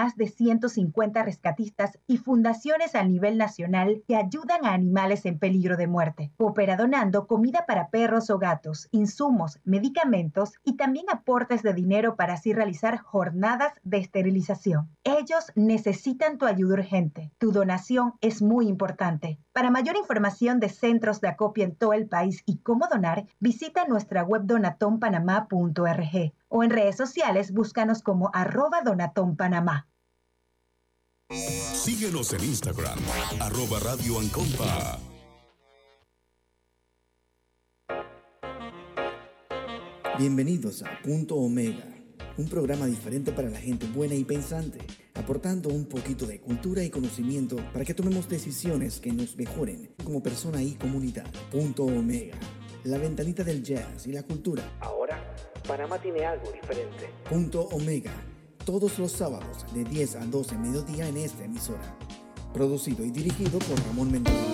más de 150 rescatistas y fundaciones a nivel nacional que ayudan a animales en peligro de muerte. Coopera donando comida para perros o gatos, insumos, medicamentos y también aportes de dinero para así realizar jornadas de esterilización. Ellos necesitan tu ayuda urgente. Tu donación es muy importante. Para mayor información de centros de acopio en todo el país y cómo donar, visita nuestra web donatonpanamá.org o en redes sociales búscanos como @donatonpanamá. Síguenos en Instagram, @radioancompa. Bienvenidos a Punto Omega, un programa diferente para la gente buena y pensante, aportando un poquito de cultura y conocimiento para que tomemos decisiones que nos mejoren como persona y comunidad. Punto Omega, la ventanita del jazz y la cultura. Ahora, Panamá tiene algo diferente. Punto Omega, todos los sábados de 10 a 12 mediodía en esta emisora. Producido y dirigido por Ramón Mendoza.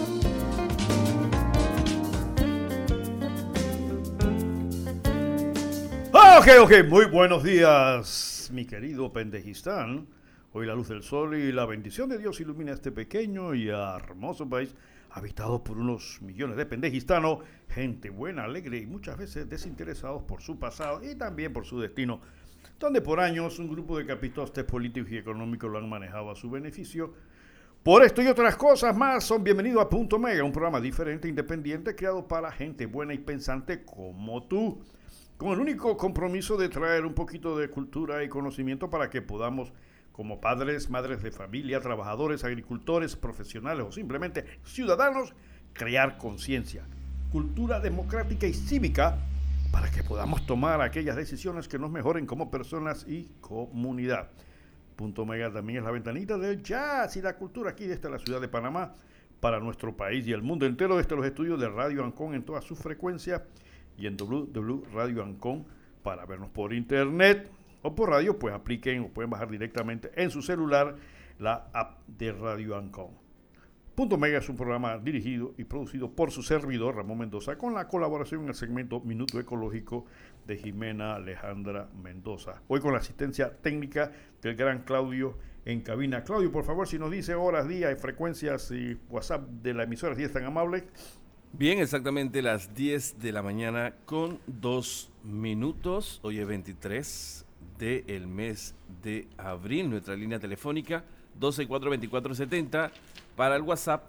Ok, muy buenos días, mi querido Pendejistán. Hoy la luz del sol y la bendición de Dios ilumina este pequeño y hermoso país habitado por unos millones de pendejistanos, gente buena, alegre y muchas veces desinteresados por su pasado y también por su destino, donde por años un grupo de capitostes políticos y económicos lo han manejado a su beneficio. Por esto y otras cosas más, son bienvenidos a Punto Mega, un programa diferente, independiente, creado para gente buena y pensante como tú, con el único compromiso de traer un poquito de cultura y conocimiento para que podamos, como padres, madres de familia, trabajadores, agricultores, profesionales o simplemente ciudadanos, crear conciencia, cultura democrática y cívica para que podamos tomar aquellas decisiones que nos mejoren como personas y comunidad. Punto Mega también es la ventanita del jazz y la cultura aquí desde la ciudad de Panamá para nuestro país y el mundo entero desde los estudios de Radio Ancon en toda su frecuencia y en www.radio Ancon para vernos por internet o por radio, pues apliquen o pueden bajar directamente en su celular la app de Radio Ancon. Punto Mega es un programa dirigido y producido por su servidor Ramón Mendoza con la colaboración en el segmento Minuto Ecológico de Jimena Alejandra Mendoza. Hoy con la asistencia técnica del gran Claudio en cabina. Claudio, por favor, si nos dice horas, días y frecuencias y WhatsApp de la emisora, si es tan amable. Bien, exactamente las 10 de la mañana con 2 minutos. Hoy es 23 del mes de abril. Nuestra línea telefónica 124-2470. Para el WhatsApp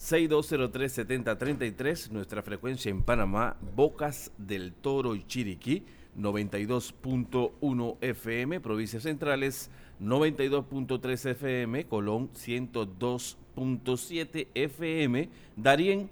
6203-7033. Nuestra frecuencia en Panamá, Bocas del Toro y Chiriquí, 92.1 FM. Provincias Centrales, 92.3 FM. Colón, 102.7 FM. Darién,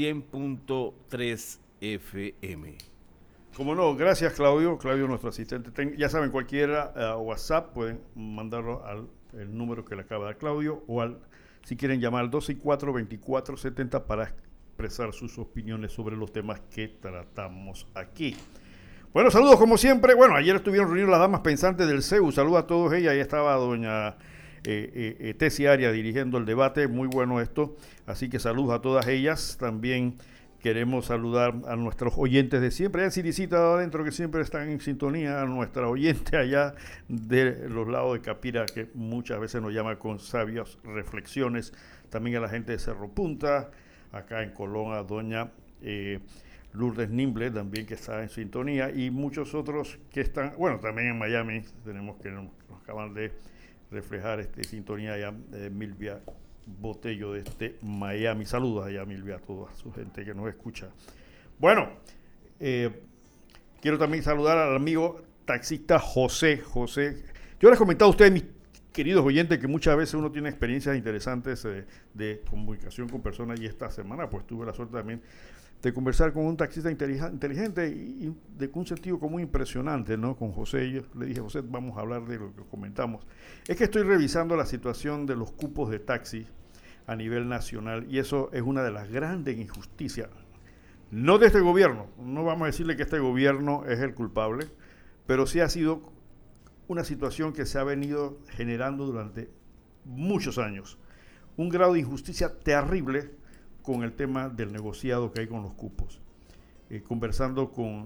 100.3 FM. Como no, gracias Claudio, nuestro asistente. Ya saben, cualquiera WhatsApp pueden mandarlo al el número que le acaba de dar Claudio o si quieren llamar al 264-2470 para expresar sus opiniones sobre los temas que tratamos aquí. Bueno, saludos como siempre. Bueno, ayer estuvieron reunidas las damas pensantes del CEU. Saludos a todos ellas. Ahí estaba doña Tesi Arias dirigiendo el debate, muy bueno esto, así que saludos a todas ellas. También queremos saludar a nuestros oyentes de siempre, a Ciricita adentro que siempre están en sintonía, a nuestra oyente allá de los lados de Capira que muchas veces nos llama con sabias reflexiones, también a la gente de Cerro Punta, acá en Colón a doña Lourdes Nimble también que está en sintonía y muchos otros que están, bueno, también en Miami tenemos que nos acaban de reflejar sintonía allá de Milvia Botello desde Miami. Saludos allá, Milvia, a toda su gente que nos escucha. Bueno, quiero también saludar al amigo taxista José. Yo les he comentado a ustedes, mis queridos oyentes, que muchas veces uno tiene experiencias interesantes de comunicación con personas y esta semana pues tuve la suerte también de conversar con un taxista inteligente y de un sentido común impresionante, ¿no? Con José, yo le dije, José, vamos a hablar de lo que comentamos. Es que estoy revisando la situación de los cupos de taxi a nivel nacional y eso es una de las grandes injusticias. No de este gobierno, no vamos a decirle que este gobierno es el culpable, pero sí ha sido una situación que se ha venido generando durante muchos años. Un grado de injusticia terrible con el tema del negociado que hay con los cupos. Conversando con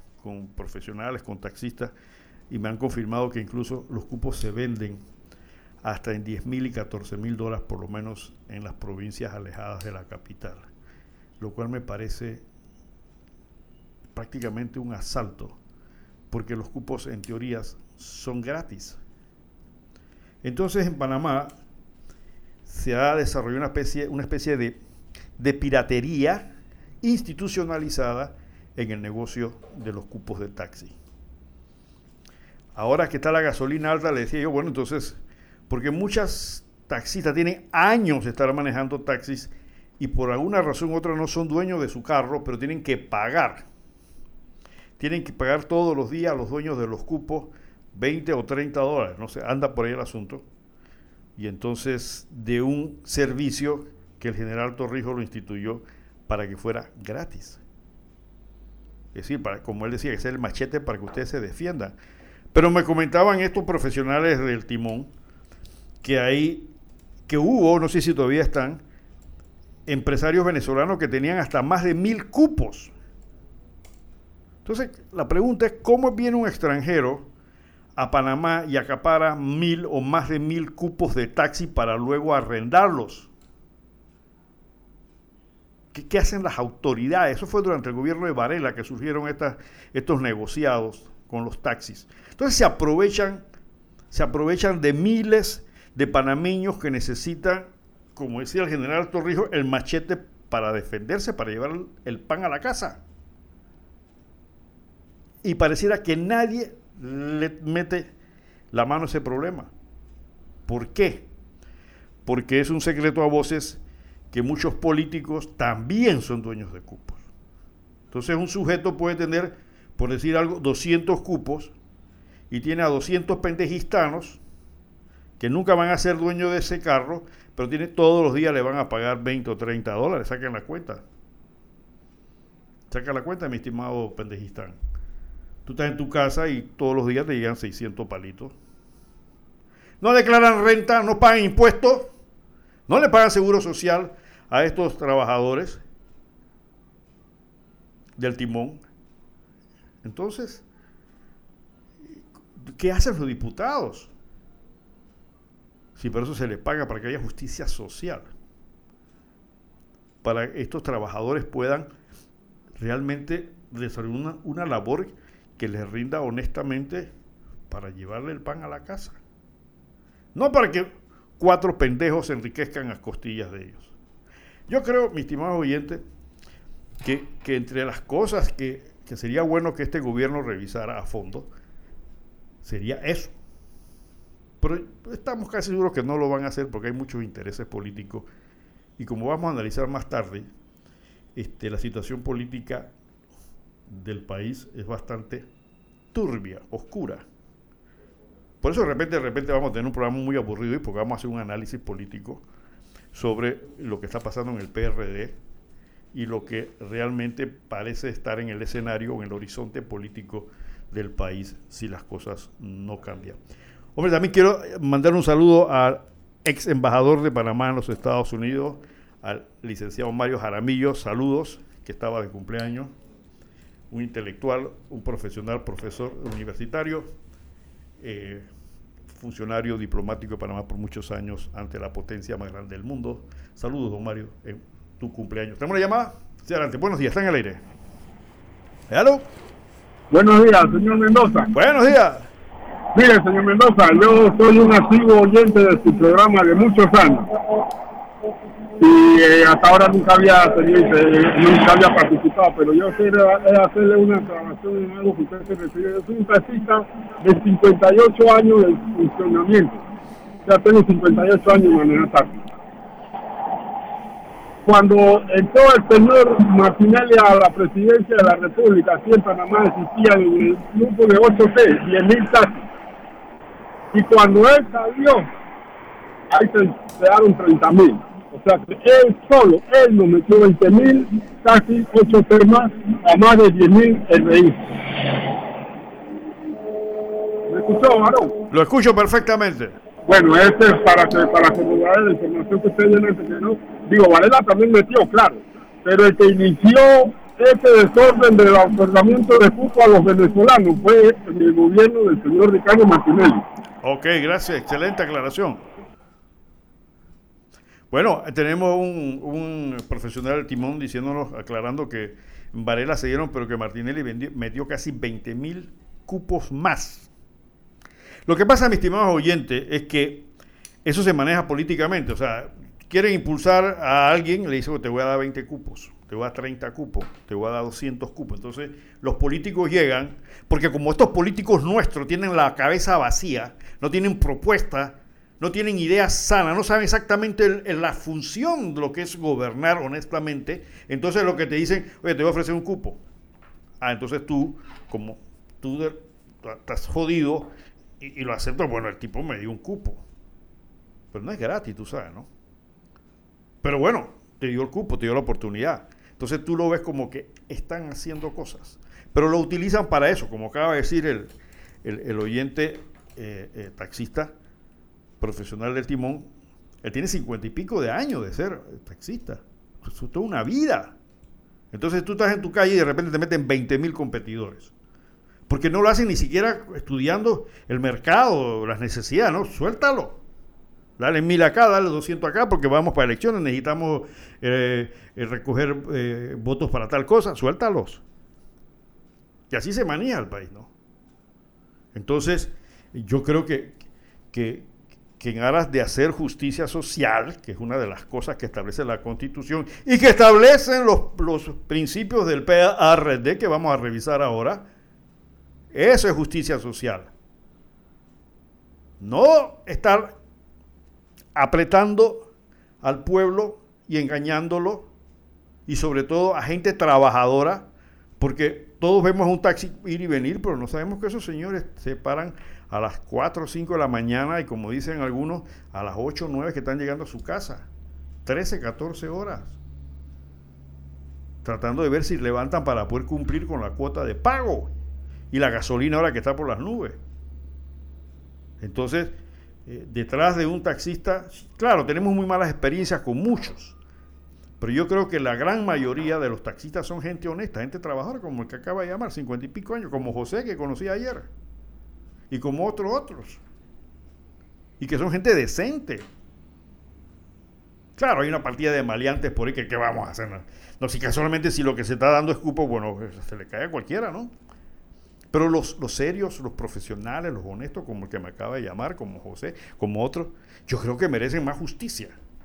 profesionales, con taxistas, y me han confirmado que incluso los cupos se venden hasta en $10,000 y $14,000 por lo menos en las provincias alejadas de la capital, lo cual me parece prácticamente un asalto, porque los cupos en teoría son gratis. Entonces en Panamá se ha desarrollado una especie de piratería institucionalizada en el negocio de los cupos de taxi. Ahora que está la gasolina alta, le decía yo, bueno, entonces, porque muchas taxistas tienen años de estar manejando taxis y por alguna razón u otra no son dueños de su carro, pero tienen que pagar. Tienen que pagar todos los días a los dueños de los cupos $20 o $30, no sé, anda por ahí el asunto. Y entonces de un servicio que el general Torrijos lo instituyó para que fuera gratis. Es decir, como él decía, que es el machete para que ustedes se defiendan. Pero me comentaban estos profesionales del timón que hubo, no sé si todavía están, empresarios venezolanos que tenían hasta más de 1,000 cupos. Entonces, la pregunta es, ¿cómo viene un extranjero a Panamá y acapara 1,000 o más de 1,000 cupos de taxi para luego arrendarlos? ¿Qué hacen las autoridades? Eso fue durante el gobierno de Varela que surgieron estos negociados con los taxis. Entonces se aprovechan de miles de panameños que necesitan, como decía el general Torrijos, el machete para defenderse, para llevar el pan a la casa. Y pareciera que nadie le mete la mano a ese problema. ¿Por qué? Porque es un secreto a voces que muchos políticos también son dueños de cupos. Entonces un sujeto puede tener, por decir algo, 200 cupos y tiene a 200 pendejistanos que nunca van a ser dueños de ese carro, pero todos los días le van a pagar $20 o $30. Saquen la cuenta. Saca la cuenta, mi estimado pendejistán. Tú estás en tu casa y todos los días te llegan 600 palitos. No declaran renta, no pagan impuestos, no le pagan seguro social a estos trabajadores del timón. Entonces, ¿qué hacen los diputados? Si por eso se les paga, para que haya justicia social, para que estos trabajadores puedan realmente desarrollar una labor que les rinda honestamente para llevarle el pan a la casa. No para que 4 pendejos se enriquezcan a costillas de ellos. Yo creo, mi estimado oyente, que entre las cosas que sería bueno que este gobierno revisara a fondo, sería eso. Pero estamos casi seguros que no lo van a hacer porque hay muchos intereses políticos. Y como vamos a analizar más tarde, la situación política del país es bastante turbia, oscura. Por eso de repente vamos a tener un programa muy aburrido, y porque vamos a hacer un análisis político sobre lo que está pasando en el PRD y lo que realmente parece estar en el escenario o en el horizonte político del país si las cosas no cambian. Hombre, también quiero mandar un saludo al ex embajador de Panamá en los Estados Unidos, al licenciado Mario Jaramillo, saludos, que estaba de cumpleaños, un intelectual, un profesional, profesor universitario, funcionario diplomático de Panamá por muchos años ante la potencia más grande del mundo. Saludos, don Mario, en tu cumpleaños. ¿Tenemos una llamada? Sí, adelante. Buenos días, está en el aire. ¿Aló? Buenos días, señor Mendoza. Buenos días. Mire, señor Mendoza, yo soy un asiduo oyente de su programa de muchos años. Y hasta ahora nunca había participado, pero yo quiero hacerle una aclaración en algo que usted se refiere. Yo soy un taxista de 58 años de funcionamiento. Ya tengo 58 años manejando taxi. Cuando entró el señor Martinelli a la presidencia de la República, aquí en Panamá existía el grupo de 8T, 10,000 taxis. Y cuando él salió, ahí se quedaron 30,000. O sea que él nos metió 20,000, casi 8 temas, a más de 10,000 RI. ¿Me escuchó, Marón? Lo escucho perfectamente. Bueno, es para corroborar la información que usted viene no. Digo, Varela también metió, claro, pero el que inició este desorden del otorgamiento de cupo a los venezolanos fue el gobierno del señor Ricardo Martinelli. Ok, gracias, excelente aclaración. Bueno, tenemos un profesional del timón diciéndonos, aclarando que en Varela se dieron, pero que Martinelli metió casi 20,000 cupos más. Lo que pasa, mis estimados oyentes, es que eso se maneja políticamente. O sea, quieren impulsar a alguien, le dicen, te voy a dar 20 cupos, te voy a dar 30 cupos, te voy a dar 200 cupos. Entonces, los políticos llegan, porque como estos políticos nuestros tienen la cabeza vacía, no tienen propuestas, no tienen ideas sanas, no saben exactamente la función de lo que es gobernar honestamente, entonces lo que te dicen, oye, te voy a ofrecer un cupo. Entonces tú, como tú estás jodido y lo aceptas, bueno, el tipo me dio un cupo. Pero no es gratis, tú sabes, ¿no? Pero bueno, te dio el cupo, te dio la oportunidad. Entonces tú lo ves como que están haciendo cosas. Pero lo utilizan para eso, como acaba de decir el oyente taxista profesional del timón. Él tiene 50 y pico de años de ser taxista. Eso es toda una vida. Entonces tú estás en tu calle y de repente te meten 20,000 competidores. Porque no lo hacen ni siquiera estudiando el mercado, las necesidades, ¿no? Suéltalo. Dale 1,000 acá, dale 200 acá, porque vamos para elecciones, necesitamos recoger votos para tal cosa, suéltalos. Y así se maneja el país, ¿no? Entonces, yo creo que en aras de hacer justicia social, que es una de las cosas que establece la Constitución y que establecen los principios del PRD que vamos a revisar ahora, eso es justicia social. No estar apretando al pueblo y engañándolo, y sobre todo a gente trabajadora, porque todos vemos un taxi ir y venir, pero no sabemos que esos señores se paran a las 4 o 5 de la mañana y, como dicen algunos, a las 8 o 9 que están llegando a su casa, 13, 14 horas, tratando de ver si levantan para poder cumplir con la cuota de pago y la gasolina ahora que está por las nubes. Entonces, detrás de un taxista, claro, tenemos muy malas experiencias con muchos, pero yo creo que la gran mayoría de los taxistas son gente honesta, gente trabajadora, como el que acaba de llamar, 50 y pico años, como José, que conocí ayer, y como otros, y que son gente decente. Claro, hay una partida de maleantes por ahí que ¿qué vamos a hacer? No, si casualmente si lo que se está dando es cupo, bueno, se le cae a cualquiera, ¿no? Pero los serios, los profesionales, los honestos, como el que me acaba de llamar, como José, como otros, yo creo que merecen más justicia.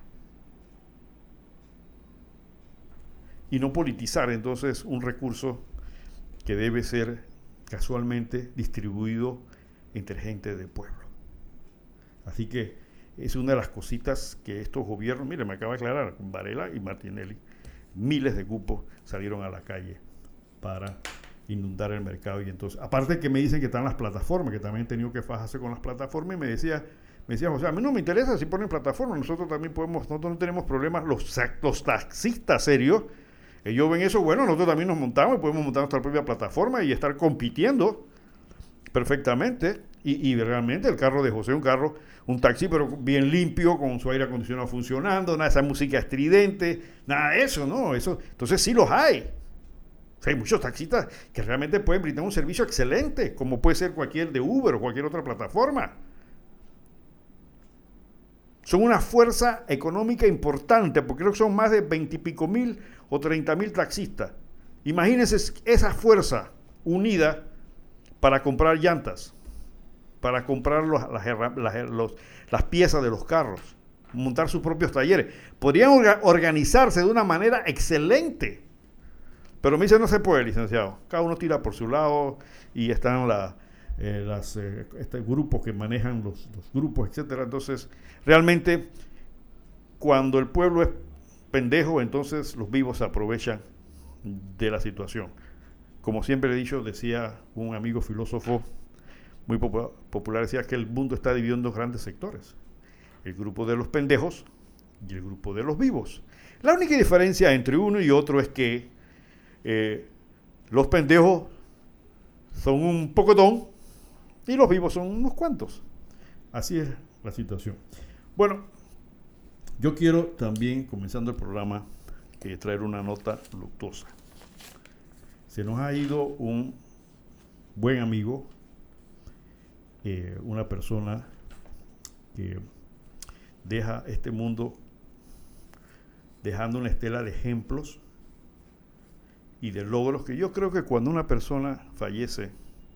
Y no politizar entonces un recurso que debe ser casualmente distribuido entre gente del pueblo. Así que es una de las cositas que estos gobiernos, mire, me acaba de aclarar, Varela y Martinelli, miles de cupos salieron a la calle para inundar el mercado. Y entonces, aparte que me dicen que están las plataformas, que también he tenido que fajarse con las plataformas, y me decía José, a mí no me interesa si ponen plataformas, nosotros no tenemos problemas, los taxistas serios, ellos ven eso, bueno, nosotros también nos montamos y podemos montar nuestra propia plataforma y estar compitiendo perfectamente. Y realmente el carro de José es un taxi, pero bien limpio, con su aire acondicionado funcionando, nada de esa música estridente, nada de eso, ¿no? Eso, entonces sí los hay. O sea, hay muchos taxistas que realmente pueden brindar un servicio excelente, como puede ser cualquier de Uber o cualquier otra plataforma. Son una fuerza económica importante, porque creo que son más de 20 y pico mil o 30,000 taxistas. Imagínense esa fuerza unida para comprar llantas, para comprar las piezas de los carros, montar sus propios talleres. Podrían organizarse de una manera excelente. Pero me dice, no se puede, licenciado. Cada uno tira por su lado y están grupos que manejan los grupos, etcétera. Entonces, realmente, cuando el pueblo es pendejo, entonces los vivos se aprovechan de la situación. Como siempre he dicho, decía un amigo filósofo muy popular, decía que el mundo está dividido en dos grandes sectores: el grupo de los pendejos y el grupo de los vivos. La única diferencia entre uno y otro es que los pendejos son un pocotón y los vivos son unos cuantos. Así es la situación. Bueno, yo quiero también, comenzando el programa, traer una nota luctuosa. Se nos ha ido un buen amigo, una persona que deja este mundo dejando una estela de ejemplos y de logros que yo creo que cuando una persona fallece,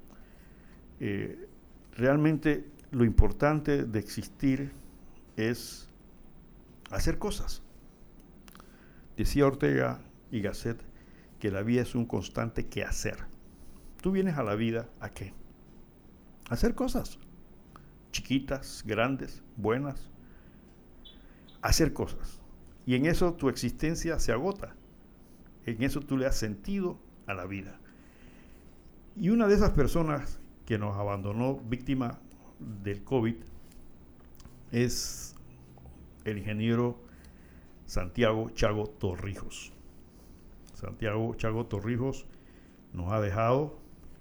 realmente lo importante de existir es hacer cosas. Decía Ortega y Gasset que la vida es un constante quehacer. Tú vienes a la vida ¿a qué? A hacer cosas. Chiquitas, grandes, buenas. Hacer cosas. Y en eso tu existencia se agota. En eso tú le das sentido a la vida. Y una de esas personas que nos abandonó víctima del COVID es el ingeniero Santiago Chago Torrijos. Santiago Chago Torrijos nos ha dejado,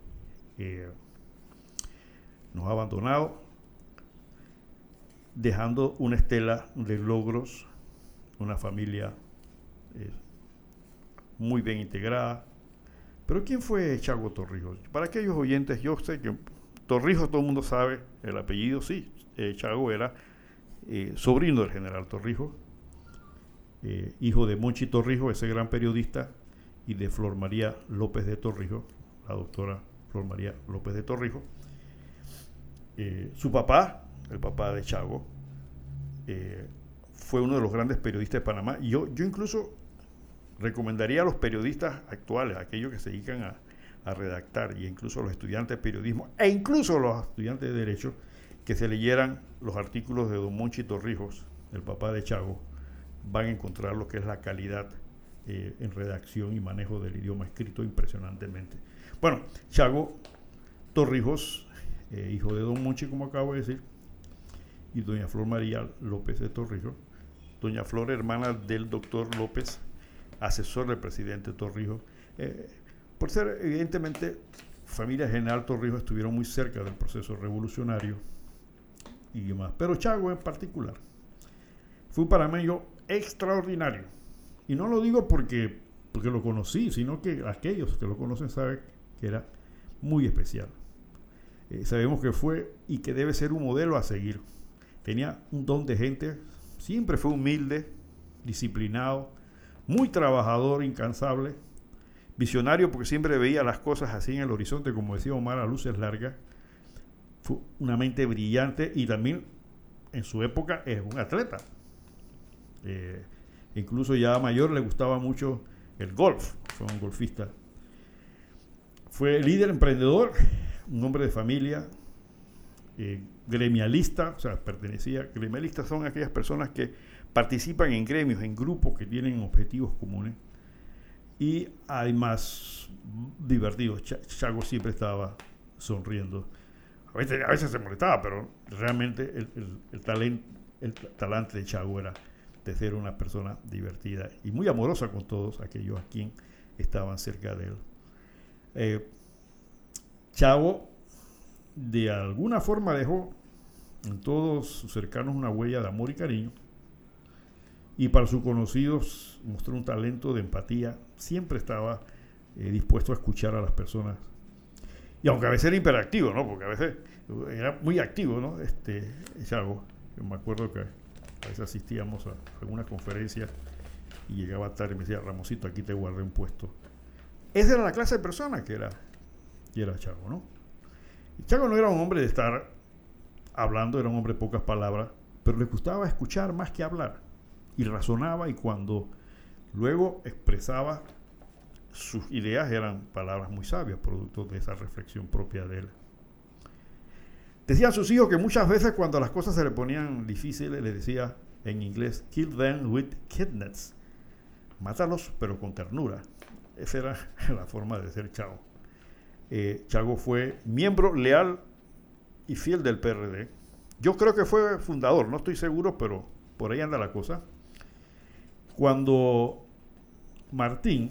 nos ha abandonado, dejando una estela de logros, una familia muy bien integrada. Pero ¿quién fue Chago Torrijos? Para aquellos oyentes, yo sé que Torrijos todo el mundo sabe el apellido, sí. Chago era sobrino del general Torrijos, hijo de Monchi Torrijos, ese gran periodista, y de Flor María López de Torrijos, la doctora Flor María López de Torrijos. Su papá, el papá de Chago, fue uno de los grandes periodistas de Panamá. Yo incluso recomendaría a los periodistas actuales, a aquellos que se dedican a redactar, y incluso a los estudiantes de periodismo, e incluso a los estudiantes de Derecho, que se leyeran los artículos de don Monchi Torrijos, el papá de Chago. Van a encontrar lo que es la calidad en redacción y manejo del idioma escrito impresionantemente. Bueno, Chago Torrijos, hijo de don Monchi, como acabo de decir, y doña Flor María López de Torrijos. Doña Flor, hermana del doctor López, asesor del presidente Torrijos. Por ser, evidentemente, familia general Torrijos estuvieron muy cerca del proceso revolucionario y demás. Pero Chago en particular fue un panameño extraordinario. Y no lo digo porque lo conocí, sino que aquellos que lo conocen saben que era muy especial. Sabemos que fue y que debe ser un modelo a seguir. Tenía un don de gente, siempre fue humilde, disciplinado, muy trabajador, incansable, visionario porque siempre veía las cosas así en el horizonte, como decía Omar, a luces largas. Fue una mente brillante y también en su época es un atleta. Incluso ya mayor le gustaba mucho el golf, fue un golfista. Fue líder emprendedor, un hombre de familia, gremialista, o sea, gremialistas son aquellas personas que participan en gremios, en grupos que tienen objetivos comunes, y además divertido. Chago siempre estaba sonriendo. A veces se molestaba, pero realmente el talante de Chago era de ser una persona divertida y muy amorosa con todos aquellos a quien estaban cerca de él. Chago de alguna forma dejó en todos sus cercanos una huella de amor y cariño, y para sus conocidos mostró un talento de empatía. Siempre estaba dispuesto a escuchar a las personas, y aunque a veces era hiperactivo, ¿no? Porque a veces era muy activo, ¿no? Chago, yo me acuerdo que a veces asistíamos a alguna conferencia y llegaba tarde y me decía: Ramosito, aquí te guardé un puesto. Esa era la clase de persona que era Chago, ¿no? Y Chago no era un hombre de estar hablando, era un hombre de pocas palabras, pero le gustaba escuchar más que hablar, y razonaba, y cuando luego expresaba sus ideas eran palabras muy sabias, producto de esa reflexión propia de él. Decían sus hijos que muchas veces cuando las cosas se le ponían difíciles, le decía en inglés: kill them with kindness. Mátalos pero con ternura. Esa era la forma de ser Chago. Chago fue miembro leal y fiel del PRD. Yo creo que fue fundador, no estoy seguro, pero por ahí anda la cosa. Cuando Martín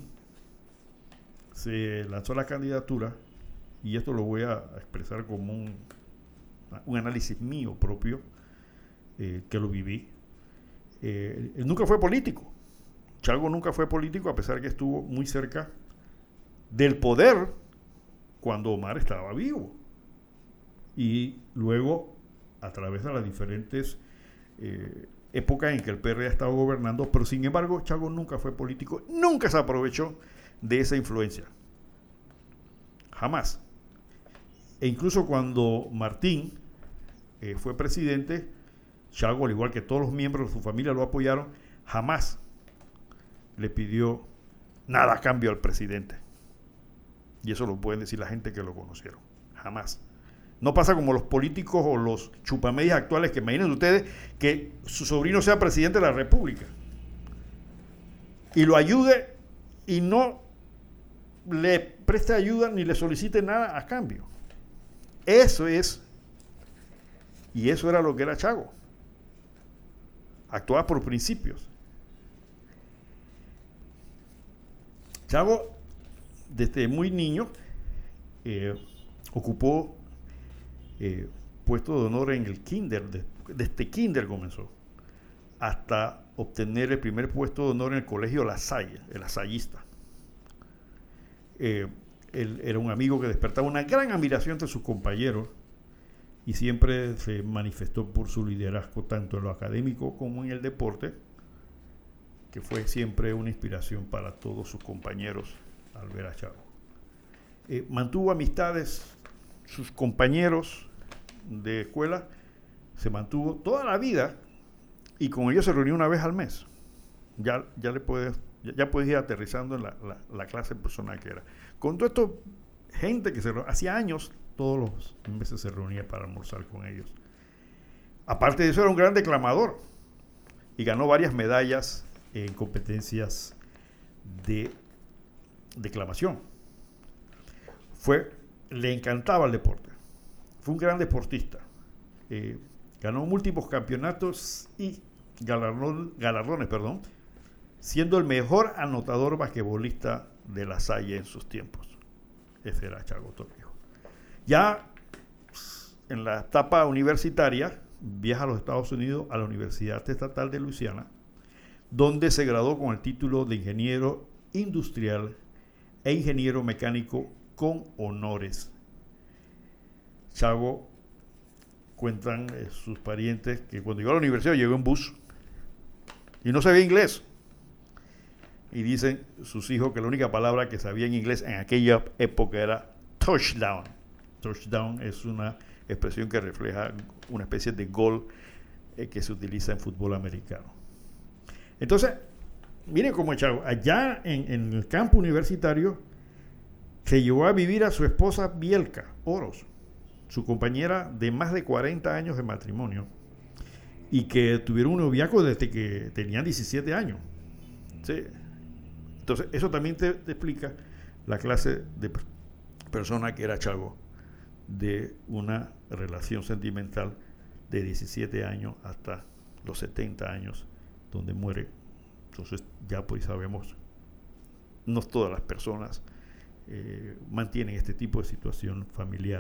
se lanzó a la candidatura, y esto lo voy a expresar como un análisis mío propio, que lo viví, él nunca fue político. Chago nunca fue político, a pesar que estuvo muy cerca del poder cuando Omar estaba vivo. y luego a través de las diferentes épocas en que el PRD ha estado gobernando, pero sin embargo Chago nunca fue político, nunca se aprovechó de esa influencia, jamás. E incluso cuando Martín fue presidente, Chago, al igual que todos los miembros de su familia, lo apoyaron, jamás le pidió nada a cambio al presidente. Y eso lo pueden decir la gente que lo conocieron. Jamás. No pasa como los políticos o los chupamedias actuales, que imaginen ustedes que su sobrino sea presidente de la República y lo ayude y no le preste ayuda ni le solicite nada a cambio. Eso es, y eso era lo que era Chago. Actuaba por principios. Chago, desde muy niño, ocupó puesto de honor en el kinder, desde kinder comenzó, hasta obtener el primer puesto de honor en el colegio La Salle, el lasallista. Él era un amigo que despertaba una gran admiración entre sus compañeros y siempre se manifestó por su liderazgo tanto en lo académico como en el deporte, que fue siempre una inspiración para todos sus compañeros al ver a Chago. Mantuvo amistades, sus compañeros de escuela se mantuvo toda la vida y con ellos se reunía una vez al mes. Ya puedes ir aterrizando en la clase personal que era. Con todo esto, gente que hacía años, todos los meses se reunía para almorzar con ellos. Aparte de eso, era un gran declamador y ganó varias medallas en competencias de declamación. Le encantaba el deporte. Fue un gran deportista. Ganó múltiples campeonatos y galardones, siendo el mejor anotador basquetbolista de La Salle en sus tiempos. Ese era Chago Torrijos. Ya en la etapa universitaria viaja a los Estados Unidos a la Universidad Estatal de Luisiana, donde se graduó con el título de ingeniero industrial e ingeniero mecánico con honores. Chago, cuentan sus parientes, que cuando llegó a la universidad llegó en bus y no sabía inglés. Y dicen sus hijos que la única palabra que sabía en inglés en aquella época era touchdown. Touchdown es una expresión que refleja una especie de gol que se utiliza en fútbol americano. Entonces, miren cómo Chago, allá en el campo universitario, se llevó a vivir a su esposa Bielka Oros, su compañera de más de 40 años de matrimonio, y que tuvieron un noviazgo desde que tenían 17 años. ¿Sí? Entonces, eso también te explica la clase de persona que era Chago, de una relación sentimental de 17 años hasta los 70 años, donde muere. Entonces, ya pues sabemos, no todas las personas mantienen este tipo de situación familiar.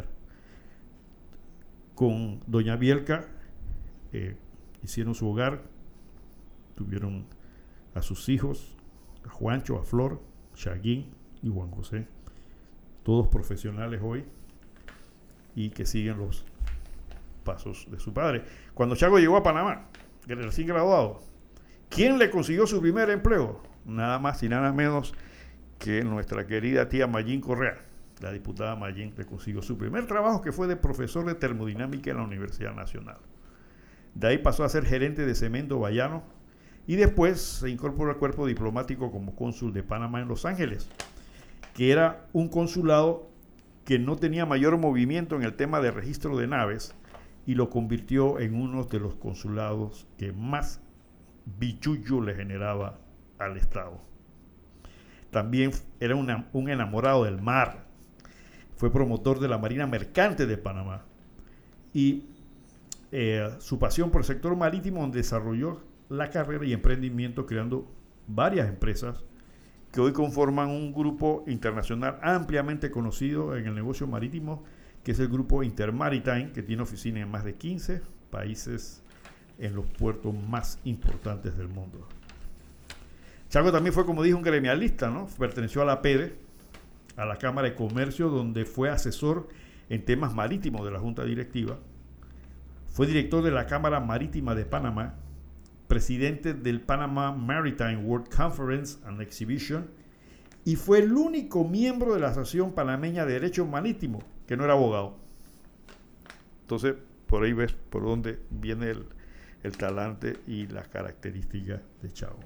Con doña Bielka hicieron su hogar, tuvieron a sus hijos, a Juancho, a Flor, Chaguín y Juan José, todos profesionales hoy y que siguen los pasos de su padre. Cuando Chago llegó a Panamá, recién graduado, ¿quién le consiguió su primer empleo? Nada más y nada menos que nuestra querida tía Mayín Correa. La diputada Mayín le consiguió su primer trabajo, que fue de profesor de termodinámica en la Universidad Nacional. De ahí pasó a ser gerente de Cemento Bayano y después se incorporó al cuerpo diplomático como cónsul de Panamá en Los Ángeles, que era un consulado que no tenía mayor movimiento en el tema de registro de naves y lo convirtió en uno de los consulados que más bichullo le generaba al Estado. También era un enamorado del mar. Fue promotor de la Marina Mercante de Panamá y su pasión por el sector marítimo, donde desarrolló la carrera y emprendimiento creando varias empresas que hoy conforman un grupo internacional ampliamente conocido en el negocio marítimo, que es el grupo Intermaritime, que tiene oficinas en más de 15 países en los puertos más importantes del mundo. Chago también fue, como dije, un gremialista, ¿no? Perteneció a la PEDE, a la Cámara de Comercio, donde fue asesor en temas marítimos de la Junta Directiva. Fue director de la Cámara Marítima de Panamá, presidente del Panama Maritime World Conference and Exhibition y fue el único miembro de la Asociación Panameña de Derecho Marítimo que no era abogado. Entonces, por ahí ves por dónde viene el talante y las características de Chago.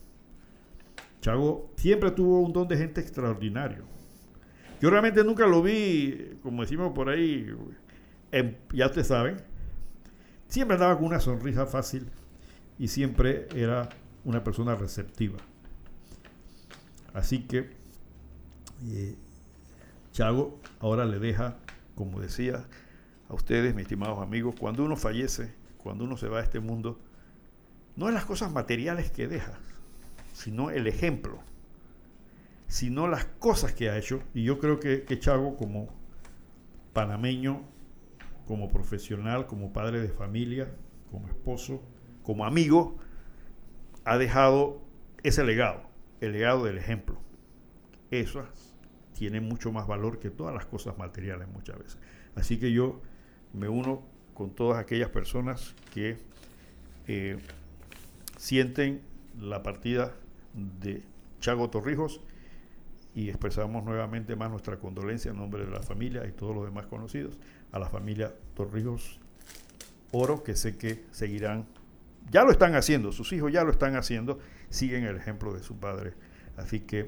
Chago siempre tuvo un don de gente extraordinario. Yo realmente nunca lo vi, como decimos por ahí, ya ustedes saben, siempre andaba con una sonrisa fácil y siempre era una persona receptiva. Así que Chago ahora le deja, como decía a ustedes, mis estimados amigos, cuando uno fallece, cuando uno se va a este mundo, no es las cosas materiales que deja, sino el ejemplo, sino las cosas que ha hecho. Y yo creo que Chago, como panameño, como profesional, como padre de familia, como esposo, como amigo, ha dejado ese legado, el legado del ejemplo. Eso tiene mucho más valor que todas las cosas materiales muchas veces. Así que yo me uno con todas aquellas personas que sienten la partida de Chago Torrijos y expresamos nuevamente más nuestra condolencia en nombre de la familia y todos los demás conocidos a la familia Torrijos Oro, que sé que seguirán, ya lo están haciendo, sus hijos ya lo están haciendo, siguen el ejemplo de su padre. Así que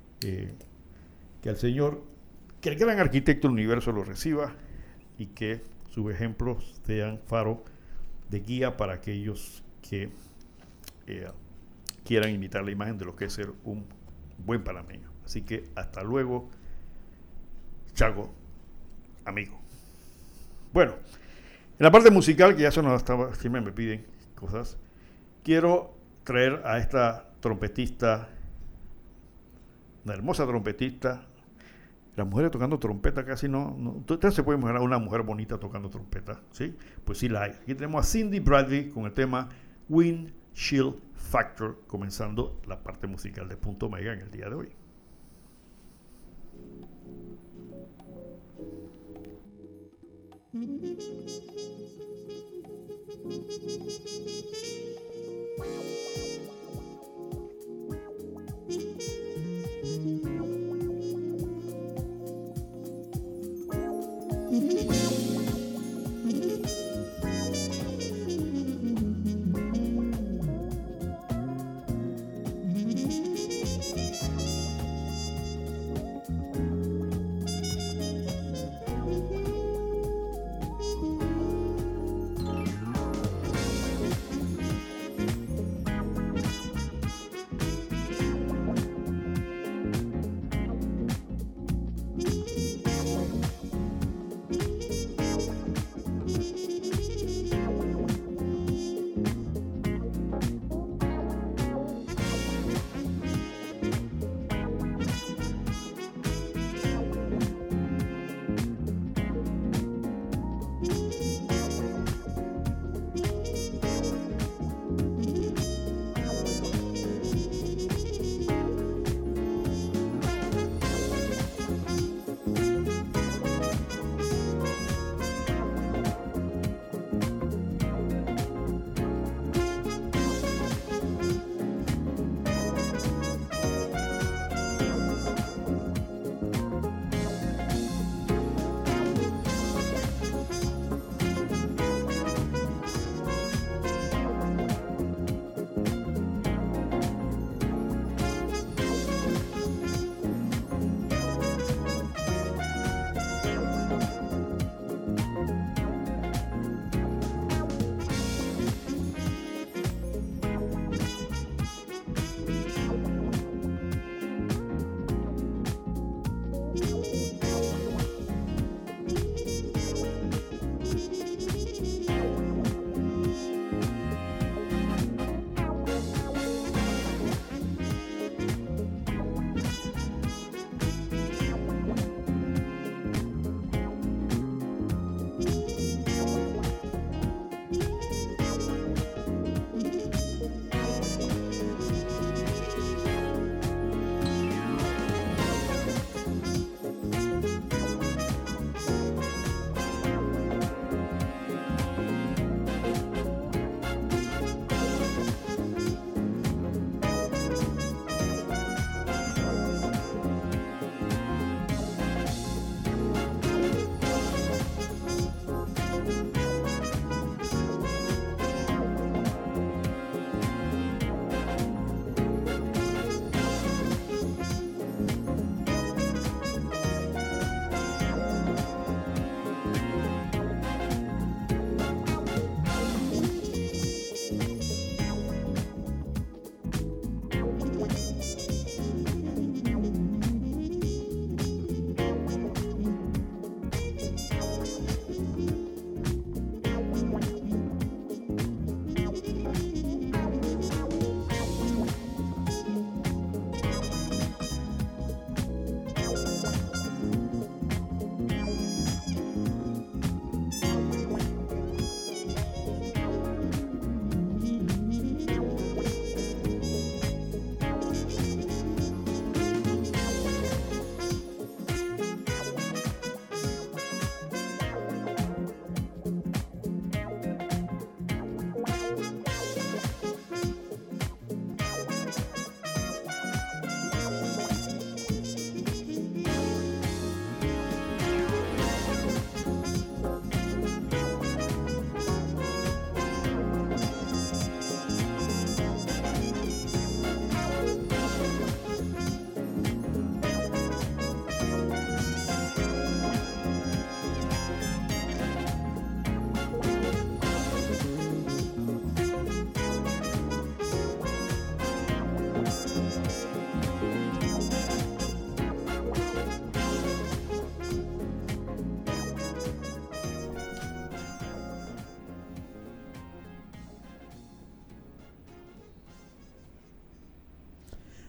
al Señor, que el gran arquitecto del universo lo reciba y que sus ejemplos sean faro de guía para aquellos que quieran imitar la imagen de lo que es ser un buen panameño. Así que hasta luego, Chago, amigo. Bueno, en la parte musical, que ya se nos estaba, siempre me piden cosas, quiero traer a esta trompetista, una hermosa trompetista. Las mujeres tocando trompeta casi no ustedes se pueden imaginar una mujer bonita tocando trompeta, ¿sí? Pues sí la hay. Aquí tenemos a Cindy Bradley con el tema Windshield Factor, comenzando la parte musical de Punto Omega en el día de hoy.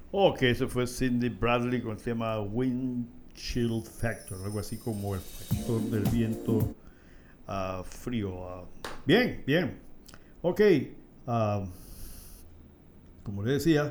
Que ese fue Sidney Bradley con el tema Wind Chill Factor, algo así como el factor del viento frío. Bien. Ok. Como les decía,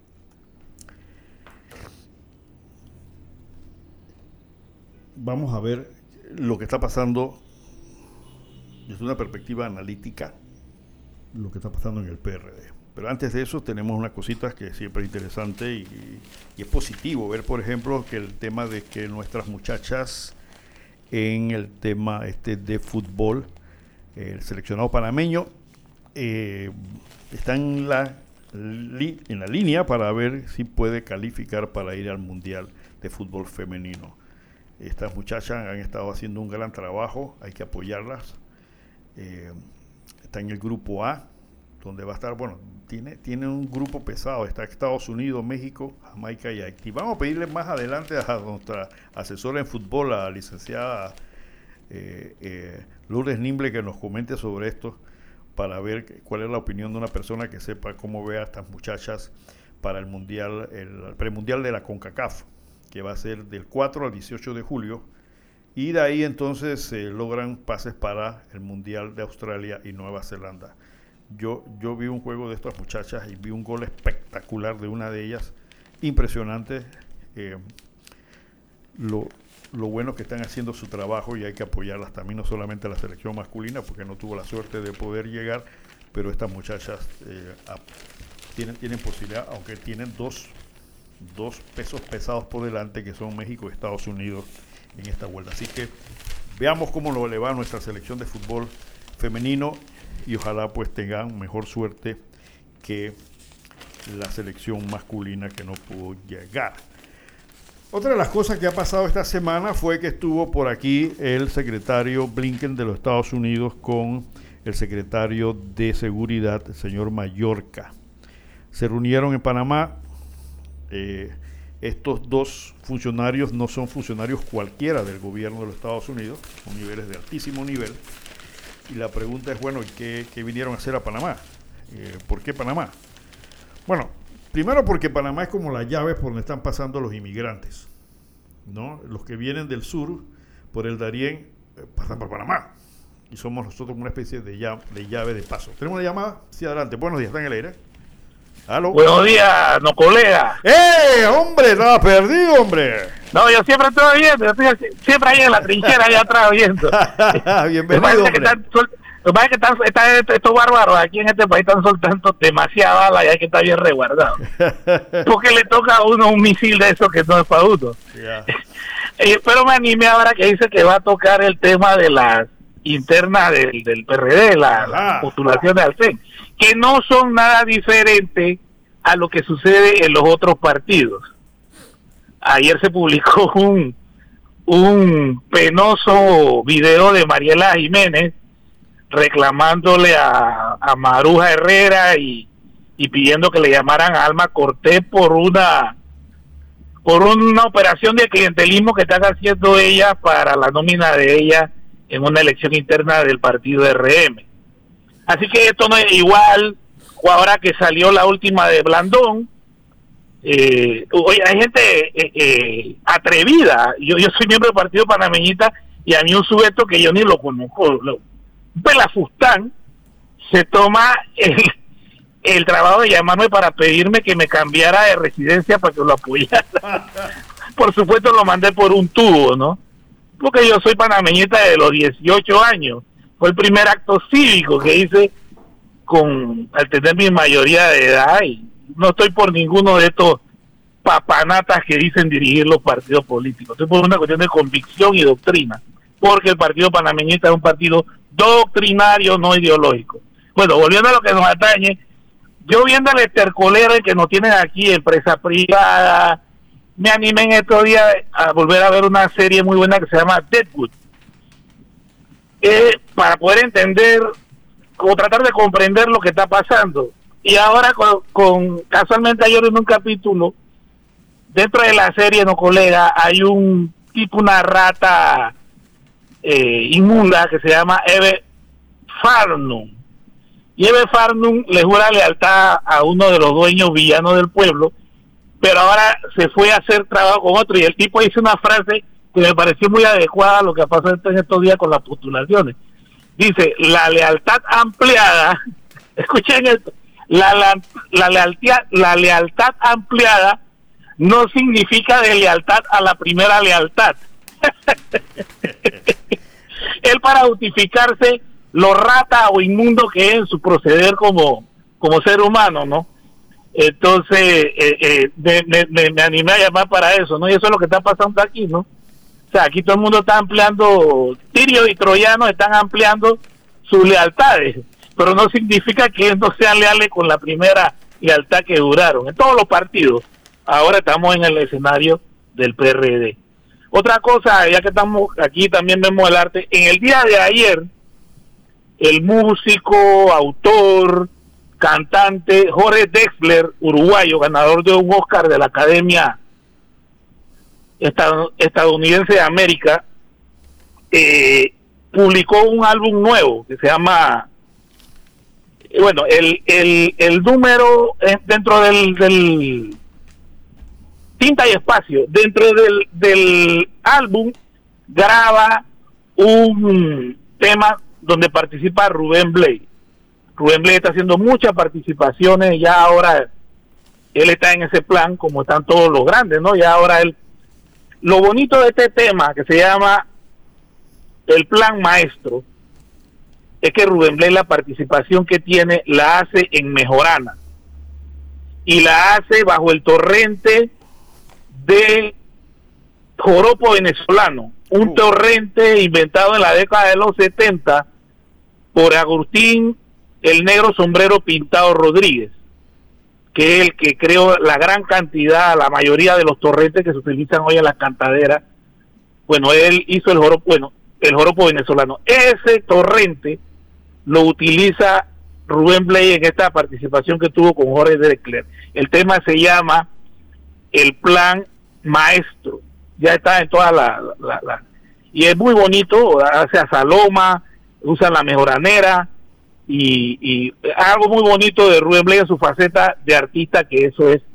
vamos a ver lo que está pasando desde una perspectiva analítica, lo que está pasando en el PRD. Pero antes de eso tenemos unas cositas que siempre es interesante y es positivo ver, por ejemplo, que el tema de que nuestras muchachas en el tema de fútbol, el seleccionado panameño, está en la línea para ver si puede calificar para ir al Mundial de Fútbol Femenino. Estas muchachas han estado haciendo un gran trabajo, hay que apoyarlas. Está en el grupo A, donde va a estar, tiene un grupo pesado, está Estados Unidos, México, Jamaica y Haití. Vamos a pedirle más adelante a nuestra asesora en fútbol, la licenciada Lourdes Nimble, que nos comente sobre esto, para ver cuál es la opinión de una persona que sepa cómo ve a estas muchachas para el mundial, el premundial de la CONCACAF, que va a ser del 4 al 18 de julio, y de ahí entonces se logran pases para el mundial de Australia y Nueva Zelanda. Yo vi un juego de estas muchachas y vi un gol espectacular de una de ellas, impresionante. Lo bueno que están haciendo su trabajo, y hay que apoyarlas también, no solamente a la selección masculina, porque no tuvo la suerte de poder llegar, pero estas muchachas tienen posibilidad, aunque tienen dos pesos pesados por delante, que son México y Estados Unidos en esta vuelta. Así que veamos cómo le va a nuestra selección de fútbol femenino, y ojalá pues tengan mejor suerte que la selección masculina, que no pudo llegar. Otra de las cosas que ha pasado esta semana fue que estuvo por aquí el secretario Blinken de los Estados Unidos con el secretario de Seguridad, el señor Mayorkas. Se reunieron en Panamá. Estos dos funcionarios no son funcionarios cualquiera del gobierno de los Estados Unidos, son niveles de altísimo nivel. Y la pregunta es, ¿qué vinieron a hacer a Panamá? ¿Por qué Panamá? Bueno, primero porque Panamá es como la llave por donde están pasando los inmigrantes, ¿no? Los que vienen del sur, por el Darién, pasan por Panamá. Y somos nosotros una especie de llave de paso. ¿Tenemos una llamada? Sí, adelante. Buenos días, ¿está en el aire? ¿Aló? Buenos días, no colega. Hombre, estaba perdido, hombre. No, yo siempre estoy viendo, yo estoy siempre ahí en la trinchera, allá atrás viendo. Bienvenido, hombre. Lo que pasa es que estos bárbaros aquí en este país están soltando demasiada bala y hay que estar bien resguardado. Porque le toca a uno un misil de eso que no es para uno. Yeah. Pero me animé ahora que dice que va a tocar el tema de las internas del PRD, la postulación de Alcén, que no son nada diferente a lo que sucede en los otros partidos. Ayer se publicó un penoso video de Mariela Jiménez reclamándole a Maruja Herrera y pidiendo que le llamaran a Alma Cortés por una operación de clientelismo que están haciendo ella para la nómina de ella en una elección interna del partido RM. Así que esto no es igual, o ahora que salió la última de Blandón. Oye, hay gente atrevida. Yo soy miembro del partido panameñita, y a mí un sujeto que yo ni lo conozco, un pelafustán, se toma el trabajo de llamarme para pedirme que me cambiara de residencia para que lo apoyara. Por supuesto lo mandé por un tubo, ¿no? Porque yo soy panameñita de los 18 años. Fue el primer acto cívico que hice al tener mi mayoría de edad, y no estoy por ninguno de estos papanatas que dicen dirigir los partidos políticos. Estoy por una cuestión de convicción y doctrina, porque el partido panameñista es un partido doctrinario, no ideológico. Bueno, volviendo a lo que nos atañe, yo viendo el estercolero que nos tienen aquí, empresa privada, me animé en estos días a volver a ver una serie muy buena que se llama Deadwood, para poder entender o tratar de comprender lo que está pasando. Y ahora casualmente ayer en un capítulo dentro de la serie, no colega, hay un tipo, una rata inmunda que se llama Eve Farnum, y Eve Farnum le jura lealtad a uno de los dueños villanos del pueblo, pero ahora se fue a hacer trabajo con otro, y el tipo hizo una frase que me pareció muy adecuada a lo que ha pasado en estos días con las postulaciones. Dice, la lealtad ampliada, escuchen esto, la lealtad ampliada no significa deslealtad a la primera lealtad. Él, para justificarse lo rata o inmundo que es en su proceder como ser humano, ¿no? Entonces me animé a llamar para eso, ¿no? Y eso es lo que está pasando aquí, ¿no? O sea, aquí todo el mundo está ampliando, tirios y troyanos están ampliando sus lealtades, pero no significa que ellos no sean leales con la primera lealtad que duraron. En todos los partidos, ahora estamos en el escenario del PRD. Otra cosa, ya que estamos aquí, también vemos el arte. En el día de ayer, el músico, autor, cantante Jorge Drexler, uruguayo, ganador de un Oscar de la Academia Estadounidense de América, publicó un álbum nuevo que se llama, bueno, el número dentro del Tinta y Espacio, dentro del álbum graba un tema donde participa Rubén Blades. Rubén Blades está haciendo muchas participaciones, ya ahora él está en ese plan como están todos los grandes, ¿no? Ya ahora él, lo bonito de este tema que se llama El Plan Maestro es que Rubén Blades, la participación que tiene, la hace en Mejorana y la hace bajo el torrente de joropo venezolano, un torrente inventado en la década de los 70 por Agustín el Negro Sombrero Pintado Rodríguez, que es el que creó la gran cantidad, la mayoría de los torrentes que se utilizan hoy en las cantaderas. Bueno, él hizo el joropo venezolano. Ese torrente lo utiliza Rubén Blades en esta participación que tuvo con Jorge Drexler. El tema se llama El Plan Maestro. Ya está en toda y es muy bonito, hace a Saloma, usa la mejoranera, y algo muy bonito de Rubén Blades en su faceta de artista, que eso es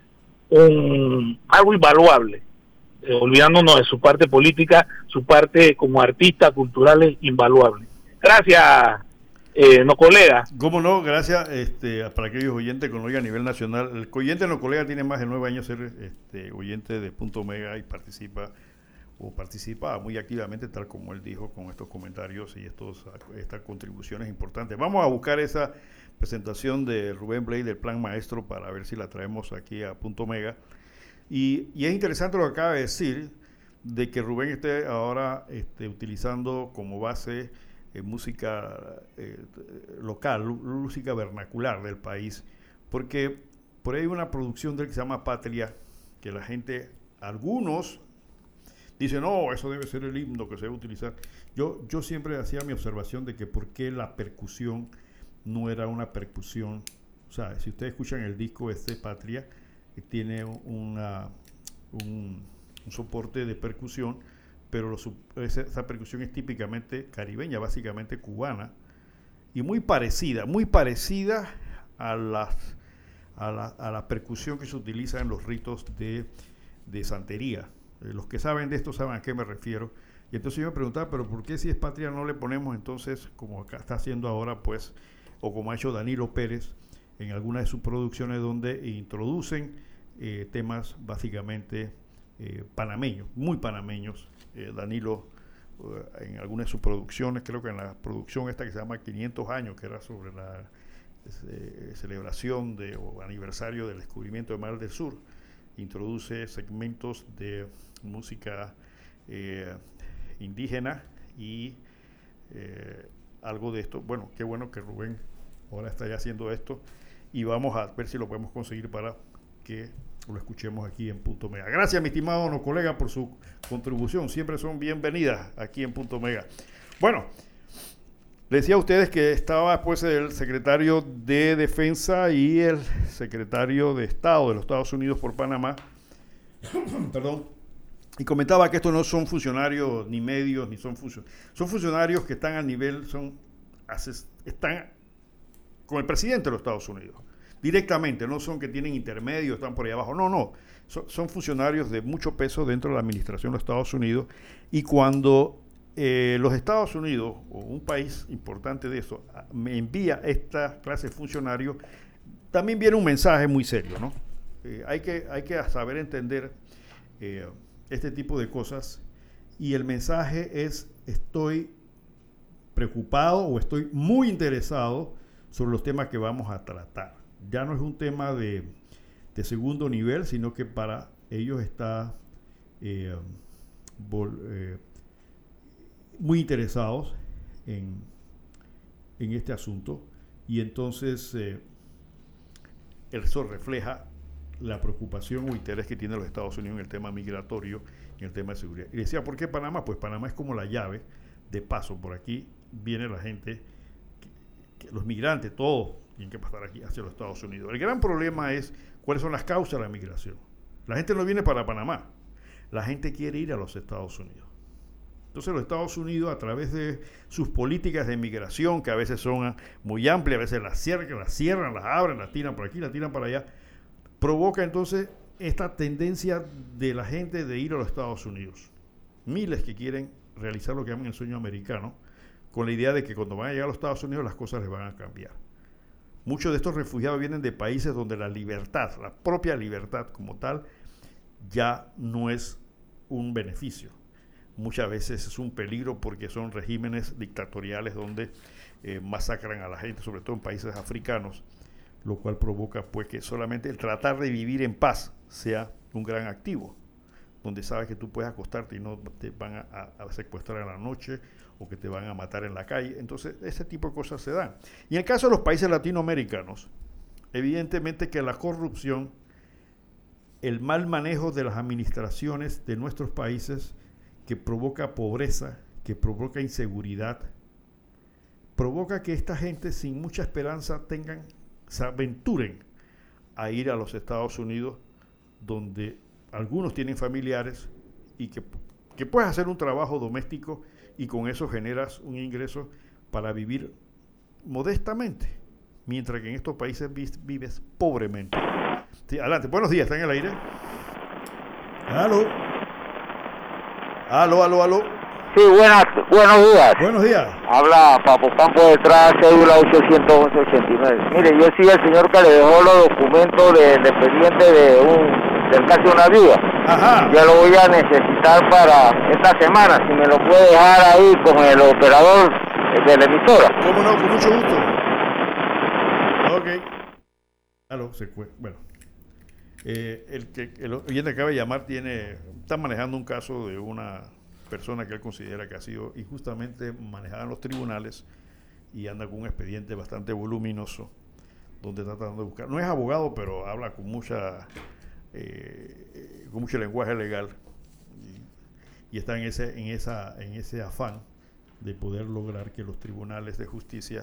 algo invaluable, olvidándonos de su parte política, su parte como artista cultural es invaluable. Gracias, no colega. ¿Cómo no? Gracias para aquellos oyentes con Oiga a nivel nacional. El oyente no colega tiene más de 9 años ser oyente de Punto Omega y participaba muy activamente, tal como él dijo, con estos comentarios y estas contribuciones importantes. Vamos a buscar esa presentación de Rubén Blades del Plan Maestro para ver si la traemos aquí a Punto Omega. Y es interesante lo que acaba de decir, de que Rubén esté ahora utilizando como base música local, música vernacular del país, porque por ahí hay una producción de él que se llama Patria, que la gente, algunos dicen, no, eso debe ser el himno que se debe utilizar. Yo siempre hacía mi observación de que por qué la percusión no era una percusión. O sea, si ustedes escuchan el disco Patria, tiene un soporte de percusión, pero esa percusión es típicamente caribeña, básicamente cubana, y muy parecida a la percusión que se utiliza en los ritos de santería. Los que saben de esto saben a qué me refiero. Y entonces yo me preguntaba, pero ¿por qué si es Patria no le ponemos entonces, como acá está haciendo ahora, pues, o como ha hecho Danilo Pérez en algunas de sus producciones, donde introducen temas básicamente panameños, muy panameños. Danilo, en algunas de sus producciones, creo que en la producción esta que se llama 500 años, que era sobre la celebración o aniversario del descubrimiento de Mar del Sur, introduce segmentos de música indígena y algo de esto. Bueno, qué bueno que Rubén ahora está ya haciendo esto, y vamos a ver si lo podemos conseguir para que lo escuchemos aquí en Punto Omega. Gracias, mi estimado no colega, por su contribución. Siempre son bienvenidas aquí en Punto Omega. Bueno, les decía a ustedes que estaba pues el secretario de Defensa y el secretario de Estado de los Estados Unidos por Panamá, perdón, y comentaba que estos no son funcionarios ni medios, ni son funcionarios que están al nivel, están con el presidente de los Estados Unidos. directamente, no son que tienen intermedios, están por ahí abajo, no, son funcionarios de mucho peso dentro de la administración de los Estados Unidos, y cuando los Estados Unidos, o un país importante de eso, me envía esta clase de funcionarios, también viene un mensaje muy serio, ¿no? Hay que saber entender este tipo de cosas, y el mensaje es: estoy preocupado o estoy muy interesado sobre los temas que vamos a tratar. Ya no es un tema de segundo nivel, sino que para ellos está muy interesados en este asunto, y entonces eso refleja la preocupación o interés que tienen los Estados Unidos en el tema migratorio y en el tema de seguridad. Y decía, ¿por qué Panamá? Pues Panamá es como la llave de paso. Por aquí viene la gente, los migrantes, todos tienen que pasar aquí hacia los Estados Unidos. El gran problema es cuáles son las causas de la migración. La gente no viene para Panamá, la gente quiere ir a los Estados Unidos. Entonces los Estados Unidos, a través de sus políticas de migración, que a veces son muy amplias, a veces las cierran, las abren, las tiran por aquí, las tiran para allá, provoca entonces esta tendencia de la gente de ir a los Estados Unidos. Miles que quieren realizar lo que llaman el sueño americano, con la idea de que cuando van a llegar a los Estados Unidos las cosas les van a cambiar. Muchos de estos refugiados vienen de países donde la libertad, la propia libertad como tal, ya no es un beneficio. Muchas veces es un peligro, porque son regímenes dictatoriales donde masacran a la gente, sobre todo en países africanos, lo cual provoca pues que solamente el tratar de vivir en paz sea un gran activo, donde sabes que tú puedes acostarte y no te van a secuestrar en la noche o que te van a matar en la calle. Entonces ese tipo de cosas se dan. Y en el caso de los países latinoamericanos, evidentemente que la corrupción, el mal manejo de las administraciones de nuestros países, que provoca pobreza, que provoca inseguridad, provoca que esta gente sin mucha esperanza se aventuren a ir a los Estados Unidos, donde algunos tienen familiares y que puedes hacer un trabajo doméstico y con eso generas un ingreso para vivir modestamente, mientras que en estos países vives pobremente. Sí, adelante, buenos días, ¿está en el aire? Aló. Sí, buenos días. Buenos días. Habla Papo Campo detrás, cédula 811-89. Mire, yo soy el señor que le dejó los documentos del expediente del caso de una viuda. Ajá. Yo lo voy a necesitar para esta semana, si me lo puede dejar ahí con el operador de la emisora. ¿Cómo no? Con mucho gusto. Ok. Aló, se fue. Bueno. El oyente acaba de llamar, está manejando un caso de una persona que él considera que ha sido injustamente manejada en los tribunales, y anda con un expediente bastante voluminoso donde está tratando de buscar. No es abogado, pero habla con mucho lenguaje legal, y está en ese afán de poder lograr que los tribunales de justicia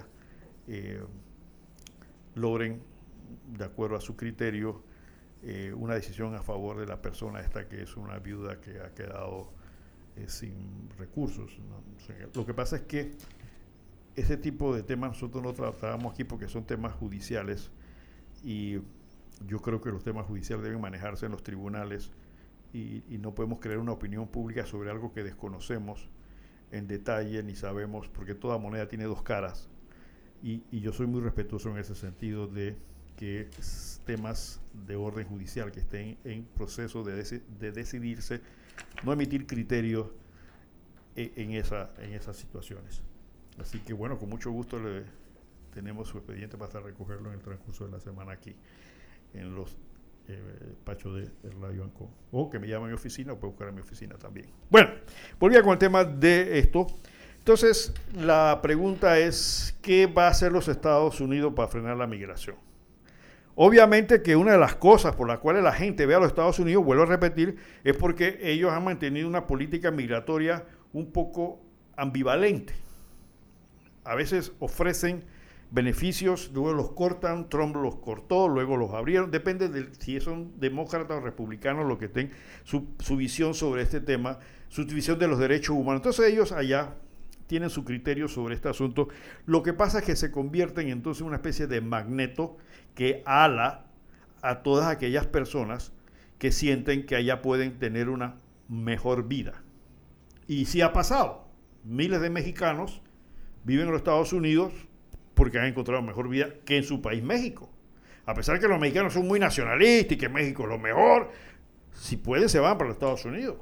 logren, de acuerdo a su criterio, una decisión a favor de la persona esta, que es una viuda que ha quedado sin recursos, ¿no? O sea, lo que pasa es que ese tipo de temas nosotros no tratábamos aquí porque son temas judiciales, y yo creo que los temas judiciales deben manejarse en los tribunales, y no podemos crear una opinión pública sobre algo que desconocemos en detalle ni sabemos, porque toda moneda tiene dos caras, y yo soy muy respetuoso en ese sentido de que temas de orden judicial que estén en proceso de decidirse, no emitir criterios en esas situaciones. Así que bueno, con mucho gusto tenemos su expediente para recogerlo en el transcurso de la semana aquí en los despachos de Radio Ancon, o que me llamen a mi oficina, o puede buscar en mi oficina también. Bueno, volví con el tema de esto. Entonces la pregunta es, ¿qué va a hacer los Estados Unidos para frenar la migración? Obviamente que una de las cosas por las cuales la gente ve a los Estados Unidos, vuelvo a repetir, es porque ellos han mantenido una política migratoria un poco ambivalente. A veces ofrecen beneficios, luego los cortan. Trump los cortó, luego los abrieron, depende de si son demócratas o republicanos los que tengan su visión sobre este tema, su visión de los derechos humanos. Entonces ellos allá tienen su criterio sobre este asunto. Lo que pasa es que se convierten entonces en una especie de magneto que ala a todas aquellas personas que sienten que allá pueden tener una mejor vida. Y sí ha pasado. Miles de mexicanos viven en los Estados Unidos porque han encontrado mejor vida que en su país, México. A pesar que los mexicanos son muy nacionalistas y que México es lo mejor, si pueden se van para los Estados Unidos.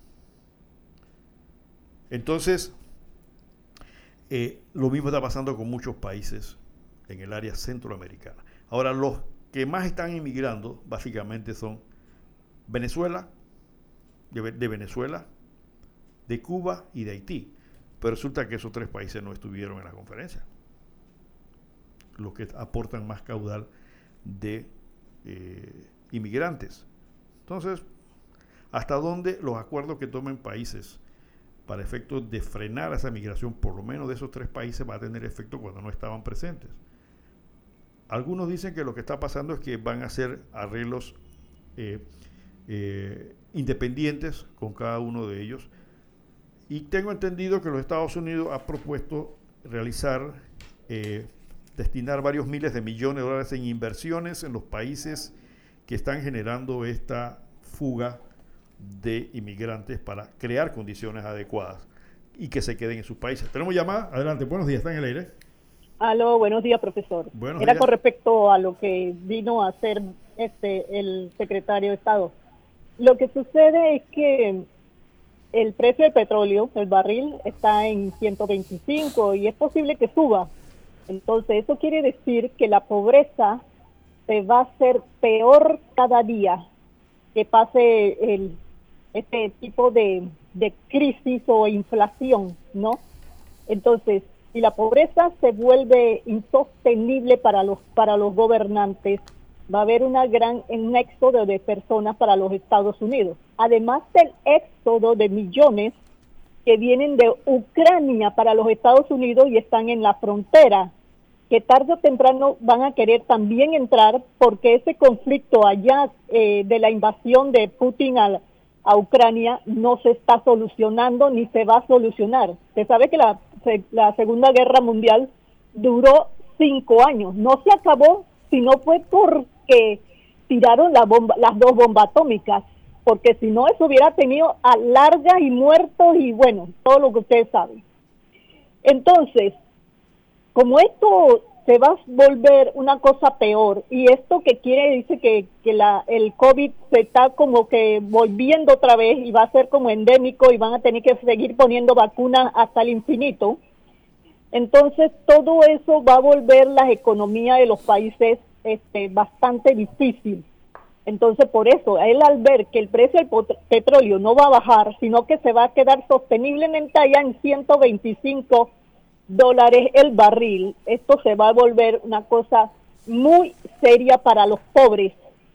Entonces, lo mismo está pasando con muchos países en el área centroamericana. Ahora, los que más están inmigrando básicamente son Venezuela, de Venezuela, de Cuba y de Haití. Pero resulta que esos 3 países no estuvieron en la conferencia, los que aportan más caudal de inmigrantes. Entonces, ¿hasta dónde los acuerdos que tomen países para efectos de frenar esa migración, por lo menos de esos 3 países, va a tener efecto cuando no estaban presentes? Algunos dicen que lo que está pasando es que van a hacer arreglos independientes con cada uno de ellos. Y tengo entendido que los Estados Unidos ha propuesto realizar, destinar varios miles de millones de dólares en inversiones en los países que están generando esta fuga de inmigrantes para crear condiciones adecuadas y que se queden en sus países. Tenemos llamada. Adelante, buenos días, ¿está en el aire? Aló, buenos días, profesor. Buenos Era días. con respecto a lo que vino a hacer el secretario de Estado. Lo que sucede es que el precio del petróleo, el barril, está en 125 y es posible que suba. Entonces, eso quiere decir que la pobreza se va a hacer peor cada día que pase este tipo de crisis o inflación, ¿no? Entonces, si la pobreza se vuelve insostenible para los gobernantes, va a haber un éxodo de personas para los Estados Unidos. Además del éxodo de millones que vienen de Ucrania para los Estados Unidos y están en la frontera, que tarde o temprano van a querer también entrar porque ese conflicto allá de la invasión de Putin a Ucrania no se está solucionando ni se va a solucionar. Se sabe que la Segunda Guerra Mundial duró 5 años. No se acabó, sino fue porque tiraron las 2 bombas atómicas, porque si no eso hubiera tenido a largas y muertos y bueno, todo lo que ustedes saben. Entonces, como esto se va a volver una cosa peor, y esto que dice que el COVID se está como que volviendo otra vez y va a ser como endémico y van a tener que seguir poniendo vacunas hasta el infinito, entonces todo eso va a volver la economía de los países bastante difícil. Entonces por eso, él al ver que el precio del petróleo no va a bajar, sino que se va a quedar sosteniblemente allá en $125 el barril, esto se va a volver una cosa muy seria para los pobres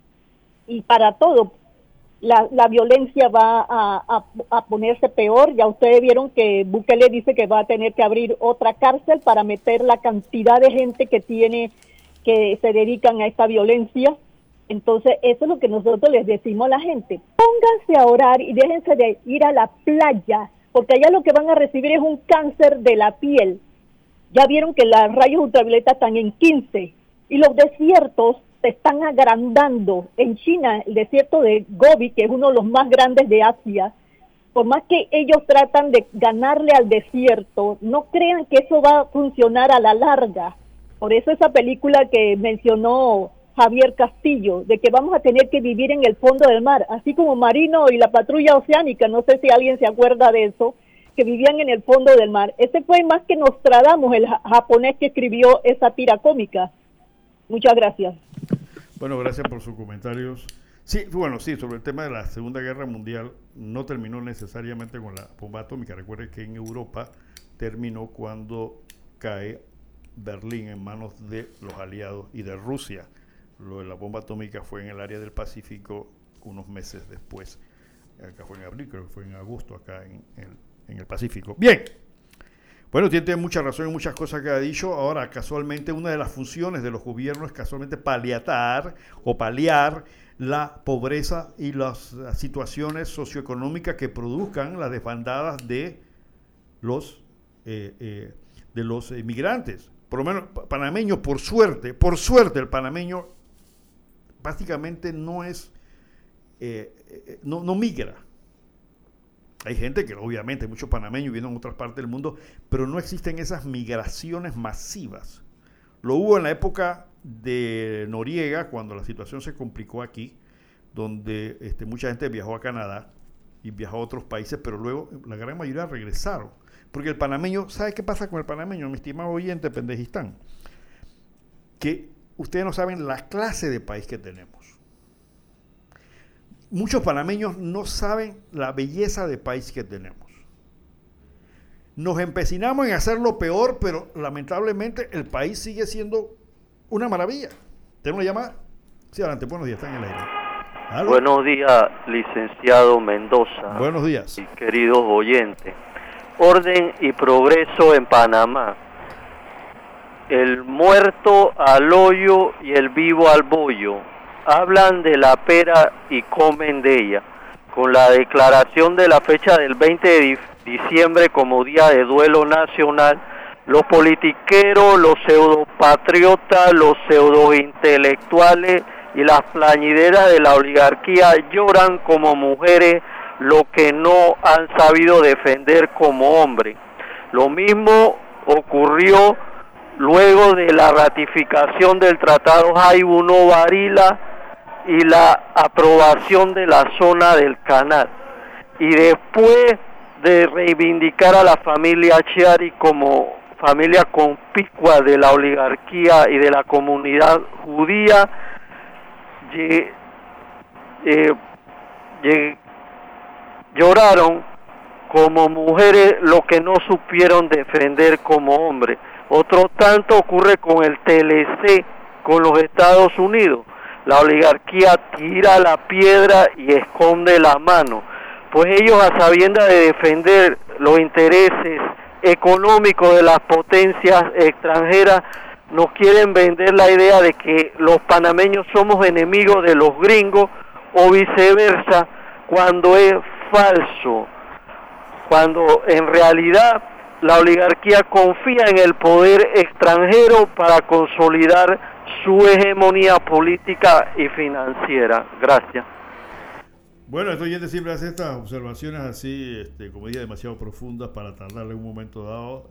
y para todo. La violencia va a ponerse peor. Ya ustedes vieron que Bukele dice que va a tener que abrir otra cárcel para meter la cantidad de gente que se dedican a esta violencia. Entonces eso es lo que nosotros les decimos a la gente: pónganse a orar y déjense de ir a la playa, porque allá lo que van a recibir es un cáncer de la piel. Ya vieron que los rayos ultravioleta están en 15 y los desiertos se están agrandando. En China, el desierto de Gobi, que es uno de los más grandes de Asia, por más que ellos tratan de ganarle al desierto, no crean que eso va a funcionar a la larga. Por eso esa película que mencionó Javier Castillo, de que vamos a tener que vivir en el fondo del mar, así como Marino y la patrulla oceánica, no sé si alguien se acuerda de eso, que vivían en el fondo del mar. Ese fue más que Nostradamus, el japonés que escribió esa tira cómica. Muchas gracias. Bueno, gracias por sus comentarios. Sí, bueno, sí, sobre el tema de la Segunda Guerra Mundial, no terminó necesariamente con la bomba atómica. Recuerden que en Europa terminó cuando cae Berlín en manos de los aliados y de Rusia. Lo de la bomba atómica fue en el área del Pacífico unos meses después. Acá fue en abril, creo que fue en agosto, acá en el Pacífico. Bien. Bueno, tiene mucha razón en muchas cosas que ha dicho. Ahora, casualmente, una de las funciones de los gobiernos es casualmente paliar la pobreza y las situaciones socioeconómicas que produzcan las desbandadas de los migrantes. Por lo menos panameños, por suerte, el panameño básicamente no es, no migra. Hay gente que obviamente, muchos panameños viven en otras partes del mundo, pero no existen esas migraciones masivas. Lo hubo en la época de Noriega, cuando la situación se complicó aquí, donde mucha gente viajó a Canadá y viajó a otros países, pero luego la gran mayoría regresaron. Porque el panameño, ¿sabe qué pasa con el panameño, mi estimado oyente Pendejistán? Que ustedes no saben la clase de país que tenemos. Muchos panameños no saben la belleza de país que tenemos. Nos empecinamos en hacerlo peor, pero lamentablemente el país sigue siendo una maravilla. ¿Tenemos una llamada? Sí, adelante, buenos días, están en el aire. ¿Aló? Buenos días, licenciado Mendoza. Buenos días. Y queridos oyentes. Orden y progreso en Panamá. El muerto al hoyo y el vivo al bollo. Hablan de la pera y comen de ella. Con la declaración de la fecha del 20 de diciembre como Día de Duelo Nacional, los politiqueros, los pseudopatriotas, los pseudointelectuales y las plañideras de la oligarquía lloran como mujeres lo que no han sabido defender como hombres. Lo mismo ocurrió luego de la ratificación del Tratado Jaibuno-Varila y la aprobación de la zona del canal, y después de reivindicar a la familia Chiari como familia conspicua de la oligarquía y de la comunidad judía, lloraron como mujeres lo que no supieron defender como hombres. Otro tanto ocurre con el TLC, con los Estados Unidos. La oligarquía tira la piedra y esconde la mano, pues ellos, a sabiendas de defender los intereses económicos de las potencias extranjeras, nos quieren vender la idea de que los panameños somos enemigos de los gringos o viceversa, cuando es falso, cuando en realidad la oligarquía confía en el poder extranjero para consolidar su hegemonía política y financiera. Gracias. Bueno, este oyente siempre hace estas observaciones así, como diría, demasiado profundas para tardarle un momento dado.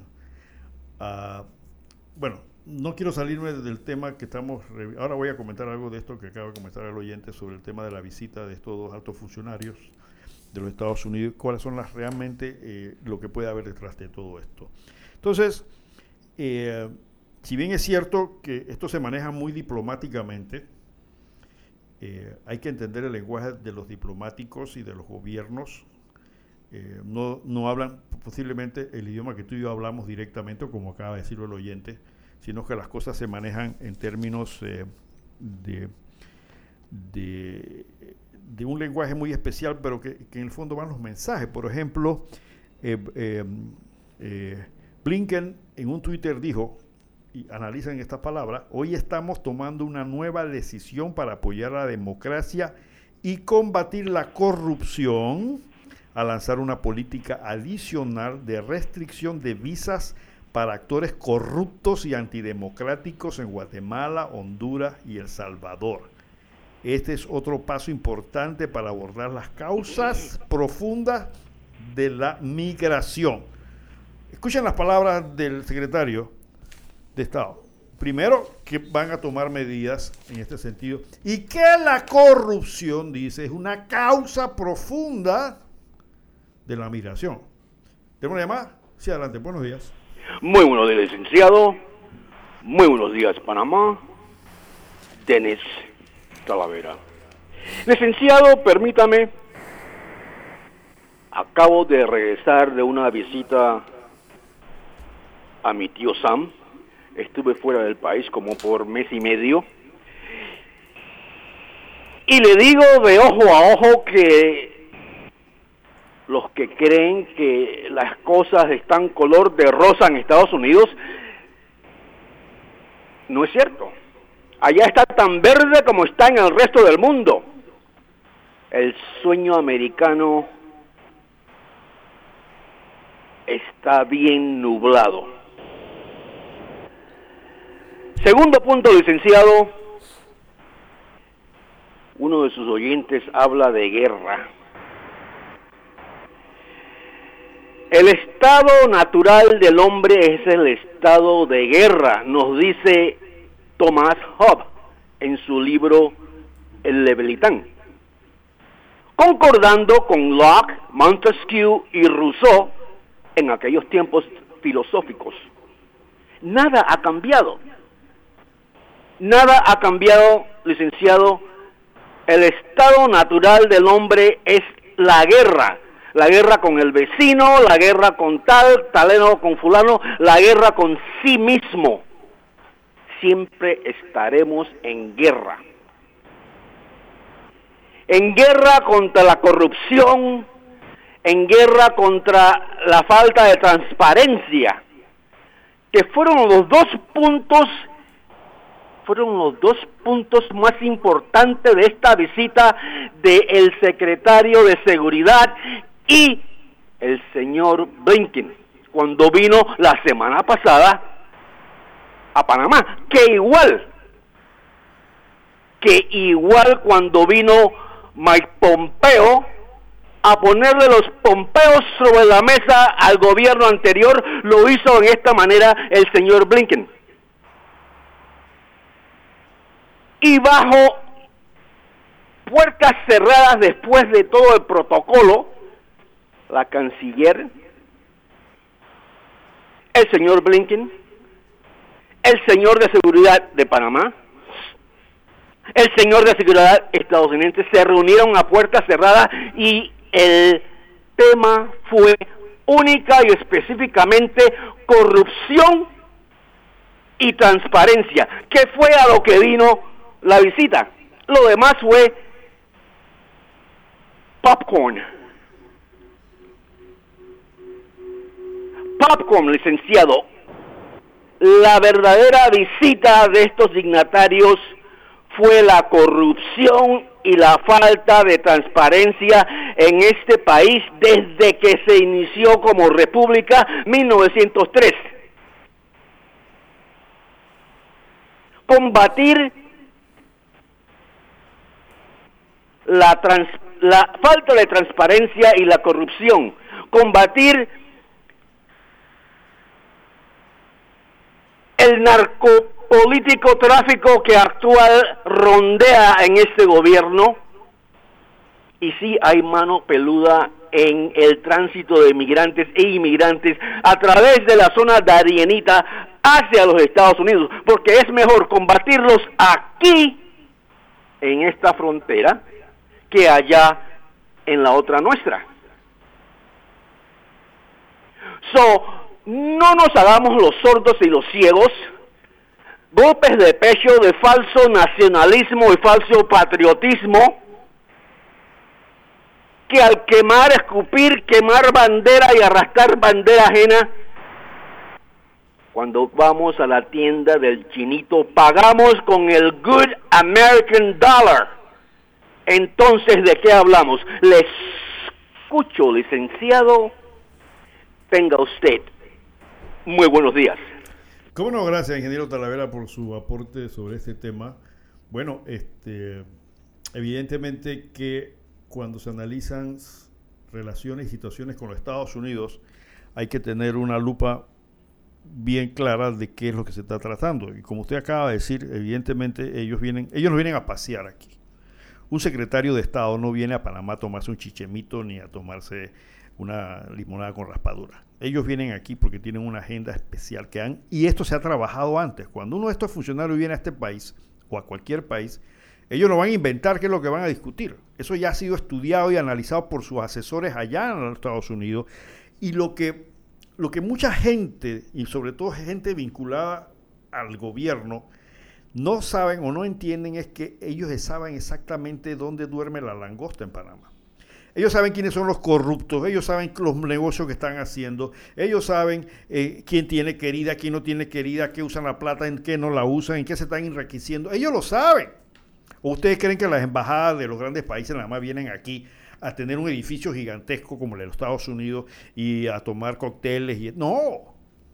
Bueno, no quiero salirme del tema que estamos... Ahora voy a comentar algo de esto que acaba de comentar el oyente sobre el tema de la visita de estos dos altos funcionarios de los Estados Unidos, cuáles son realmente lo que puede haber detrás de todo esto. Entonces, si bien es cierto que esto se maneja muy diplomáticamente, hay que entender el lenguaje de los diplomáticos y de los gobiernos. No hablan posiblemente el idioma que tú y yo hablamos directamente, como acaba de decirlo el oyente, sino que las cosas se manejan en términos de un lenguaje muy especial, pero que en el fondo van los mensajes. Por ejemplo, Blinken en un Twitter dijo, y analizan estas palabras: hoy estamos tomando una nueva decisión para apoyar la democracia y combatir la corrupción, a lanzar una política adicional de restricción de visas para actores corruptos y antidemocráticos en Guatemala, Honduras y El Salvador. Este es otro paso importante para abordar las causas profundas de la migración. Escuchen las palabras del secretario de Estado. Primero, que van a tomar medidas en este sentido y que la corrupción, dice, es una causa profunda de la migración. ¿Tenemos una llamada? Sí, adelante. Buenos días. Muy buenos días, licenciado. Muy buenos días, Panamá. Denis Talavera. Licenciado, permítame. Acabo de regresar de una visita a mi tío Sam. Estuve fuera del país como por mes y medio. Y le digo de ojo a ojo que los que creen que las cosas están color de rosa en Estados Unidos, no es cierto. Allá está tan verde como está en el resto del mundo. El sueño americano está bien nublado. Segundo punto, licenciado, uno de sus oyentes habla de guerra. El estado natural del hombre es el estado de guerra, nos dice Thomas Hobbes en su libro El Leviatán, concordando con Locke, Montesquieu y Rousseau en aquellos tiempos filosóficos. Nada ha cambiado. Nada ha cambiado, licenciado. El estado natural del hombre es la guerra. La guerra con el vecino, la guerra con taleno con fulano, la guerra con sí mismo. Siempre estaremos en guerra. En guerra contra la corrupción, en guerra contra la falta de transparencia, que fueron los dos puntos más importantes de esta visita del secretario de Seguridad y el señor Blinken, cuando vino la semana pasada a Panamá, que igual cuando vino Mike Pompeo a ponerle los pompeos sobre la mesa al gobierno anterior, lo hizo en esta manera el señor Blinken. Y bajo puertas cerradas, después de todo el protocolo, la canciller, el señor Blinken, el señor de seguridad de Panamá, el señor de seguridad estadounidense se reunieron a puertas cerradas y el tema fue única y específicamente corrupción y transparencia, que fue a lo que vino la visita. Lo demás fue popcorn. Popcorn, licenciado. La verdadera visita de estos dignatarios fue la corrupción y la falta de transparencia en este país desde que se inició como república 1903. Combatir la falta de transparencia y la corrupción, combatir el narcopolítico tráfico que actual rondea en este gobierno, y sí hay mano peluda en el tránsito de migrantes e inmigrantes a través de la zona darienita hacia los Estados Unidos, porque es mejor combatirlos aquí, en esta frontera, que allá en la otra nuestra. No nos hagamos los sordos y los ciegos, golpes de pecho de falso nacionalismo y falso patriotismo, que al quemar, escupir, quemar bandera y arrastrar bandera ajena, cuando vamos a la tienda del chinito pagamos con el Good American Dollar. Entonces, ¿de qué hablamos? Le escucho, licenciado. Tenga usted muy buenos días. Cómo no, gracias, ingeniero Talavera, por su aporte sobre este tema. Bueno, evidentemente que cuando se analizan relaciones y situaciones con los Estados Unidos, hay que tener una lupa bien clara de qué es lo que se está tratando. Y como usted acaba de decir, evidentemente ellos no vienen a pasear aquí. Un secretario de Estado no viene a Panamá a tomarse un chichemito ni a tomarse una limonada con raspadura. Ellos vienen aquí porque tienen una agenda especial y esto se ha trabajado antes. Cuando uno de estos funcionarios viene a este país o a cualquier país, ellos no van a inventar qué es lo que van a discutir. Eso ya ha sido estudiado y analizado por sus asesores allá en los Estados Unidos. Y lo que mucha gente, y sobre todo gente vinculada al gobierno, no saben o no entienden es que ellos saben exactamente dónde duerme la langosta en Panamá. Ellos saben quiénes son los corruptos, ellos saben los negocios que están haciendo, ellos saben quién tiene querida, quién no tiene querida, qué usan la plata, en qué no la usan, en qué se están enriqueciendo. Ellos lo saben. ¿O ustedes creen que las embajadas de los grandes países nada más vienen aquí a tener un edificio gigantesco como el de los Estados Unidos y a tomar cócteles. No.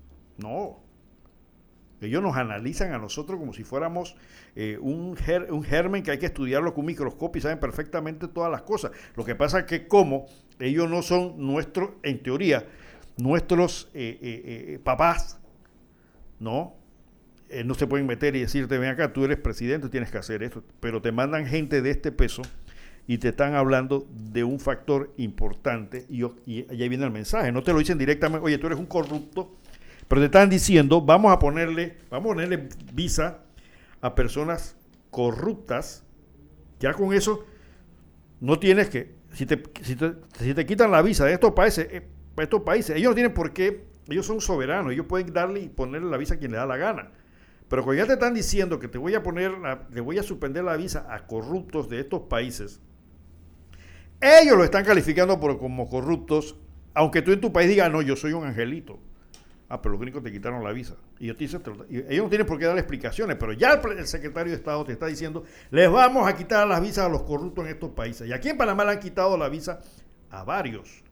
Ellos nos analizan a nosotros como si fuéramos un germen que hay que estudiarlo con un microscopio y saben perfectamente todas las cosas. Lo que pasa es que como ellos no son nuestros, en teoría, nuestros papás, ¿no? No se pueden meter y decirte, ven acá, tú eres presidente, tienes que hacer esto. Pero te mandan gente de este peso y te están hablando de un factor importante y ahí viene el mensaje. No te lo dicen directamente, oye, tú eres un corrupto, pero te están diciendo, vamos a ponerle visa a personas corruptas. Ya con eso no tienes que, si te quitan la visa de estos países, ellos no tienen por qué, ellos son soberanos, ellos pueden darle y ponerle la visa a quien le da la gana. Pero cuando ya te están diciendo que te voy a suspender la visa a corruptos de estos países, ellos lo están calificando como corruptos, aunque tú en tu país digas, no, yo soy un angelito. Pero los gringos te quitaron la visa. Y ellos no tienen por qué dar explicaciones, pero ya el secretario de Estado te está diciendo, les vamos a quitar las visas a los corruptos en estos países. Y aquí en Panamá le han quitado la visa a varios.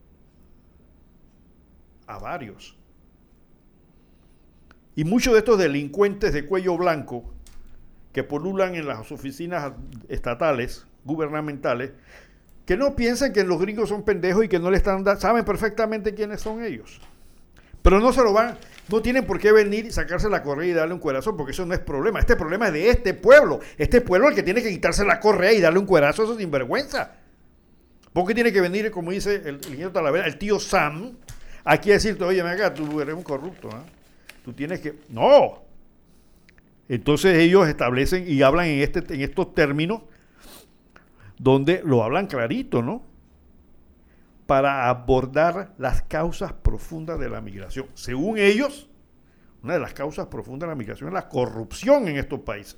Y muchos de estos delincuentes de cuello blanco que pululan en las oficinas estatales, gubernamentales, que no piensan que los gringos son pendejos y que no le están saben perfectamente quiénes son ellos. Pero no tienen por qué venir y sacarse la correa y darle un cuerazo, porque eso no es problema. Este problema es de este pueblo. Este pueblo es el que tiene que quitarse la correa y darle un cuerazo a esos sinvergüenza. ¿Por qué tiene que venir, como dice el ingeniero Talavera, el tío Sam, aquí a decirte, oye, venga, tú eres un corrupto, ¿eh? Tú tienes que... ¡No! Entonces ellos establecen y hablan en estos términos donde lo hablan clarito, ¿no? Para abordar las causas profundas de la migración. Según ellos, una de las causas profundas de la migración es la corrupción en estos países.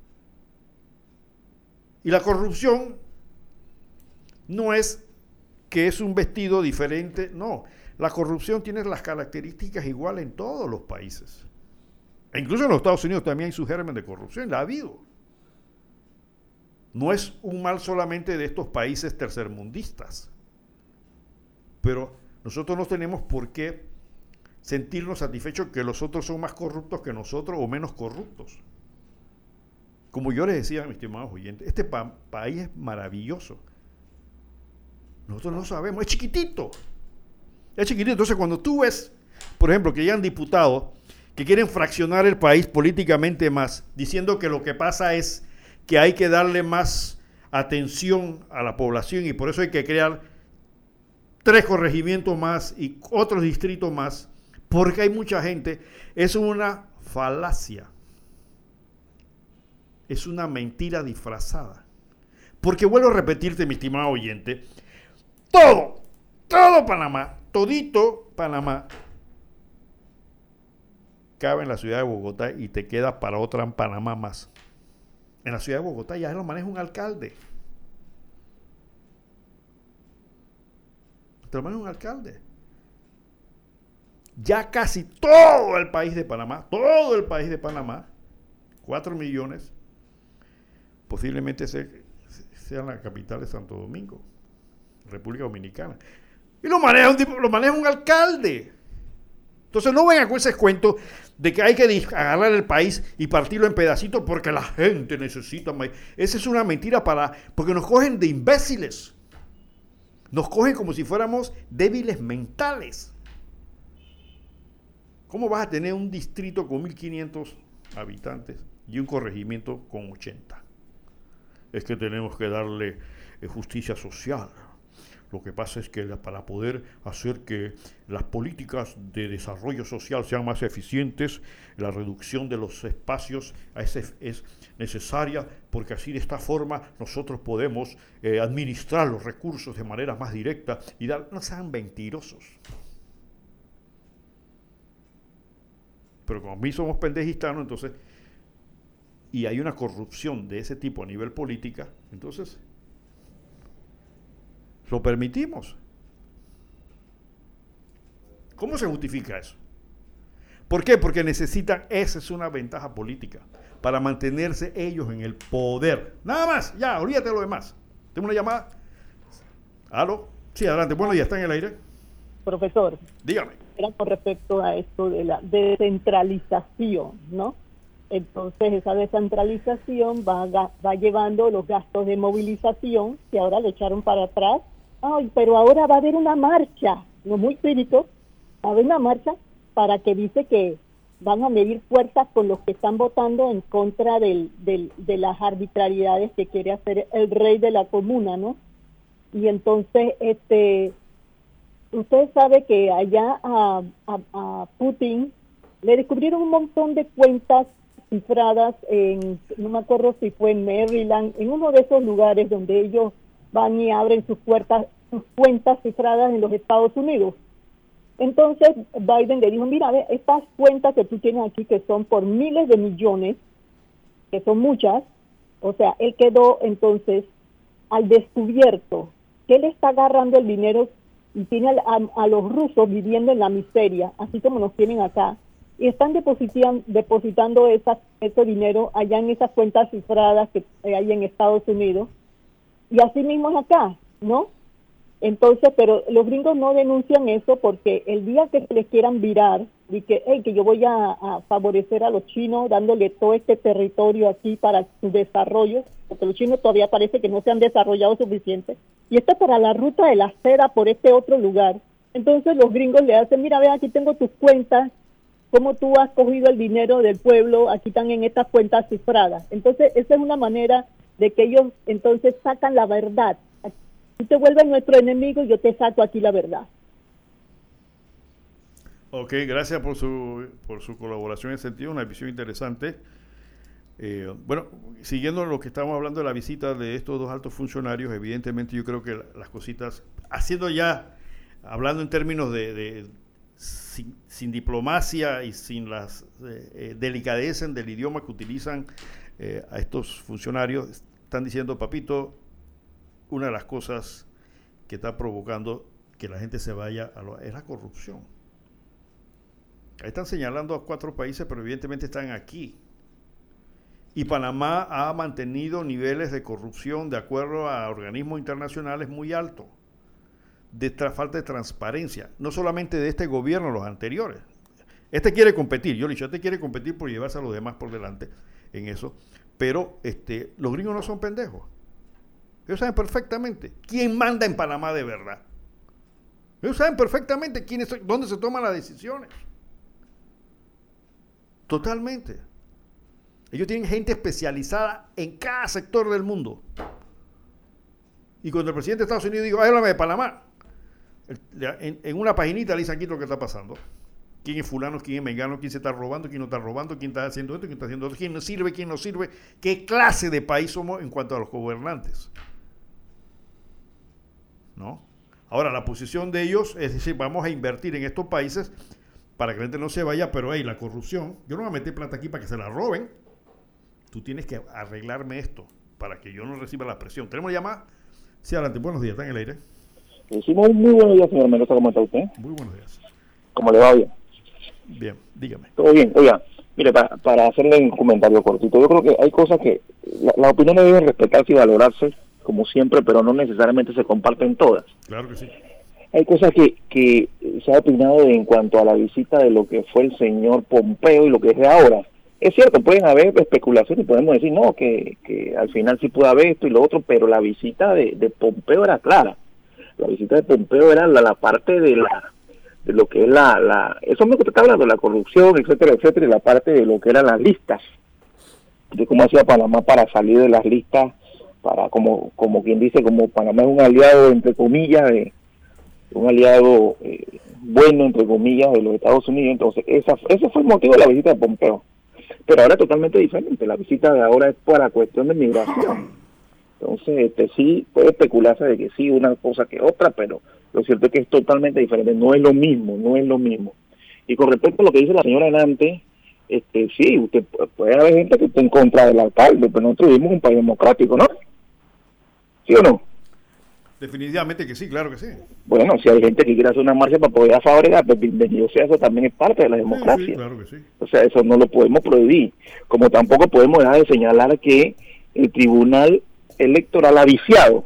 Y la corrupción no es que es un vestido diferente, no. La corrupción tiene las características iguales en todos los países. E incluso en los Estados Unidos también hay su germen de corrupción, la ha habido. No es un mal solamente de estos países tercermundistas. Pero nosotros no tenemos por qué sentirnos satisfechos que los otros son más corruptos que nosotros o menos corruptos. Como yo les decía, mis estimados oyentes, este país es maravilloso. Nosotros no sabemos, es chiquitito. Entonces, cuando tú ves, por ejemplo, que llegan diputados que quieren fraccionar el país políticamente más, diciendo que lo que pasa es que hay que darle más atención a la población y por eso hay que crear 3 corregimientos más y otros distritos más, porque hay mucha gente, es una falacia. Es una mentira disfrazada. Porque vuelvo a repetirte, mi estimado oyente, todo Panamá, todito Panamá, cabe en la ciudad de Bogotá y te queda para otra en Panamá más. En la ciudad de Bogotá ya lo maneja un alcalde. Ya casi todo el país de Panamá, 4 millones, posiblemente sea la capital de Santo Domingo, República Dominicana. Y lo maneja un alcalde. Entonces no vengan con ese cuento de que hay que agarrar el país y partirlo en pedacitos porque la gente necesita más. Esa es una mentira porque nos cogen de imbéciles. Nos cogen como si fuéramos débiles mentales. ¿Cómo vas a tener un distrito con 1.500 habitantes y un corregimiento con 80? Es que tenemos que darle justicia social. Lo que pasa es que para poder hacer que las políticas de desarrollo social sean más eficientes, la reducción de los espacios es necesaria, porque así de esta forma nosotros podemos administrar los recursos de manera más directa y no sean mentirosos. Pero como a mí somos pendejistanos, entonces, y hay una corrupción de ese tipo a nivel política, entonces lo permitimos. ¿Cómo se justifica eso? ¿Por qué? Porque necesitan, esa es una ventaja política, para mantenerse ellos en el poder. Nada más, ya, olvídate de lo demás. Tengo una llamada. ¿Aló? Sí, adelante. Bueno, ya está en el aire. Profesor. Dígame. Era con respecto a esto de la descentralización, ¿no? Entonces esa descentralización va llevando los gastos de movilización, que ahora lo echaron para atrás. Ay, pero ahora va a haber una marcha, no muy crítico, va a haber una marcha para que dice que van a medir fuerzas con los que están votando en contra de las arbitrariedades que quiere hacer el rey de la comuna, ¿no? Y entonces, usted sabe que allá a Putin le descubrieron un montón de cuentas cifradas no me acuerdo si fue en Maryland, en uno de esos lugares donde ellos van y abren sus cuentas cifradas en los Estados Unidos. Entonces Biden le dijo, mira, estas cuentas que tú tienes aquí, que son por miles de millones, que son muchas, o sea, él quedó entonces al descubierto que él está agarrando el dinero y tiene a los rusos viviendo en la miseria, así como nos tienen acá, y están depositando ese dinero allá en esas cuentas cifradas que hay en Estados Unidos, y así mismo es acá, ¿no? Entonces, pero los gringos no denuncian eso porque el día que les quieran virar, y que yo voy a favorecer a los chinos dándole todo este territorio aquí para su desarrollo, porque los chinos todavía parece que no se han desarrollado suficiente, y esto para la ruta de la seda por este otro lugar. Entonces los gringos le hacen, mira, ve, aquí tengo tus cuentas, cómo tú has cogido el dinero del pueblo, aquí están en estas cuentas cifradas. Entonces esa es una manera de que ellos entonces sacan la verdad. Tú te vuelves nuestro enemigo y yo te saco aquí la verdad. Ok, gracias por su colaboración en ese sentido, una visión interesante. Bueno, siguiendo lo que estamos hablando de la visita de estos dos altos funcionarios, evidentemente yo creo que las cositas, hablando en términos sin diplomacia y sin las delicadezas del idioma que utilizan a estos funcionarios, están diciendo, papito, una de las cosas que está provocando que la gente se vaya es la corrupción. Ahí están señalando a 4 países, pero evidentemente están aquí. Y Panamá ha mantenido niveles de corrupción, de acuerdo a organismos internacionales, muy altos, de falta de transparencia, no solamente de este gobierno, los anteriores. Este quiere competir, este quiere competir por llevarse a los demás por delante en eso, pero los gringos no son pendejos. Ellos saben perfectamente quién manda en Panamá de verdad. Ellos saben perfectamente dónde se toman las decisiones. Totalmente. Ellos tienen gente especializada en cada sector del mundo. Y cuando el presidente de Estados Unidos dijo, háblame de Panamá, en una paginita le dicen aquí lo que está pasando. ¿Quién es fulano, quién es mengano, quién se está robando, quién no está robando, quién está haciendo esto, quién está haciendo esto, quién nos sirve, quién no sirve? ¿Qué clase de país somos en cuanto a los gobernantes? ¿No? Ahora, la posición de ellos es decir, vamos a invertir en estos países para que la gente no se vaya, pero la corrupción, yo no voy a meter plata aquí para que se la roben. Tú tienes que arreglarme esto para que yo no reciba la presión. ¿Tenemos llamada? Sí, adelante. Buenos días, está en el aire. Decimos muy buenos días, señor Mendoza, ¿cómo está usted? Muy buenos días. ¿Cómo le va? Bien. Bien, dígame. Todo bien. Oiga, mire, para hacerle un comentario cortito, yo creo que hay cosas que las opiniones deben respetarse y valorarse, como siempre, pero no necesariamente se comparten todas. Claro que sí. Hay cosas que se ha opinado en cuanto a la visita de lo que fue el señor Pompeo y lo que es de ahora. Es cierto, pueden haber especulaciones y podemos decir, no, que al final sí puede haber esto y lo otro, pero la visita de Pompeo era clara. La visita de Pompeo era la parte de lo que es eso mismo que te está hablando, la corrupción, etcétera, etcétera, y la parte de lo que eran las listas, de cómo hacía Panamá para salir de las listas, para como quien dice, como Panamá es un aliado, entre comillas, un aliado bueno, entre comillas, de los Estados Unidos. Entonces ese fue el motivo de la visita de Pompeo. Pero ahora es totalmente diferente, la visita de ahora es para cuestión de migración. Entonces sí puede especularse de que sí, una cosa que otra, pero lo cierto es que es totalmente diferente, no es lo mismo. Y con respecto a lo que dice la señora Nante, sí, usted puede haber gente que esté en contra del alcalde, pero nosotros vivimos un país democrático, ¿no? ¿Sí o no? Definitivamente que sí, claro que sí. Bueno, si hay gente que quiere hacer una marcha para poder favorecer, pues bienvenido sea, eso también es parte de la democracia. Sí, claro que sí. O sea, eso no lo podemos prohibir. Como tampoco podemos dejar de señalar que el Tribunal Electoral ha viciado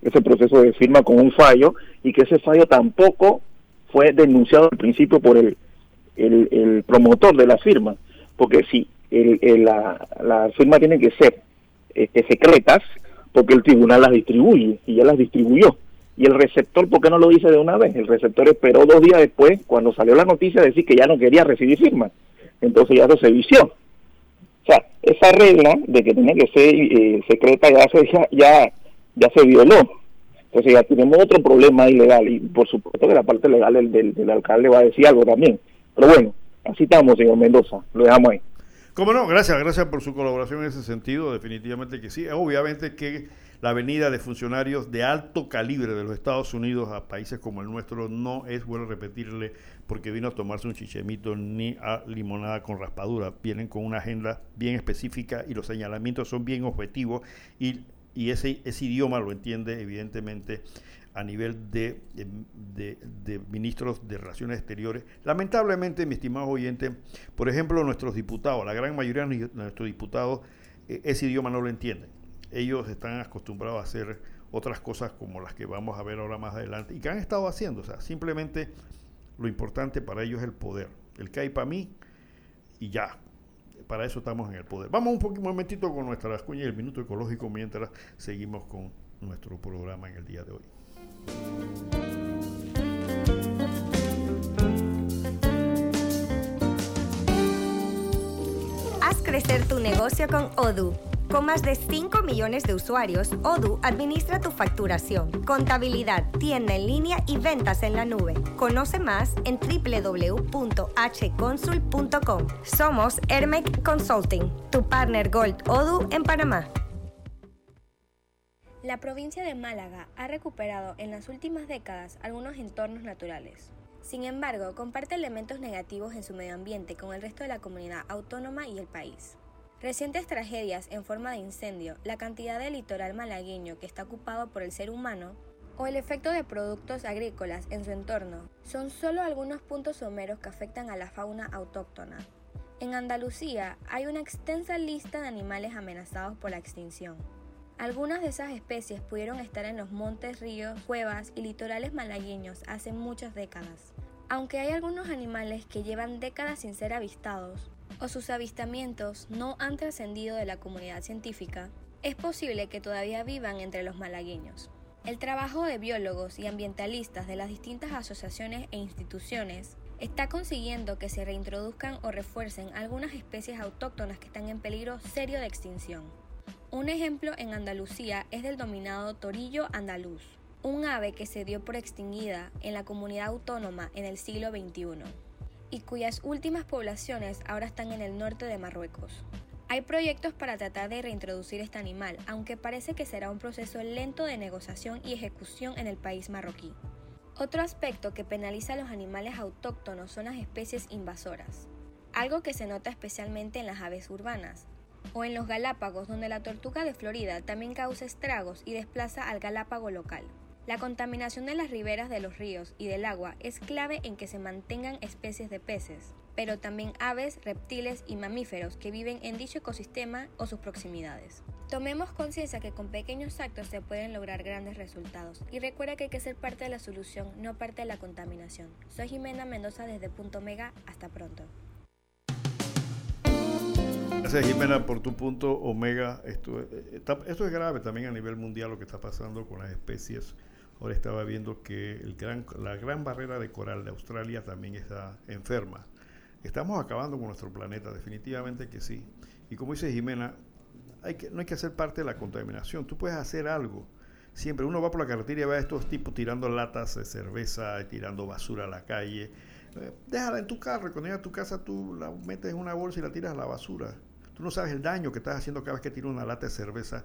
ese proceso de firma con un fallo, y que ese fallo tampoco fue denunciado al principio por el promotor de la firma, porque si la firma tiene que ser secretas, porque el tribunal las distribuye, y ya las distribuyó. Y el receptor, ¿por qué no lo dice de una vez? El receptor esperó 2 días después, cuando salió la noticia, decir que ya no quería recibir firmas. Entonces ya eso se vició. O sea, esa regla de que tenía que ser secreta ya se violó. Entonces ya tenemos otro problema ilegal, y por supuesto que la parte legal del alcalde va a decir algo también. Pero bueno, así estamos, señor Mendoza, lo dejamos ahí. Cómo no, gracias por su colaboración en ese sentido, definitivamente que sí. Obviamente que la venida de funcionarios de alto calibre de los Estados Unidos a países como el nuestro no es bueno repetirle porque vino a tomarse un chichemito ni a limonada con raspadura. Vienen con una agenda bien específica y los señalamientos son bien objetivos y ese idioma lo entiende evidentemente a nivel de ministros de Relaciones Exteriores. Lamentablemente, mi estimado oyente, por ejemplo, nuestros diputados, la gran mayoría de nuestros diputados, ese idioma no lo entienden. Ellos están acostumbrados a hacer otras cosas como las que vamos a ver ahora más adelante y que han estado haciendo. O sea, simplemente lo importante para ellos es el poder. El que hay para mí y ya. Para eso estamos en el poder. Vamos un momentito con nuestra cuña y el minuto ecológico mientras seguimos con nuestro programa en el día de hoy. Haz crecer tu negocio con Odoo. Con más de 5 millones de usuarios, Odoo administra tu facturación, contabilidad, tienda en línea y ventas en la nube. Conoce más en www.hconsul.com. Somos Hermec Consulting, tu partner Gold Odoo en Panamá. La provincia de Málaga ha recuperado en las últimas décadas algunos entornos naturales. Sin embargo, comparte elementos negativos en su medio ambiente con el resto de la comunidad autónoma y el país. Recientes tragedias en forma de incendio, la cantidad de litoral malagueño que está ocupado por el ser humano o el efecto de productos agrícolas en su entorno son solo algunos puntos someros que afectan a la fauna autóctona. En Andalucía hay una extensa lista de animales amenazados por la extinción. Algunas de esas especies pudieron estar en los montes, ríos, cuevas y litorales malagueños hace muchas décadas. Aunque hay algunos animales que llevan décadas sin ser avistados, o sus avistamientos no han trascendido de la comunidad científica, es posible que todavía vivan entre los malagueños. El trabajo de biólogos y ambientalistas de las distintas asociaciones e instituciones está consiguiendo que se reintroduzcan o refuercen algunas especies autóctonas que están en peligro serio de extinción. Un ejemplo en Andalucía es del denominado torillo andaluz, un ave que se dio por extinguida en la comunidad autónoma en el siglo XXI y cuyas últimas poblaciones ahora están en el norte de Marruecos. Hay proyectos para tratar de reintroducir este animal, aunque parece que será un proceso lento de negociación y ejecución en el país marroquí. Otro aspecto que penaliza a los animales autóctonos son las especies invasoras, algo que se nota especialmente en las aves urbanas, o en los Galápagos, donde la tortuga de Florida también causa estragos y desplaza al galápago local. La contaminación de las riberas de los ríos y del agua es clave en que se mantengan especies de peces, pero también aves, reptiles y mamíferos que viven en dicho ecosistema o sus proximidades. Tomemos conciencia que con pequeños actos se pueden lograr grandes resultados y recuerda que hay que ser parte de la solución, no parte de la contaminación. Soy Jimena Mendoza desde Punto Omega. Hasta pronto. Gracias, Jimena, por tu punto Omega. Esto es grave también a nivel mundial lo que está pasando con las especies. Ahora estaba viendo que la gran barrera de coral de Australia también está enferma. Estamos acabando con nuestro planeta, definitivamente que sí. Y como dice Jimena, no hay que hacer parte de la contaminación. Tú puedes hacer algo. Siempre uno va por la carretera y ve a estos tipos tirando latas de cerveza, tirando basura a la calle. Déjala en tu carro y cuando llegas a tu casa tú la metes en una bolsa y la tiras a la basura. Tú no sabes el daño que estás haciendo cada vez que tiras una lata de cerveza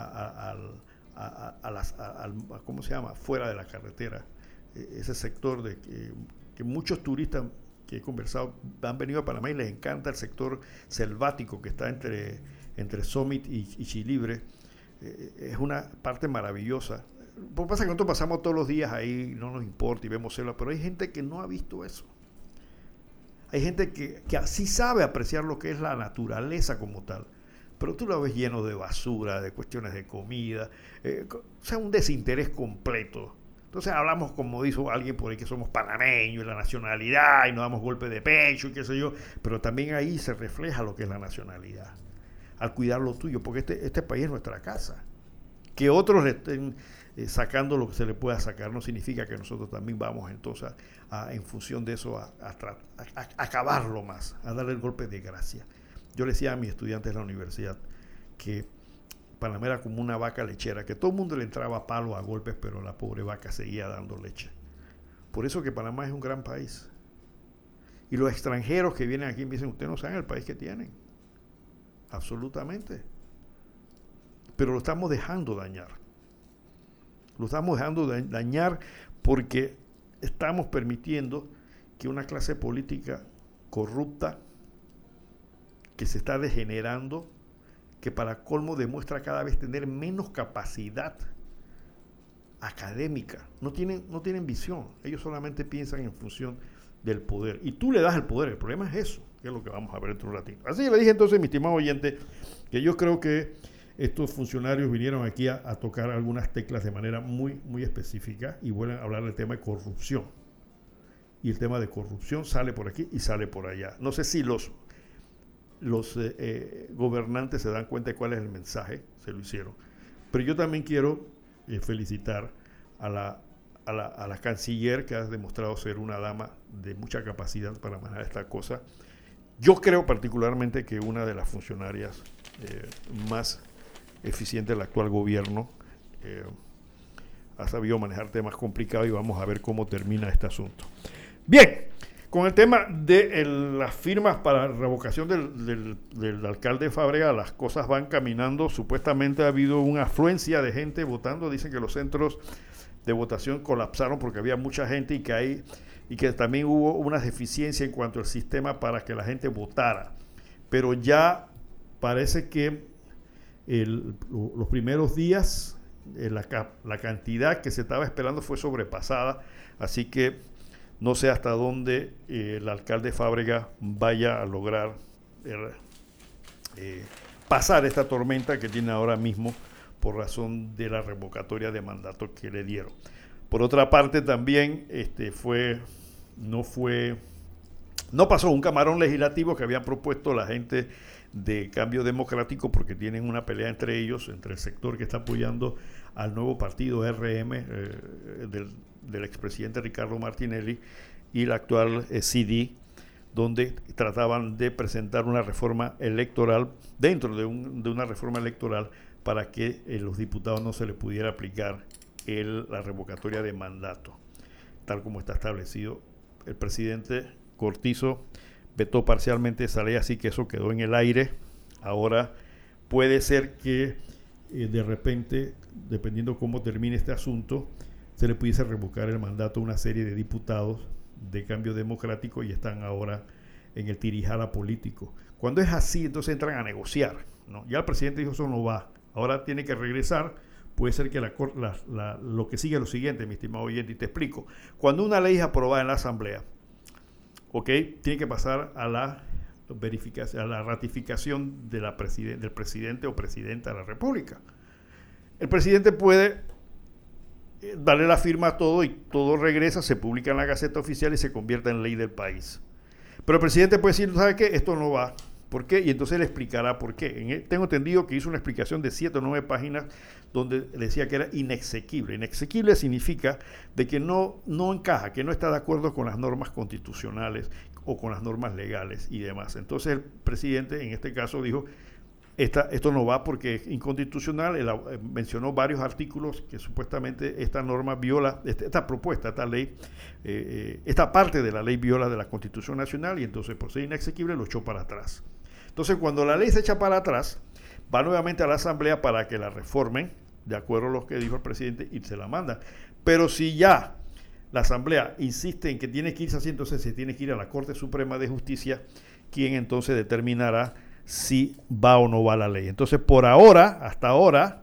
¿cómo se llama? Fuera de la carretera. Ese sector de que muchos turistas que he conversado han venido a Panamá y les encanta el sector selvático que está entre Summit y Chilibre. Es una parte maravillosa. Lo que pasa es que nosotros pasamos todos los días ahí, no nos importa y vemos selva, pero hay gente que no ha visto eso. Hay gente que así sabe apreciar lo que es la naturaleza como tal. pero tú lo ves lleno de basura, de cuestiones de comida, o sea, un desinterés completo. Entonces hablamos, como dijo alguien por ahí, que somos panameños y la nacionalidad y nos damos golpes de pecho y qué sé yo, pero también ahí se refleja lo que es la nacionalidad, al cuidar lo tuyo, porque este país es nuestra casa. Que otros le estén sacando lo que se le pueda sacar no significa que nosotros también vamos entonces en función de eso a acabarlo más, a darle el golpe de gracia. Yo le decía a mis estudiantes de la universidad que Panamá era como una vaca lechera, que todo el mundo le entraba a palo, a golpes, pero la pobre vaca seguía dando leche. Por eso que Panamá es un gran país. Y los extranjeros que vienen aquí me dicen, ustedes no saben el país que tienen. Absolutamente. Pero lo estamos dejando dañar. Lo estamos dejando dañar porque estamos permitiendo que una clase política corrupta, que se está degenerando, que para colmo demuestra cada vez tener menos capacidad académica. No tienen visión. Ellos solamente piensan en función del poder. Y tú le das el poder. El problema es eso, que es lo que vamos a ver dentro de un ratito. Así le dije entonces, mi estimado oyente, que yo creo que estos funcionarios vinieron aquí a tocar algunas teclas de manera muy, muy específica y vuelven a hablar del tema de corrupción. Y el tema de corrupción sale por aquí y sale por allá. No sé si los gobernantes se dan cuenta de cuál es el mensaje, se lo hicieron. Pero yo también quiero felicitar a la canciller, que ha demostrado ser una dama de mucha capacidad para manejar esta cosa. Yo creo particularmente que una de las funcionarias más eficientes del actual gobierno ha sabido manejar temas complicados y vamos a ver cómo termina este asunto. Bien, con el tema de las firmas para revocación del alcalde Fábrega, las cosas van caminando. Supuestamente ha habido una afluencia de gente votando. Dicen que los centros de votación colapsaron porque había mucha gente y que también hubo una deficiencia en cuanto al sistema para que la gente votara. Pero ya parece que los primeros días la cantidad que se estaba esperando fue sobrepasada. Así que no sé hasta dónde el alcalde Fábrega vaya a lograr pasar esta tormenta que tiene ahora mismo por razón de la revocatoria de mandato que le dieron. Por otra parte también no pasó un camarón legislativo que habían propuesto la gente de Cambio Democrático, porque tienen una pelea entre ellos, entre el sector que está apoyando al nuevo partido RM del expresidente Ricardo Martinelli y el actual CD, donde trataban de presentar una reforma electoral dentro de una reforma electoral para que los diputados no se les pudiera aplicar la revocatoria de mandato, tal como está establecido. El presidente Cortizo vetó parcialmente esa ley, así que eso quedó en el aire. Ahora puede ser que de repente, dependiendo cómo termine este asunto, se le pudiese revocar el mandato a una serie de diputados de Cambio Democrático y están ahora en el tirijala político. Cuando es así, entonces entran a negociar, ¿no? Ya el presidente dijo, eso no va, ahora tiene que regresar. Puede ser que lo que sigue es lo siguiente, mi estimado oyente, y te explico. Cuando una ley es aprobada en la Asamblea, tiene que pasar a la verificación, a la ratificación de del presidente o presidenta de la República. El presidente puede darle la firma a todo y todo regresa, se publica en la Gaceta Oficial y se convierte en ley del país. Pero el presidente puede decir, ¿sabe qué? Esto no va. ¿Por qué? Y entonces él explicará por qué. Tengo entendido que hizo una explicación de 7 o 9 páginas donde decía que era inexequible. Inexequible significa de que no encaja, que no está de acuerdo con las normas constitucionales o con las normas legales y demás. Entonces el presidente en este caso dijo, esto no va porque es inconstitucional. Él mencionó varios artículos que supuestamente esta norma viola, esta propuesta, esta ley, esta parte de la ley viola de la Constitución Nacional, y entonces por ser inexequible lo echó para atrás. Entonces cuando la ley se echa para atrás, va nuevamente a la Asamblea para que la reformen, de acuerdo a lo que dijo el presidente, y se la mandan. Pero si ya la Asamblea insiste en que tiene que irse así, entonces se tiene que ir a la Corte Suprema de Justicia, quien entonces determinará si va o no va la ley. Entonces, por ahora, hasta ahora,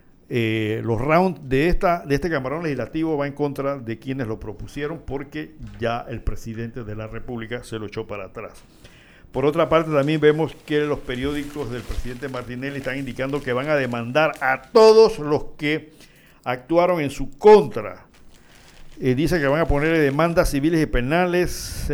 los rounds de este camarón legislativo va en contra de quienes lo propusieron, porque ya el presidente de la República se lo echó para atrás. Por otra parte, también vemos que los periódicos del presidente Martinelli están indicando que van a demandar a todos los que actuaron en su contra. Dice que van a ponerle demandas civiles y penales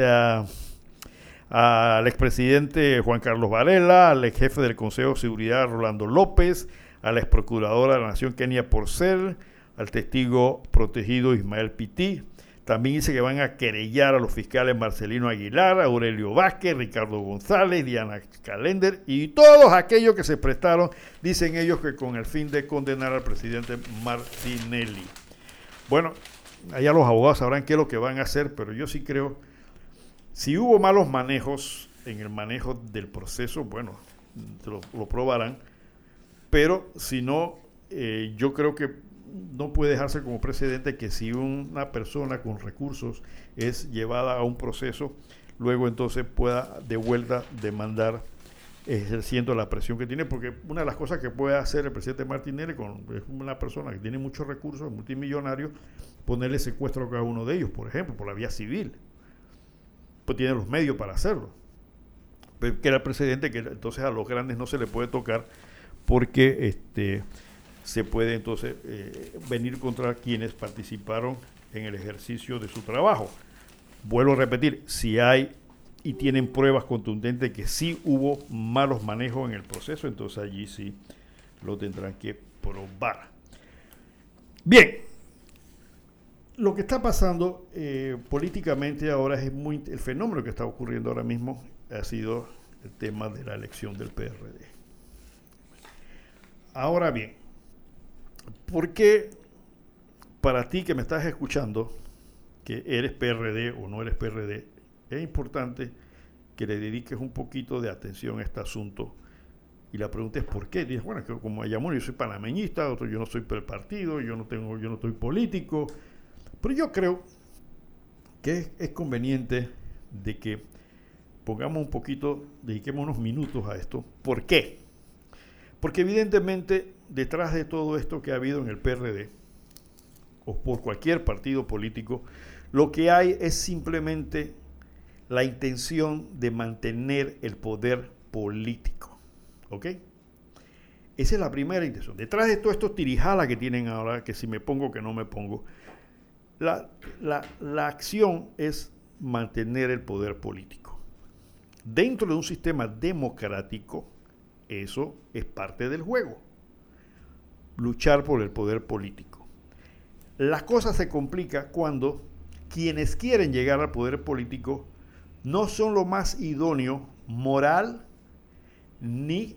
al expresidente Juan Carlos Varela, al ex jefe del Consejo de Seguridad Rolando López, a la ex procuradora de la Nación Kenia Porcel, al testigo protegido Ismael Pití. También dice que van a querellar a los fiscales Marcelino Aguilar, Aurelio Vázquez, Ricardo González, Diana Calender y todos aquellos que se prestaron, dicen ellos, que con el fin de condenar al presidente Martinelli. Bueno, allá los abogados sabrán qué es lo que van a hacer, pero yo sí creo, si hubo malos manejos en el manejo del proceso, bueno, lo probarán, pero si no, yo creo que no puede dejarse como precedente que si una persona con recursos es llevada a un proceso, luego entonces pueda de vuelta demandar ejerciendo la presión que tiene, porque una de las cosas que puede hacer el presidente Martinelli es una persona que tiene muchos recursos, multimillonarios, ponerle secuestro a cada uno de ellos, por ejemplo, por la vía civil. Pues tiene los medios para hacerlo. Pero que era el precedente que entonces a los grandes no se le puede tocar, porque se puede entonces venir contra quienes participaron en el ejercicio de su trabajo. Vuelvo a repetir, si hay y tienen pruebas contundentes que sí hubo malos manejos en el proceso, entonces allí sí lo tendrán que probar. Bien, lo que está pasando políticamente ahora es el fenómeno que está ocurriendo ahora mismo ha sido el tema de la elección del PRD. Ahora bien, ¿por qué para ti que me estás escuchando, que eres PRD o no eres PRD, es importante que le dediques un poquito de atención a este asunto? Y la pregunta es ¿por qué? Dices, bueno, que como yo soy panameñista, otro yo no soy del partido, yo no soy político, pero yo creo que es conveniente de que dediquemos unos minutos a esto. ¿Por qué? Porque evidentemente detrás de todo esto que ha habido en el PRD o por cualquier partido político, lo que hay es simplemente la intención de mantener el poder político. ¿Ok? Esa es la primera intención. Detrás de todo esto tirijala que tienen ahora, que si me pongo, que no me pongo, la acción es mantener el poder político. Dentro de un sistema democrático, eso es parte del juego. Luchar por el poder político. La cosa se complica cuando quienes quieren llegar al poder político no son lo más idóneo moral ni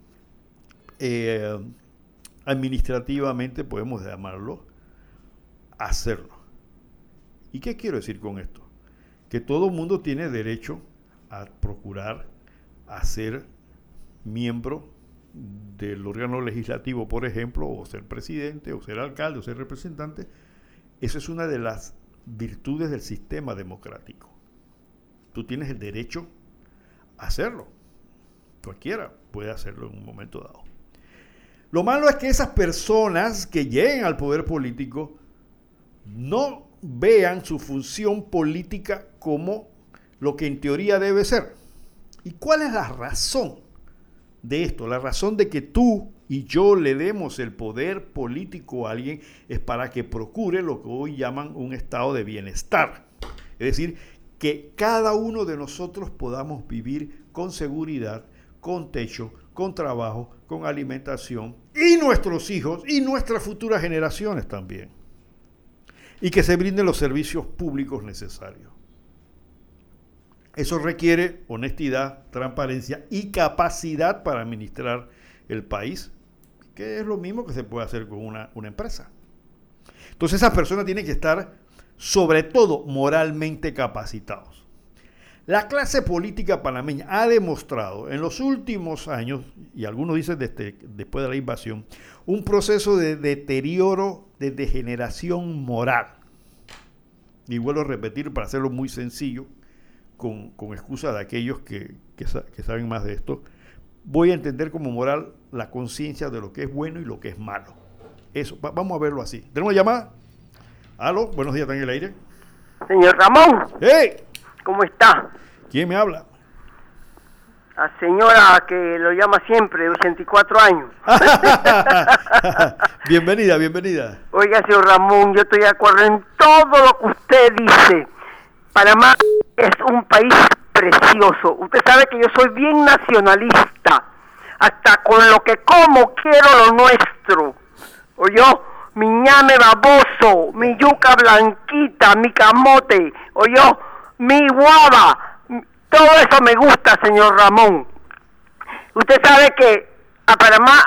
administrativamente, podemos llamarlo, hacerlo. ¿Y qué quiero decir con esto? Que todo mundo tiene derecho a procurar a ser miembro del órgano legislativo, por ejemplo, o ser presidente, o ser alcalde, o ser representante. Esa es una de las virtudes del sistema democrático. Tú tienes el derecho a hacerlo. Cualquiera puede hacerlo en un momento dado. Lo malo es que esas personas que lleguen al poder político no vean su función política como lo que en teoría debe ser. ¿Y cuál es la razón de esto? La razón de que tú y yo le demos el poder político a alguien es para que procure lo que hoy llaman un estado de bienestar. Es decir, que cada uno de nosotros podamos vivir con seguridad, con techo, con trabajo, con alimentación, y nuestros hijos y nuestras futuras generaciones también. Y que se brinden los servicios públicos necesarios. Eso requiere honestidad, transparencia y capacidad para administrar el país, que es lo mismo que se puede hacer con una empresa. Entonces esas personas tienen que estar, sobre todo, moralmente capacitados. La clase política panameña ha demostrado en los últimos años, y algunos dicen después de la invasión, un proceso de deterioro, de degeneración moral. Y vuelvo a repetir para hacerlo muy sencillo, con excusa de aquellos que saben más de esto, voy a entender como moral la conciencia de lo que es bueno y lo que es malo. Eso, vamos a verlo así. ¿Tenemos llamada? Aló, buenos días, ¿están en el aire? Señor Ramón. ¡Hey! ¿Cómo está? ¿Quién me habla? a señora que lo llama siempre, de 84 años. Bienvenida, bienvenida. Oiga, señor Ramón, yo estoy de acuerdo en todo lo que usted dice. Panamá es un país precioso. Usted sabe que yo soy bien nacionalista. Hasta con lo que como quiero lo nuestro. ¿Oyó? Mi ñame baboso, mi yuca blanquita, mi camote, ¿oyó? Mi guava. Todo eso me gusta, señor Ramón. Usted sabe que a Panamá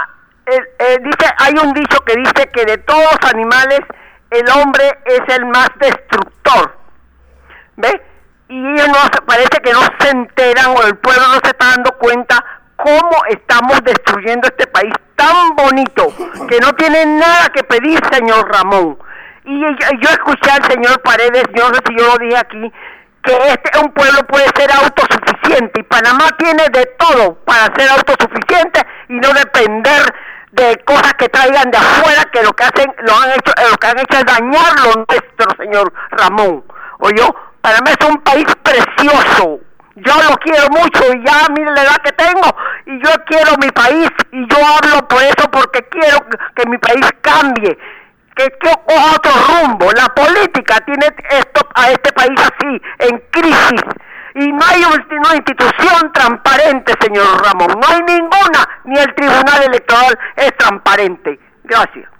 hay un dicho que dice que de todos los animales el hombre es el más destructor. ¿Ve? Y ellos parece que no se enteran, o el pueblo no se está dando cuenta cómo estamos destruyendo este país tan bonito, que no tiene nada que pedir, señor Ramón. Y yo escuché al señor Paredes, yo no sé si yo lo dije aquí, que un pueblo puede ser autosuficiente, y Panamá tiene de todo para ser autosuficiente y no depender de cosas que traigan de afuera, que lo que han hecho es dañar lo nuestro, señor Ramón. ¿Oyó? Panamá es un país precioso. Yo lo quiero mucho y ya mire la edad que tengo y yo quiero mi país y yo hablo por eso, porque quiero que mi país cambie, que coja otro rumbo. La política tiene a este país así, en crisis, y no hay una institución transparente, señor Ramón, no hay ninguna, ni el Tribunal Electoral es transparente. Gracias.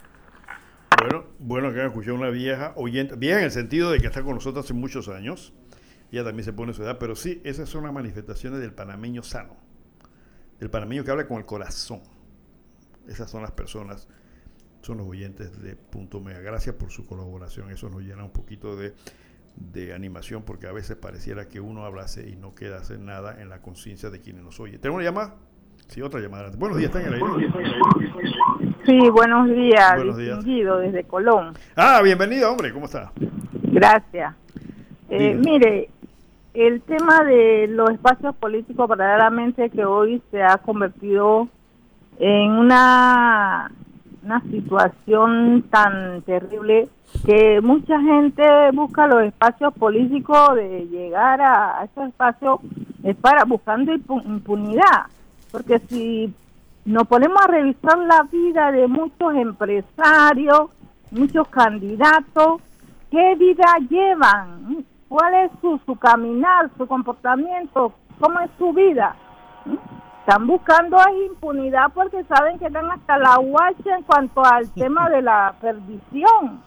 Bueno, que escuché una vieja oyente, vieja en el sentido de que está con nosotros hace muchos años. Ella también se pone su edad, pero sí, esas son las manifestaciones del panameño sano, del panameño que habla con el corazón. Esas son las personas, son los oyentes de Punto Omega. Gracias por su colaboración, eso nos llena un poquito de animación, porque a veces pareciera que uno hablase y no queda hacer nada en la conciencia de quienes nos oyen. ¿Tengo una llamada? Sí, otra llamada. Buenos días, ¿están en el aire? Sí, buenos días, distinguido, desde Colón. Bienvenido, hombre, ¿cómo está? Gracias. Mire, el tema de los espacios políticos, verdaderamente que hoy se ha convertido en una situación tan terrible, que mucha gente busca los espacios políticos, de llegar a esos espacios es para buscando impunidad, porque si nos ponemos a revisar la vida de muchos empresarios, muchos candidatos, ¿qué vida llevan? ¿Cuál es su caminar, su comportamiento? ¿Cómo es su vida? Están buscando impunidad porque saben que están hasta la guacha en cuanto al tema de la perdición.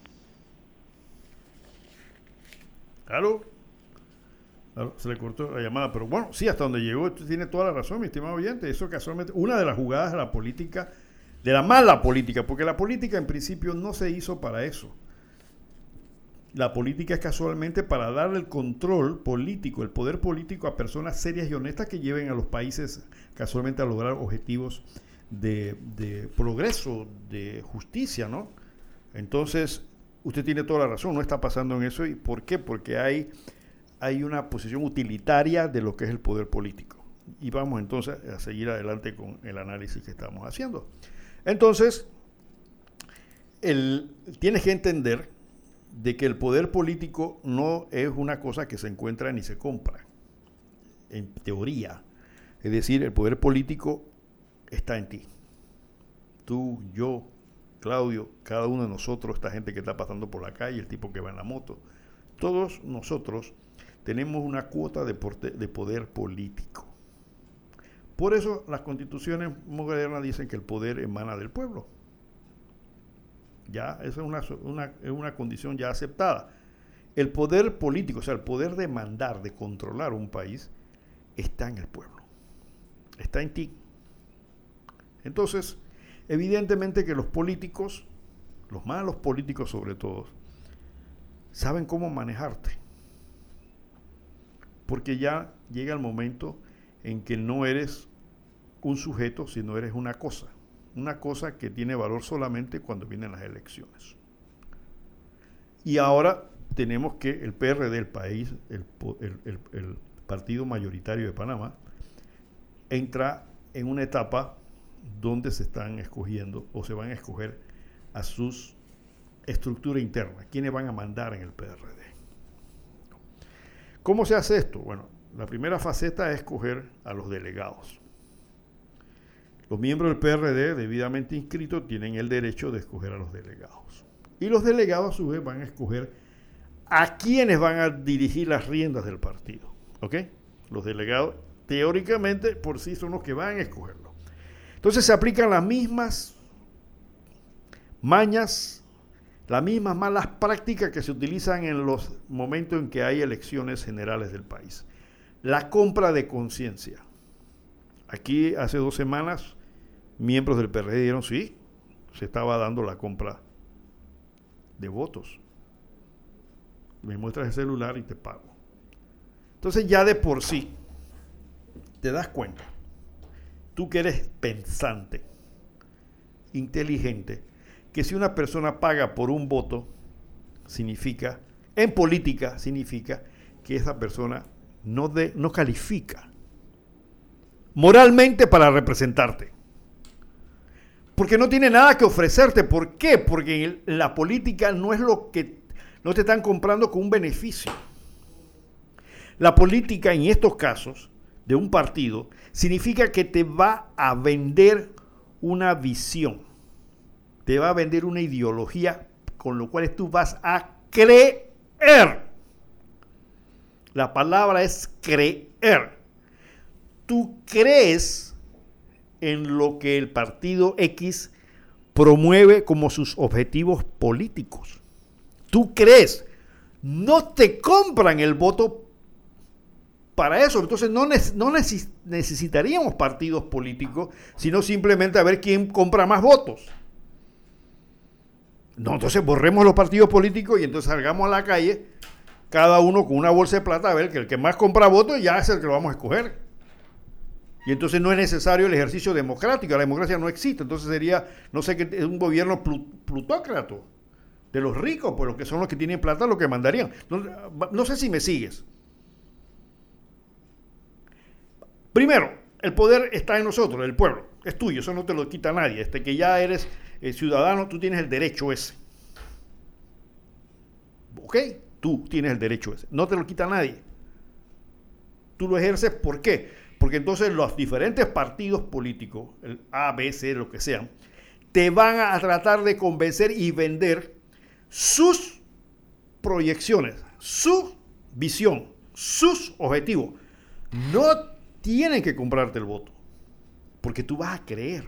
Claro, se le cortó la llamada, pero bueno, sí, hasta donde llegó, usted tiene toda la razón, mi estimado oyente. Eso casualmente, una de las jugadas de la política, de la mala política, porque la política en principio no se hizo para eso. La política es casualmente para darle el control político, el poder político a personas serias y honestas que lleven a los países casualmente a lograr objetivos de progreso, de justicia, ¿no? Entonces, usted tiene toda la razón, no está pasando en eso. ¿Y por qué? Porque hay una posición utilitaria de lo que es el poder político. Y vamos entonces a seguir adelante con el análisis que estamos haciendo. Entonces, tienes que entender de que el poder político no es una cosa que se encuentra ni se compra, en teoría. Es decir, el poder político está en ti. Tú, yo, Claudio, cada uno de nosotros, esta gente que está pasando por la calle, el tipo que va en la moto, todos nosotros tenemos una cuota de poder político. Por eso las constituciones modernas dicen que el poder emana del pueblo. Ya, esa es una condición ya aceptada. El poder político, o sea, el poder de mandar, de controlar un país, está en el pueblo. Está en ti. Entonces, evidentemente que los políticos, los malos políticos sobre todo, saben cómo manejarte. Porque ya llega el momento en que no eres un sujeto, sino eres una cosa. Una cosa que tiene valor solamente cuando vienen las elecciones. Y ahora tenemos que el PRD del país, el partido mayoritario de Panamá, entra en una etapa donde se están escogiendo o se van a escoger a sus estructuras internas, quiénes van a mandar en el PRD. ¿Cómo se hace esto? Bueno, La primera faceta es escoger a los delegados. Los miembros del PRD debidamente inscritos tienen el derecho de escoger a los delegados. Y los delegados a su vez van a escoger a quienes van a dirigir las riendas del partido. ¿Ok? Los delegados teóricamente por sí son los que van a escogerlo. Entonces se aplican las mismas mañas, las mismas malas prácticas que se utilizan en los momentos en que hay elecciones generales del país. La compra de conciencia. Aquí hace 2 semanas miembros del PRD dijeron sí, se estaba dando la compra de votos. Me muestras el celular y te pago. Entonces ya de por sí te das cuenta, tú que eres pensante, inteligente, que si una persona paga por un voto, significa, en política, significa que esa persona no califica moralmente para representarte. Porque no tiene nada que ofrecerte. ¿Por qué? Porque la política no es lo que no te están comprando con un beneficio. La política en estos casos de un partido significa que te va a vender una visión, te va a vender una ideología con lo cual tú vas a creer. La palabra es creer. Tú crees en lo que el partido X promueve como sus objetivos políticos. Tú crees. No te compran el voto para eso. Entonces no necesitaríamos partidos políticos, sino simplemente a ver quién compra más votos. No, entonces borremos los partidos políticos y entonces salgamos a la calle, cada uno con una bolsa de plata, a ver que el que más compra votos ya es el que lo vamos a escoger. Y entonces no es necesario el ejercicio democrático, la democracia no existe, entonces sería, no sé, qué, un gobierno plutócrata de los ricos, pues los que son los que tienen plata, lo que mandarían. No sé si me sigues. Primero, el poder está en nosotros, el pueblo, es tuyo, eso no te lo quita nadie. Que ya eres ciudadano, tú tienes el derecho ese. ¿Ok? Tú tienes el derecho ese, no te lo quita nadie. Tú lo ejerces, ¿por qué? Porque entonces los diferentes partidos políticos, el A, B, C, lo que sean, te van a tratar de convencer y vender sus proyecciones, su visión, sus objetivos. No tienen que comprarte el voto, porque tú vas a creer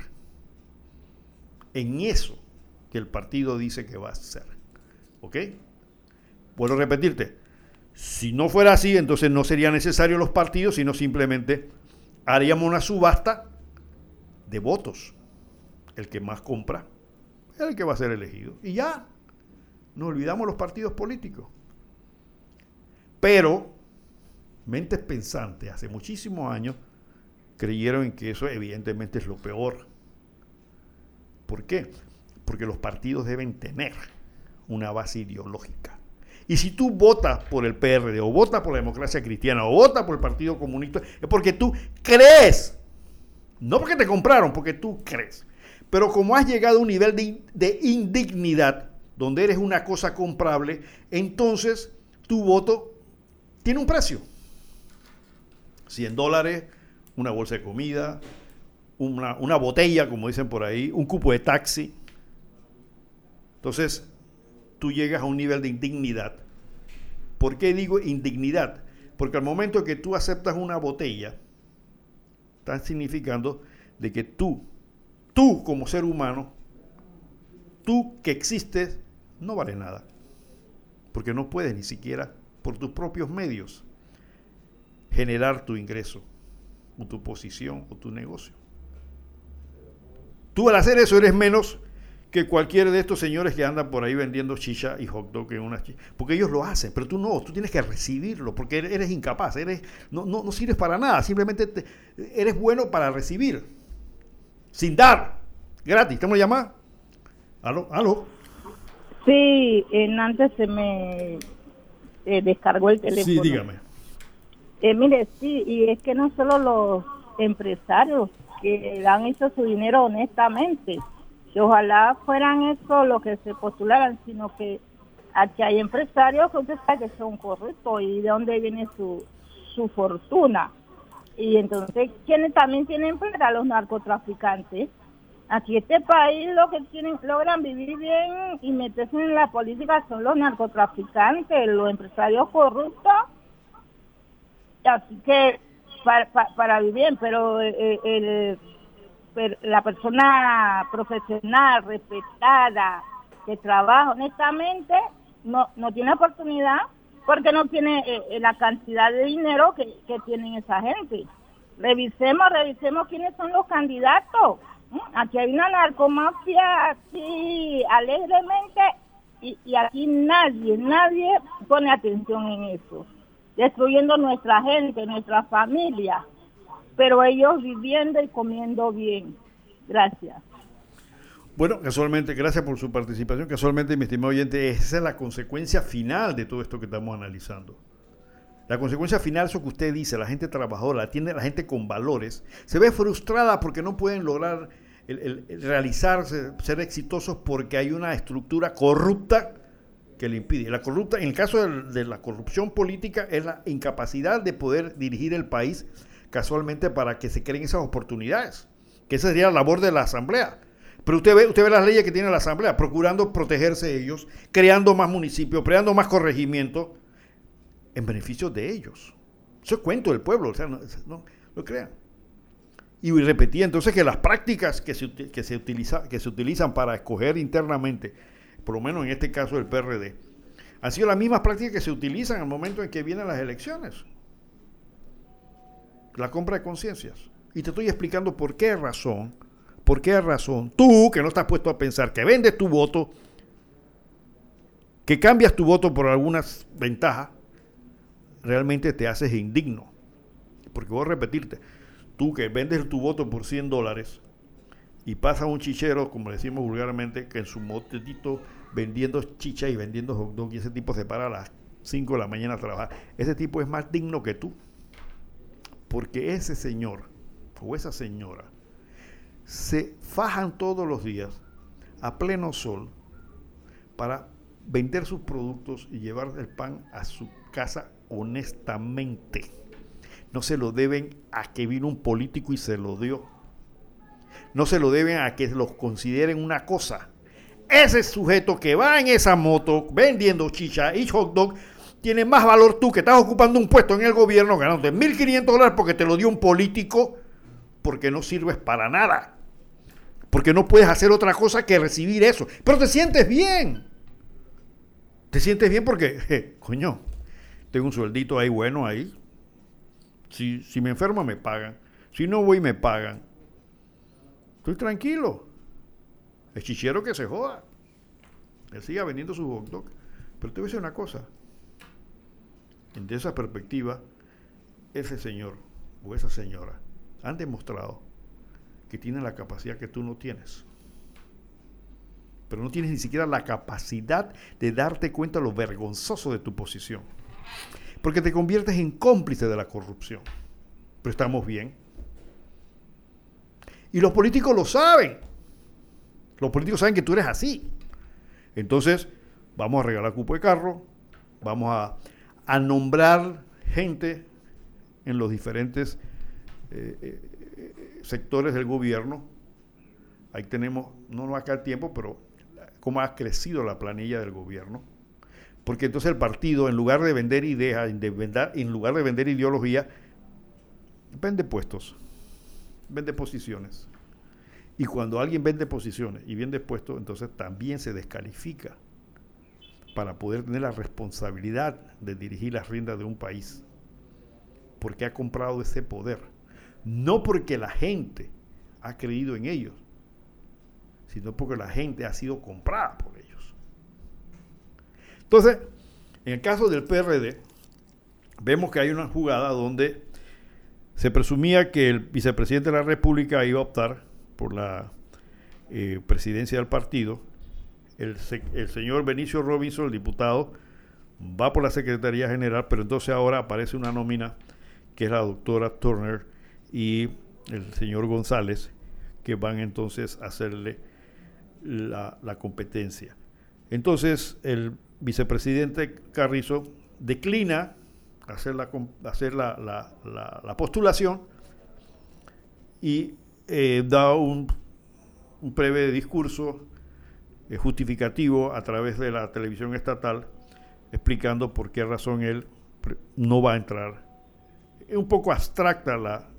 en eso que el partido dice que va a hacer. ¿Ok? Vuelvo a repetirte, si no fuera así, entonces no serían necesarios los partidos, sino simplemente haríamos una subasta de votos. El que más compra es el que va a ser elegido. Y ya, nos olvidamos los partidos políticos. Pero mentes pensantes hace muchísimos años creyeron en que eso evidentemente es lo peor. ¿Por qué? Porque los partidos deben tener una base ideológica. Y si tú votas por el PRD o votas por la Democracia Cristiana o votas por el Partido Comunista, es porque tú crees. No porque te compraron, porque tú crees. Pero como has llegado a un nivel de indignidad, donde eres una cosa comprable, entonces tu voto tiene un precio. $100, una bolsa de comida, una botella, como dicen por ahí, un cupo de taxi. Entonces, tú llegas a un nivel de indignidad. ¿Por qué digo indignidad? Porque al momento que tú aceptas una botella, estás significando de que tú como ser humano, tú que existes, no vale nada. Porque no puedes ni siquiera por tus propios medios generar tu ingreso, o tu posición, o tu negocio. Tú al hacer eso eres menos que cualquiera de estos señores que andan por ahí vendiendo chicha y hot dog en una chicha, porque ellos lo hacen, pero tú no, tú tienes que recibirlo, porque eres incapaz, no sirves para nada, simplemente eres bueno para recibir, sin dar, gratis. ¿Estamos llamada? ¿Aló? Sí, antes se me descargó el teléfono. Sí, dígame. Mire, sí, y es que no solo los empresarios que han hecho su dinero honestamente, que ojalá fueran eso los que se postularan, sino que aquí hay empresarios que usted sabe que son corruptos y de dónde viene su su fortuna. Y entonces, ¿quiénes también tienen plata? Los narcotraficantes. Aquí este país lo que logran vivir bien y meterse en la política son los narcotraficantes, los empresarios corruptos. Así que para vivir bien, pero la persona profesional, respetada, que trabaja honestamente, no tiene oportunidad porque no tiene la cantidad de dinero que tienen esa gente. Revisemos quiénes son los candidatos. Aquí hay una narcomafia aquí alegremente y aquí nadie pone atención en eso, destruyendo nuestra gente, nuestra familia, pero ellos viviendo y comiendo bien. Gracias. Bueno, casualmente, gracias por su participación. Casualmente, mi estimado oyente, esa es la consecuencia final de todo esto que estamos analizando. La consecuencia final, eso que usted dice, la gente trabajadora, la gente con valores, se ve frustrada porque no pueden lograr el realizarse, ser exitosos porque hay una estructura corrupta que le impide. La corrupta, en el caso de la corrupción política, es la incapacidad de poder dirigir el país casualmente para que se creen esas oportunidades, que esa sería la labor de la Asamblea. Pero usted ve las leyes que tiene la Asamblea, procurando protegerse ellos, creando más municipios, creando más corregimientos, en beneficio de ellos. Eso es cuento del pueblo, o sea, no lo crean. Y repetía entonces que las prácticas que se utilizan para escoger internamente, por lo menos en este caso del PRD, han sido las mismas prácticas que se utilizan al momento en que vienen las elecciones. La compra de conciencias. Y te estoy explicando por qué razón, tú que no estás puesto a pensar, que vendes tu voto, que cambias tu voto por algunas ventajas, realmente te haces indigno. Porque voy a repetirte, tú que vendes tu voto por $100 y pasa un chichero, como decimos vulgarmente, que en su motito vendiendo chicha y vendiendo hot dog, y ese tipo se para a las 5 de la mañana a trabajar, ese tipo es más digno que tú. Porque ese señor o esa señora se fajan todos los días a pleno sol para vender sus productos y llevar el pan a su casa honestamente. No se lo deben a que vino un político y se lo dio. No se lo deben a que los consideren una cosa. Ese sujeto que va en esa moto vendiendo chicha y hot dog tiene más valor tú que estás ocupando un puesto en el gobierno ganándote $1,500 porque te lo dio un político, porque no sirves para nada. Porque no puedes hacer otra cosa que recibir eso. Pero te sientes bien. Te sientes bien porque, coño, tengo un sueldito ahí bueno ahí. Si me enfermo me pagan. Si no voy me pagan. Estoy tranquilo. El chichero que se joda. Él siga vendiendo su hot dog. Pero te voy a decir una cosa. Desde esa perspectiva, ese señor o esa señora han demostrado que tienen la capacidad que tú no tienes. Pero no tienes ni siquiera la capacidad de darte cuenta de lo vergonzoso de tu posición. Porque te conviertes en cómplice de la corrupción. Pero estamos bien. Y los políticos lo saben. Los políticos saben que tú eres así. Entonces, vamos a regalar cupo de carro, vamos a nombrar gente en los diferentes sectores del gobierno. Ahí tenemos, no nos va a quedar tiempo, pero cómo ha crecido la planilla del gobierno. Porque entonces el partido, en lugar de vender ideas, en lugar de vender ideología, vende puestos, vende posiciones. Y cuando alguien vende posiciones y vende puestos, entonces también se descalifica para poder tener la responsabilidad de dirigir las riendas de un país. Porque ha comprado ese poder. No porque la gente ha creído en ellos, sino porque la gente ha sido comprada por ellos. Entonces, en el caso del PRD, vemos que hay una jugada donde se presumía que el vicepresidente de la República iba a optar por la presidencia del partido. El señor Benicio Robinson, el diputado, va por la Secretaría General, pero entonces ahora aparece una nómina que es la doctora Turner y el señor González, que van entonces a hacerle la competencia. Entonces el vicepresidente Carrizo declina hacer la postulación y da un breve discurso justificativo a través de la televisión estatal, explicando por qué razón él no va a entrar. Es un poco abstracta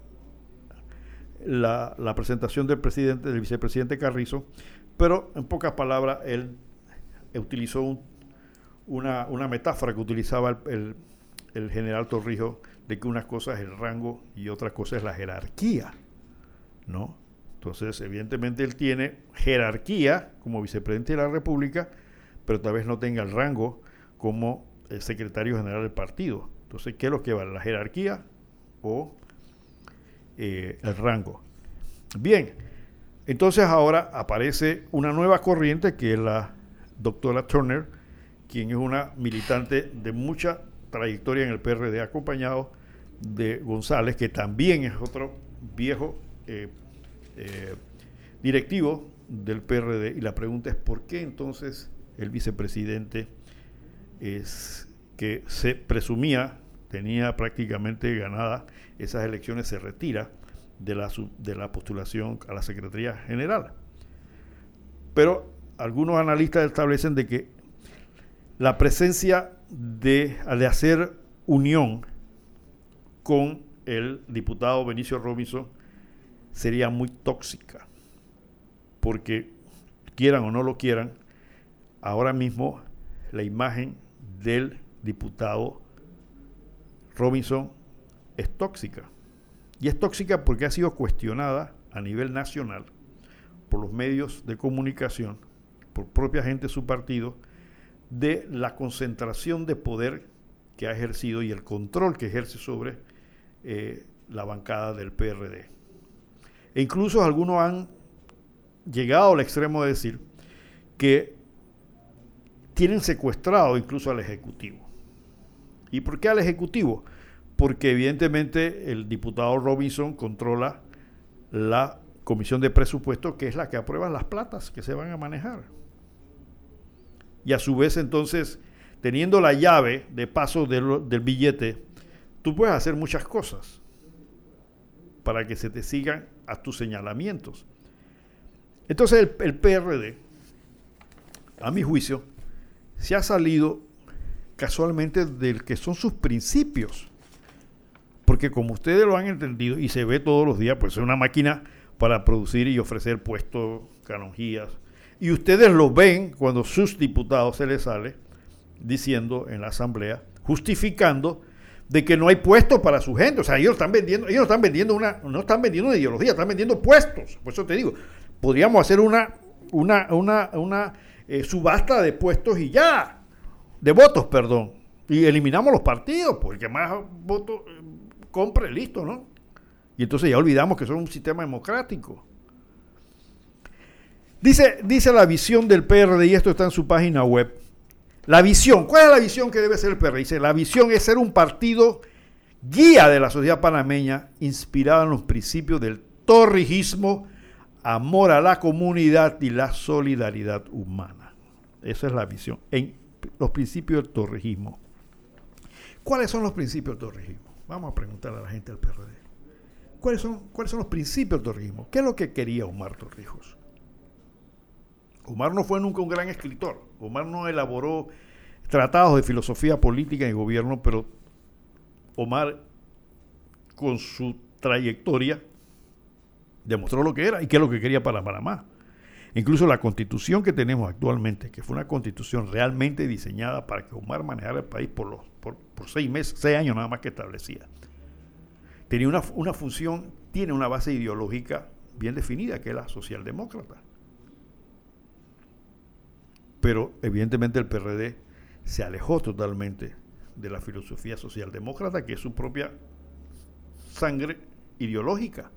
la presentación del vicepresidente Carrizo, pero en pocas palabras él utilizó una metáfora que utilizaba el general Torrijos, de que una cosa es el rango y otra cosa es la jerarquía, ¿no? Entonces, evidentemente él tiene jerarquía como vicepresidente de la República, pero tal vez no tenga el rango como el secretario general del partido. Entonces, ¿qué es lo que vale? ¿La jerarquía o el rango? Bien, entonces ahora aparece una nueva corriente que es la doctora Turner, quien es una militante de mucha trayectoria en el PRD, acompañado de González, que también es otro viejo directivo del PRD, y la pregunta es ¿por qué entonces el vicepresidente que se presumía tenía prácticamente ganada esas elecciones, se retira de la postulación a la Secretaría General? Pero algunos analistas establecen de que la presencia de hacer unión con el diputado Benicio Robinson sería muy tóxica, porque quieran o no lo quieran, ahora mismo la imagen del diputado Robinson es tóxica, y es tóxica porque ha sido cuestionada a nivel nacional por los medios de comunicación, por propia gente de su partido, de la concentración de poder que ha ejercido y el control que ejerce sobre la bancada del PRD. E incluso algunos han llegado al extremo de decir que tienen secuestrado incluso al Ejecutivo. ¿Y por qué al Ejecutivo? Porque evidentemente el diputado Robinson controla la Comisión de Presupuesto, que es la que aprueba las platas que se van a manejar. Y a su vez entonces, teniendo la llave de paso del billete, tú puedes hacer muchas cosas para que se te sigan a tus señalamientos. Entonces el PRD, a mi juicio, se ha salido casualmente del que son sus principios, porque como ustedes lo han entendido y se ve todos los días, pues es una máquina para producir y ofrecer puestos, canonjías, y ustedes lo ven cuando sus diputados se les sale diciendo en la asamblea, justificando de que no hay puestos para su gente. O sea, ellos no están vendiendo una ideología, están vendiendo puestos. Por eso te digo, podríamos hacer una subasta de puestos y ya, de votos, perdón, y eliminamos los partidos, porque más votos compre, listo, ¿no? Y entonces ya olvidamos que son un sistema democrático. Dice la visión del PRD, y esto está en su página web. La visión, ¿cuál es la visión que debe ser el PRD? Dice, la visión es ser un partido guía de la sociedad panameña, inspirado en los principios del torrijismo, amor a la comunidad y la solidaridad humana. Esa es la visión, en los principios del torrijismo. ¿Cuáles son los principios del torrijismo? Vamos a preguntarle a la gente del PRD. ¿Cuáles son los principios del torrijismo? ¿Qué es lo que quería Omar Torrijos? Omar no fue nunca un gran escritor. Omar no elaboró tratados de filosofía política y gobierno, pero Omar, con su trayectoria, demostró lo que era y qué es lo que quería para Panamá. Incluso la constitución que tenemos actualmente, que fue una constitución realmente diseñada para que Omar manejara el país por 6 años nada más que establecía. Tenía una función, tiene una base ideológica bien definida, que es la socialdemócrata. Pero evidentemente el PRD se alejó totalmente de la filosofía socialdemócrata, que es su propia sangre ideológica.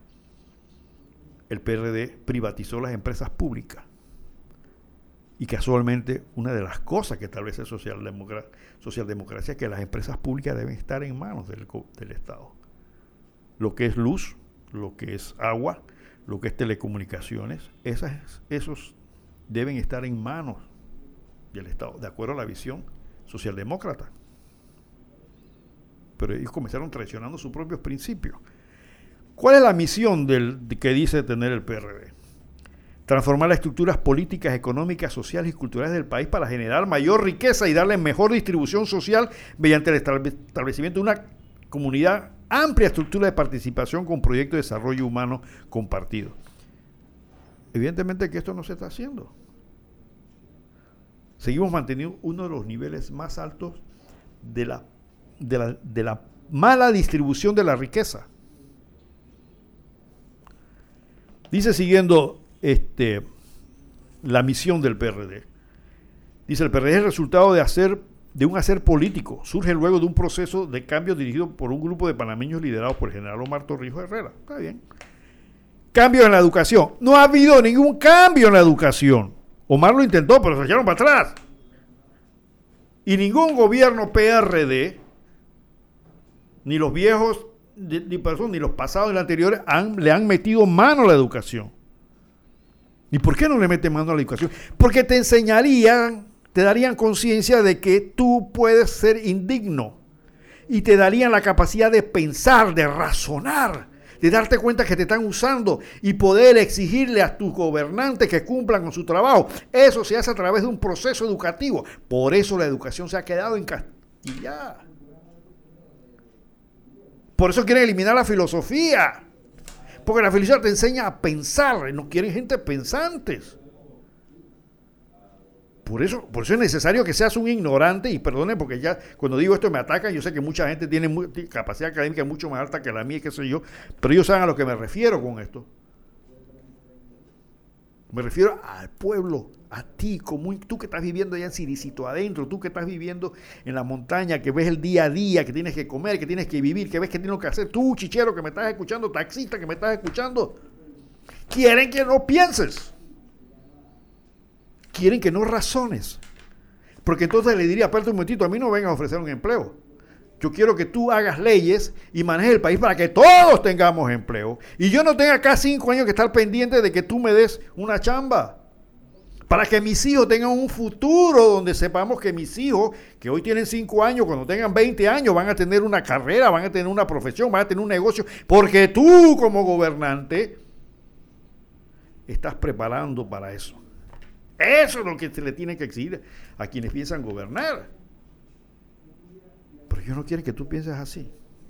El PRD privatizó las empresas públicas. Y casualmente, una de las cosas que establece socialdemocracia es que las empresas públicas deben estar en manos del Estado. Lo que es luz, lo que es agua, lo que es telecomunicaciones, esos deben estar en manos del Estado, de acuerdo a la visión socialdemócrata. pero ellos comenzaron traicionando sus propios principios. ¿Cuál es la misión que dice tener el PRD? Transformar las estructuras políticas, económicas, sociales y culturales del país para generar mayor riqueza y darle mejor distribución social mediante el establecimiento de una comunidad amplia estructura de participación con proyectos de desarrollo humano compartido. Evidentemente que esto no se está haciendo. Seguimos manteniendo uno de los niveles más altos de la mala distribución de la riqueza. Dice siguiendo la misión del PRD. Dice, el PRD es el resultado de un hacer político. Surge luego de un proceso de cambio dirigido por un grupo de panameños liderados por el general Omar Torrijos Herrera. Está bien. Cambio en la educación. No ha habido ningún cambio en la educación. Omar lo intentó, pero se echaron para atrás. Y ningún gobierno PRD, ni los viejos, ni los pasados y los anteriores, le han metido mano a la educación. ¿Y por qué no le meten mano a la educación? Porque te darían conciencia de que tú puedes ser indigno. Y te darían la capacidad de pensar, de razonar, de darte cuenta que te están usando y poder exigirle a tus gobernantes que cumplan con su trabajo. Eso se hace a través de un proceso educativo. Por eso la educación se ha quedado encastillada. Por eso quieren eliminar la filosofía. Porque la filosofía te enseña a pensar, no quieren gente pensantes. Por eso es necesario que seas un ignorante, y perdone porque ya cuando digo esto me atacan, yo sé que mucha gente tiene capacidad académica mucho más alta que la mía, qué sé yo, pero ellos saben a lo que me refiero con esto. Me refiero al pueblo, a ti, tú que estás viviendo allá en Siricito adentro, tú que estás viviendo en la montaña, que ves el día a día, que tienes que comer, que tienes que vivir, que ves que tienes que hacer, tú, chichero, que me estás escuchando, taxista, que me estás escuchando, quieren que no pienses, quieren que no razones, porque entonces le diría, aparte un momentito, a mí no vengan a ofrecer un empleo. Yo quiero que tú hagas leyes y manejes el país para que todos tengamos empleo. Y yo no tenga acá 5 años que estar pendiente de que tú me des una chamba. Para que mis hijos tengan un futuro donde sepamos que mis hijos, que hoy tienen 5 años, cuando tengan 20 años, van a tener una carrera, van a tener una profesión, van a tener un negocio. Porque tú, como gobernante, estás preparando para eso. Eso es lo que se le tiene que exigir a quienes piensan gobernar. Pero ellos no quieren que tú pienses así.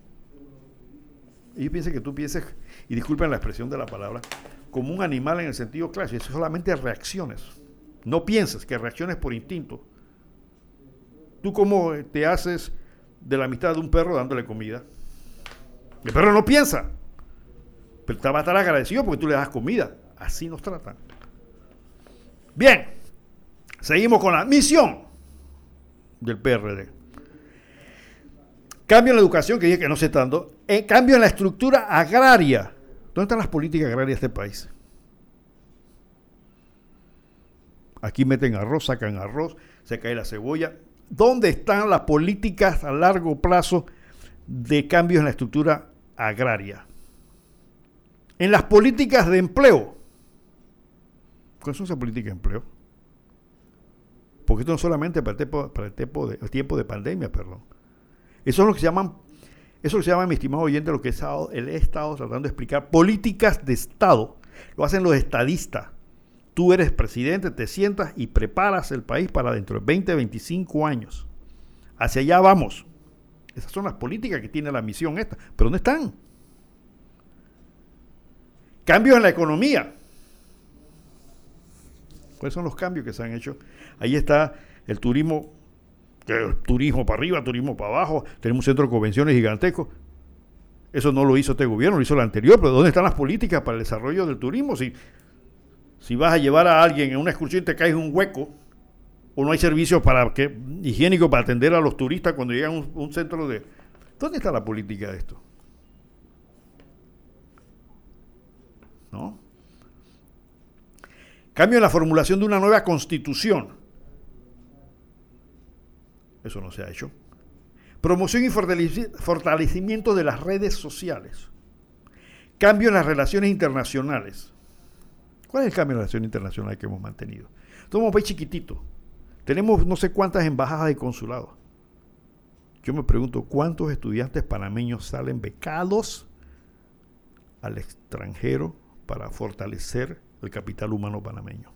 Ellos piensan que tú pienses, y disculpen la expresión de la palabra, como un animal en el sentido clásico. Eso solamente reacciones. No pienses, que reacciones por instinto. Tú como te haces de la amistad de un perro dándole comida. El perro no piensa, pero te va a estar agradecido porque tú le das comida. Así nos tratan. Bien, seguimos con la misión del PRD. Cambio en la educación, que dije que no se está dando. Cambio en la estructura agraria. ¿Dónde están las políticas agrarias de este país? Aquí meten arroz, sacan arroz, se cae la cebolla. ¿Dónde están las políticas a largo plazo de cambios en la estructura agraria? En las políticas de empleo. ¿Cuáles son esas políticas de empleo? Porque esto no solamente para el tiempo de pandemia, perdón. Eso es lo que se llama, mi estimado oyente, lo que he estado tratando de explicar, políticas de Estado. Lo hacen los estadistas. Tú eres presidente, te sientas y preparas el país para dentro de 20, 25 años. Hacia allá vamos. Esas son las políticas que tiene la misión esta. ¿Pero dónde están? Cambios en la economía. ¿Cuáles son los cambios que se han hecho? Ahí está el turismo para arriba, turismo para abajo. Tenemos un centro de convenciones gigantesco. Eso no lo hizo este gobierno, lo hizo el anterior. Pero ¿dónde están las políticas para el desarrollo del turismo? Si vas a llevar a alguien en una excursión y te caes en un hueco, o no hay servicios higiénicos para atender a los turistas cuando llegan a un centro de... ¿Dónde está la política de esto? ¿No? Cambio en la formulación de una nueva constitución. Eso no se ha hecho. Promoción y fortalecimiento de las redes sociales. Cambio en las relaciones internacionales. ¿Cuál es el cambio en las relaciones internacionales que hemos mantenido? Somos un país chiquitito. Tenemos no sé cuántas embajadas y consulados. Yo me pregunto, ¿cuántos estudiantes panameños salen becados al extranjero para fortalecer el capital humano panameño?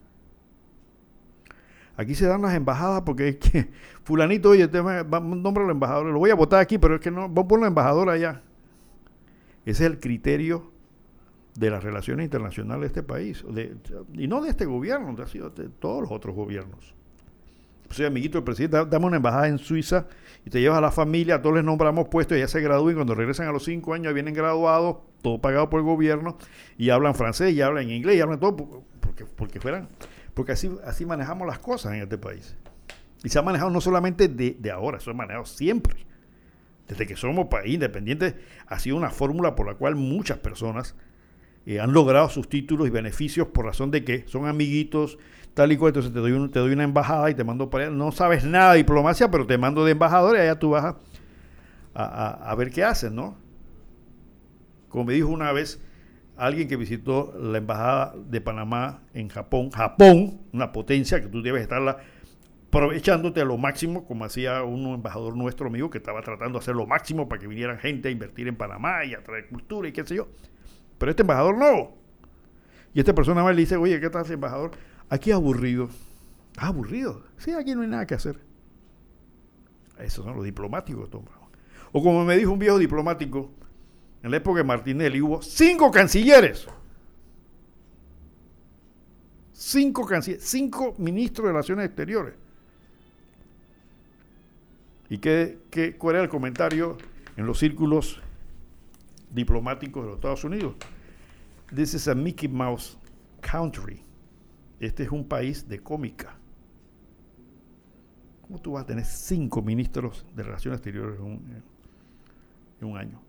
Aquí se dan las embajadas porque es que fulanito, oye, nombra al embajador, lo voy a votar aquí, pero es que no, vamos a poner embajador allá. Ese es el criterio de las relaciones internacionales de este país, y no de este gobierno, ha sido de todos los otros gobiernos. Soy amiguito del presidente, dame una embajada en Suiza y te llevas a la familia, a todos les nombramos puestos, ya se gradúan, y cuando regresan a los 5 años vienen graduados, todo pagado por el gobierno, y hablan francés, y hablan inglés, y hablan todo, porque así manejamos las cosas en este país. Y se ha manejado no solamente de ahora, se ha manejado siempre. Desde que somos país independiente, ha sido una fórmula por la cual muchas personas han logrado sus títulos y beneficios por razón de que son amiguitos, tal y cual. Entonces te doy una embajada y te mando para allá. No sabes nada de diplomacia, pero te mando de embajador y allá tú vas a ver qué haces, ¿no? Como me dijo una vez alguien que visitó la embajada de Panamá en Japón, una potencia que tú debes estarla aprovechándote a lo máximo, como hacía un embajador nuestro amigo que estaba tratando de hacer lo máximo para que vinieran gente a invertir en Panamá y a traer cultura y qué sé yo. Pero este embajador no. Y esta persona más le dice, oye, ¿qué tal, embajador? Aquí aburrido. ¿Aburrido? Sí, aquí no hay nada que hacer. Esos son los diplomáticos. O como me dijo un viejo diplomático, en la época de Martinelli hubo 5 cancilleres. 5 ministros de Relaciones Exteriores. ¿Y cuál era el comentario en los círculos diplomáticos de los Estados Unidos? This is a Mickey Mouse country. Este es un país de cómica. ¿Cómo tú vas a tener 5 ministros de Relaciones Exteriores en un año?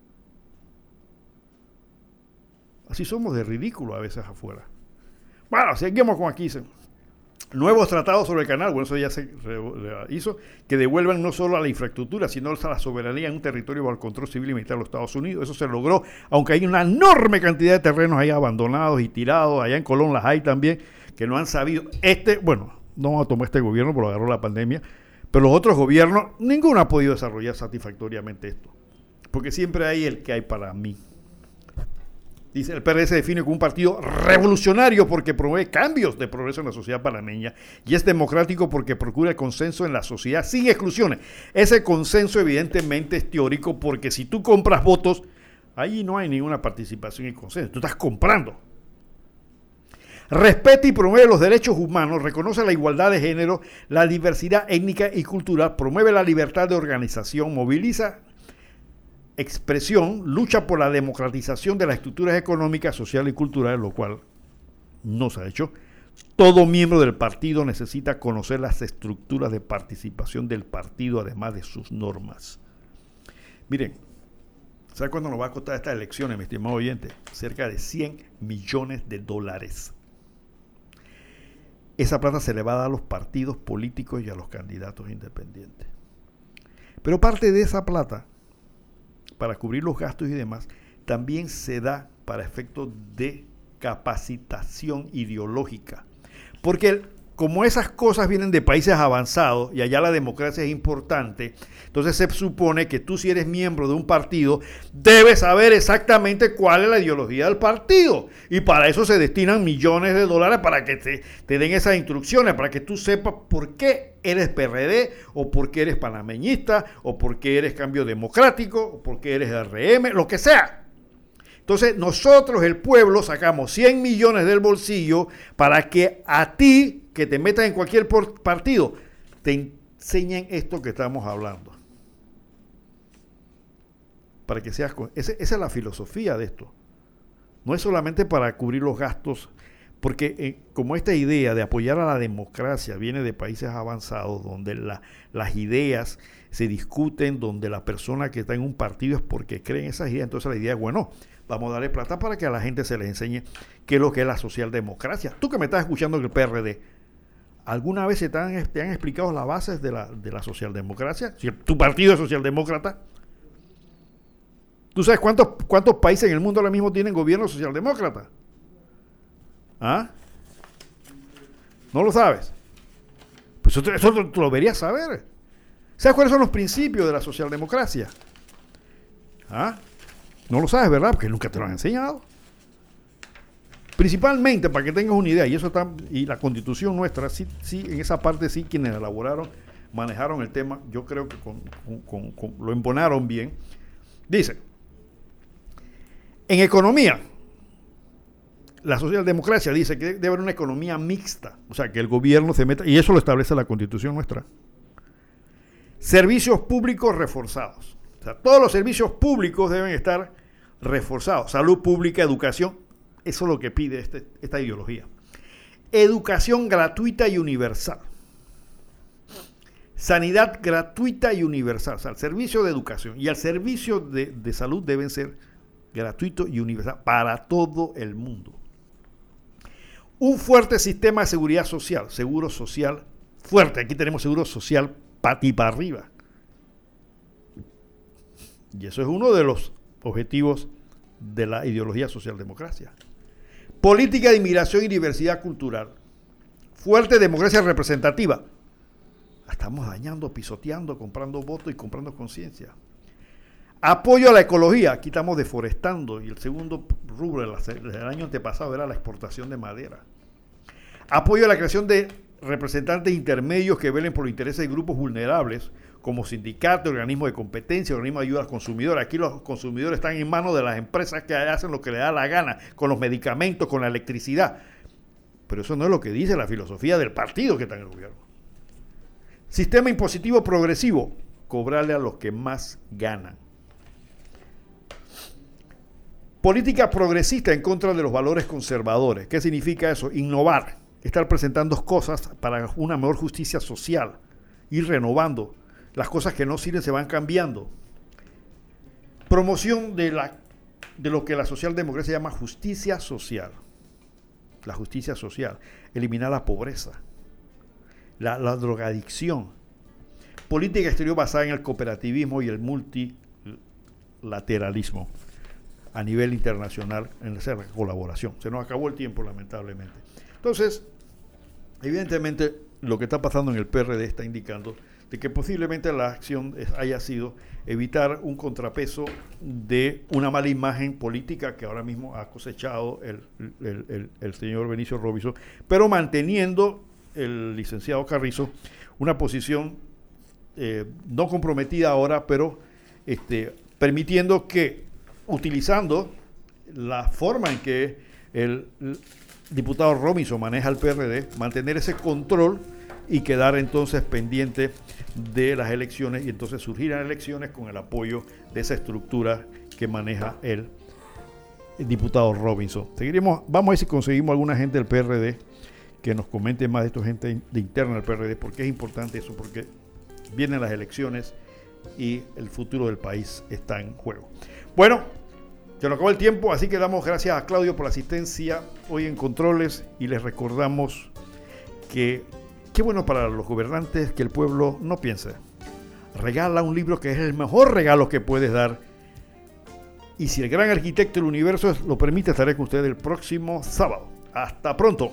Así somos de ridículo a veces afuera. Bueno, seguimos con aquí. Nuevos tratados sobre el canal, bueno, eso ya se hizo, que devuelvan no solo a la infraestructura, sino a la soberanía en un territorio bajo el control civil y militar de los Estados Unidos. Eso se logró, aunque hay una enorme cantidad de terrenos ahí abandonados y tirados, allá en Colón las hay también, que no han sabido. No vamos a tomar este gobierno porque lo agarró la pandemia, pero los otros gobiernos, ninguno ha podido desarrollar satisfactoriamente esto, porque siempre hay el que hay para mí. Dice, el PRD se define como un partido revolucionario porque promueve cambios de progreso en la sociedad panameña y es democrático porque procura el consenso en la sociedad sin exclusiones. Ese consenso evidentemente es teórico porque si tú compras votos, ahí no hay ninguna participación y consenso, tú estás comprando. Respeta y promueve los derechos humanos, reconoce la igualdad de género, la diversidad étnica y cultural, promueve la libertad de organización, moviliza expresión, lucha por la democratización de las estructuras económicas, sociales y culturales, lo cual no se ha hecho. Todo miembro del partido necesita conocer las estructuras de participación del partido, además de sus normas. Miren, ¿sabe cuánto nos va a costar estas elecciones, mi estimado oyente? Cerca de $100 millones. Esa plata se le va a dar a los partidos políticos y a los candidatos independientes. Pero parte de esa plata, para cubrir los gastos y demás, también se da para efectos de capacitación ideológica. Porque como esas cosas vienen de países avanzados y allá la democracia es importante, entonces se supone que tú, si eres miembro de un partido, debes saber exactamente cuál es la ideología del partido. Y para eso se destinan millones de dólares para que te den esas instrucciones, para que tú sepas por qué eres PRD, o por qué eres panameñista, o por qué eres Cambio Democrático, o por qué eres RM, lo que sea. Entonces nosotros, el pueblo, sacamos 100 millones del bolsillo para que a ti, que te metas en cualquier partido, te enseñen esto que estamos hablando. Para que seas... Esa es la filosofía de esto. No es solamente para cubrir los gastos, porque como esta idea de apoyar a la democracia viene de países avanzados, donde las ideas se discuten, donde la persona que está en un partido es porque cree en esas ideas, entonces la idea es, bueno, vamos a darle plata para que a la gente se les enseñe qué es lo que es la socialdemocracia. Tú que me estás escuchando en el PRD, ¿alguna vez te han explicado las bases de la socialdemocracia? Si tu partido es socialdemócrata. ¿Tú sabes cuántos países en el mundo ahora mismo tienen gobierno socialdemócrata? ¿Ah? ¿No lo sabes? Pues eso tú lo deberías saber. ¿Sabes cuáles son los principios de la socialdemocracia? ¿Ah? No lo sabes, ¿verdad? Porque nunca te lo han enseñado. Principalmente, para que tengas una idea, y la Constitución nuestra, sí, en esa parte sí, quienes elaboraron, manejaron el tema, yo creo que lo embonaron bien. Dice, en economía, la socialdemocracia dice que debe haber una economía mixta, o sea, que el gobierno se meta, y eso lo establece la Constitución nuestra. Servicios públicos reforzados. O sea, todos los servicios públicos deben estar reforzados. Salud pública, educación. Eso es lo que pide esta ideología. Educación gratuita y universal. Sanidad gratuita y universal. O sea, el servicio de educación y el servicio de salud deben ser gratuitos y universal para todo el mundo. Un fuerte sistema de seguridad social. Seguro social fuerte. Aquí tenemos seguro social para arriba. Y eso es uno de los objetivos de la ideología socialdemocracia. Política de inmigración y diversidad cultural. Fuerte democracia representativa. La estamos dañando, pisoteando, comprando votos y comprando conciencia. Apoyo a la ecología. Aquí estamos deforestando. Y el segundo rubro del año antepasado era la exportación de madera. Apoyo a la creación de representantes intermedios que velen por los intereses de grupos vulnerables, como sindicatos, organismos de competencia, organismos de ayuda al consumidor. Aquí los consumidores están en manos de las empresas que hacen lo que les da la gana, con los medicamentos, con la electricidad. Pero eso no es lo que dice la filosofía del partido que está en el gobierno. Sistema impositivo progresivo, cobrarle a los que más ganan. Política progresista en contra de los valores conservadores. ¿Qué significa eso? Innovar, estar presentando cosas para una mejor justicia social, ir renovando. Las cosas que no sirven se van cambiando. Promoción de lo que la socialdemocracia llama justicia social. La justicia social. Eliminar la pobreza. La drogadicción. Política exterior basada en el cooperativismo y el multilateralismo a nivel internacional en esa colaboración. Se nos acabó el tiempo, lamentablemente. Entonces, evidentemente, lo que está pasando en el PRD está indicando de que posiblemente la acción haya sido evitar un contrapeso de una mala imagen política que ahora mismo ha cosechado el señor Benicio Robinson, pero manteniendo el licenciado Carrizo una posición no comprometida ahora, pero permitiendo que, utilizando la forma en que el diputado Robinson maneja el PRD, mantener ese control y quedar entonces pendiente de las elecciones y entonces surgir las elecciones con el apoyo de esa estructura que maneja el diputado Robinson. Vamos a ver si conseguimos alguna gente del PRD que nos comente más de esto, gente de interna del PRD, porque es importante eso, porque vienen las elecciones y el futuro del país está en juego. Bueno, se nos acabó el tiempo, así que damos gracias a Claudio por la asistencia hoy en Controles y les recordamos que qué bueno para los gobernantes que el pueblo no piense. Regala un libro que es el mejor regalo que puedes dar. Y si el gran arquitecto del universo lo permite, estaré con ustedes el próximo sábado. Hasta pronto.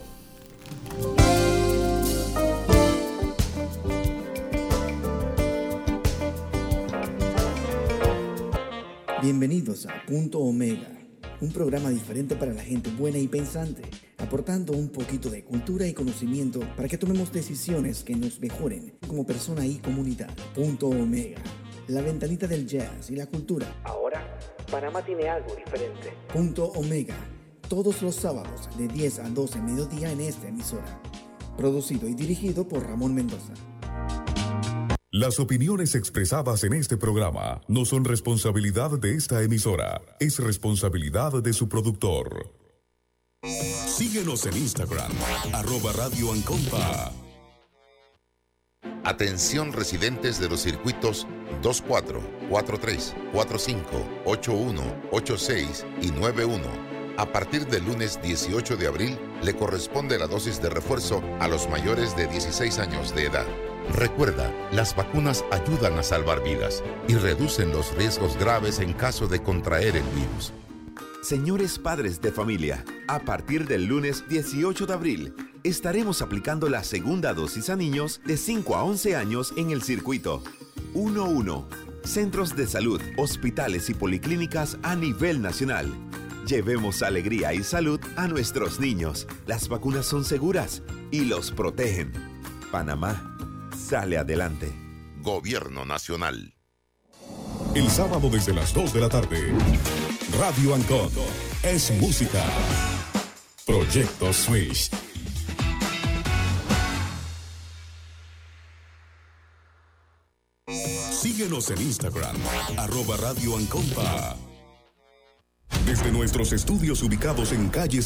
Bienvenidos a Punto Omega, un programa diferente para la gente buena y pensante, aportando un poquito de cultura y conocimiento para que tomemos decisiones que nos mejoren como persona y comunidad. Punto Omega, la ventanita del jazz y la cultura. Ahora, Panamá tiene algo diferente. Punto Omega, todos los sábados de 10 a 12 mediodía en esta emisora. Producido y dirigido por Ramón Mendoza. Las opiniones expresadas en este programa no son responsabilidad de esta emisora, es responsabilidad de su productor. Síguenos en Instagram, @radioancompa. Atención residentes de los circuitos 24, 43, 45, 81, 86 y 91. A partir del lunes 18 de abril le corresponde la dosis de refuerzo a los mayores de 16 años de edad. Recuerda, las vacunas ayudan a salvar vidas y reducen los riesgos graves en caso de contraer el virus. Señores padres de familia, a partir del lunes 18 de abril, estaremos aplicando la segunda dosis a niños de 5 a 11 años en el circuito. 911. Centros de salud, hospitales y policlínicas a nivel nacional. Llevemos alegría y salud a nuestros niños. Las vacunas son seguras y los protegen. Panamá sale adelante. Gobierno Nacional. El sábado desde las 2 de la tarde, Radio Ancon es música. Proyecto Switch. Síguenos en Instagram, @Radio Ancompa. Desde nuestros estudios ubicados en calles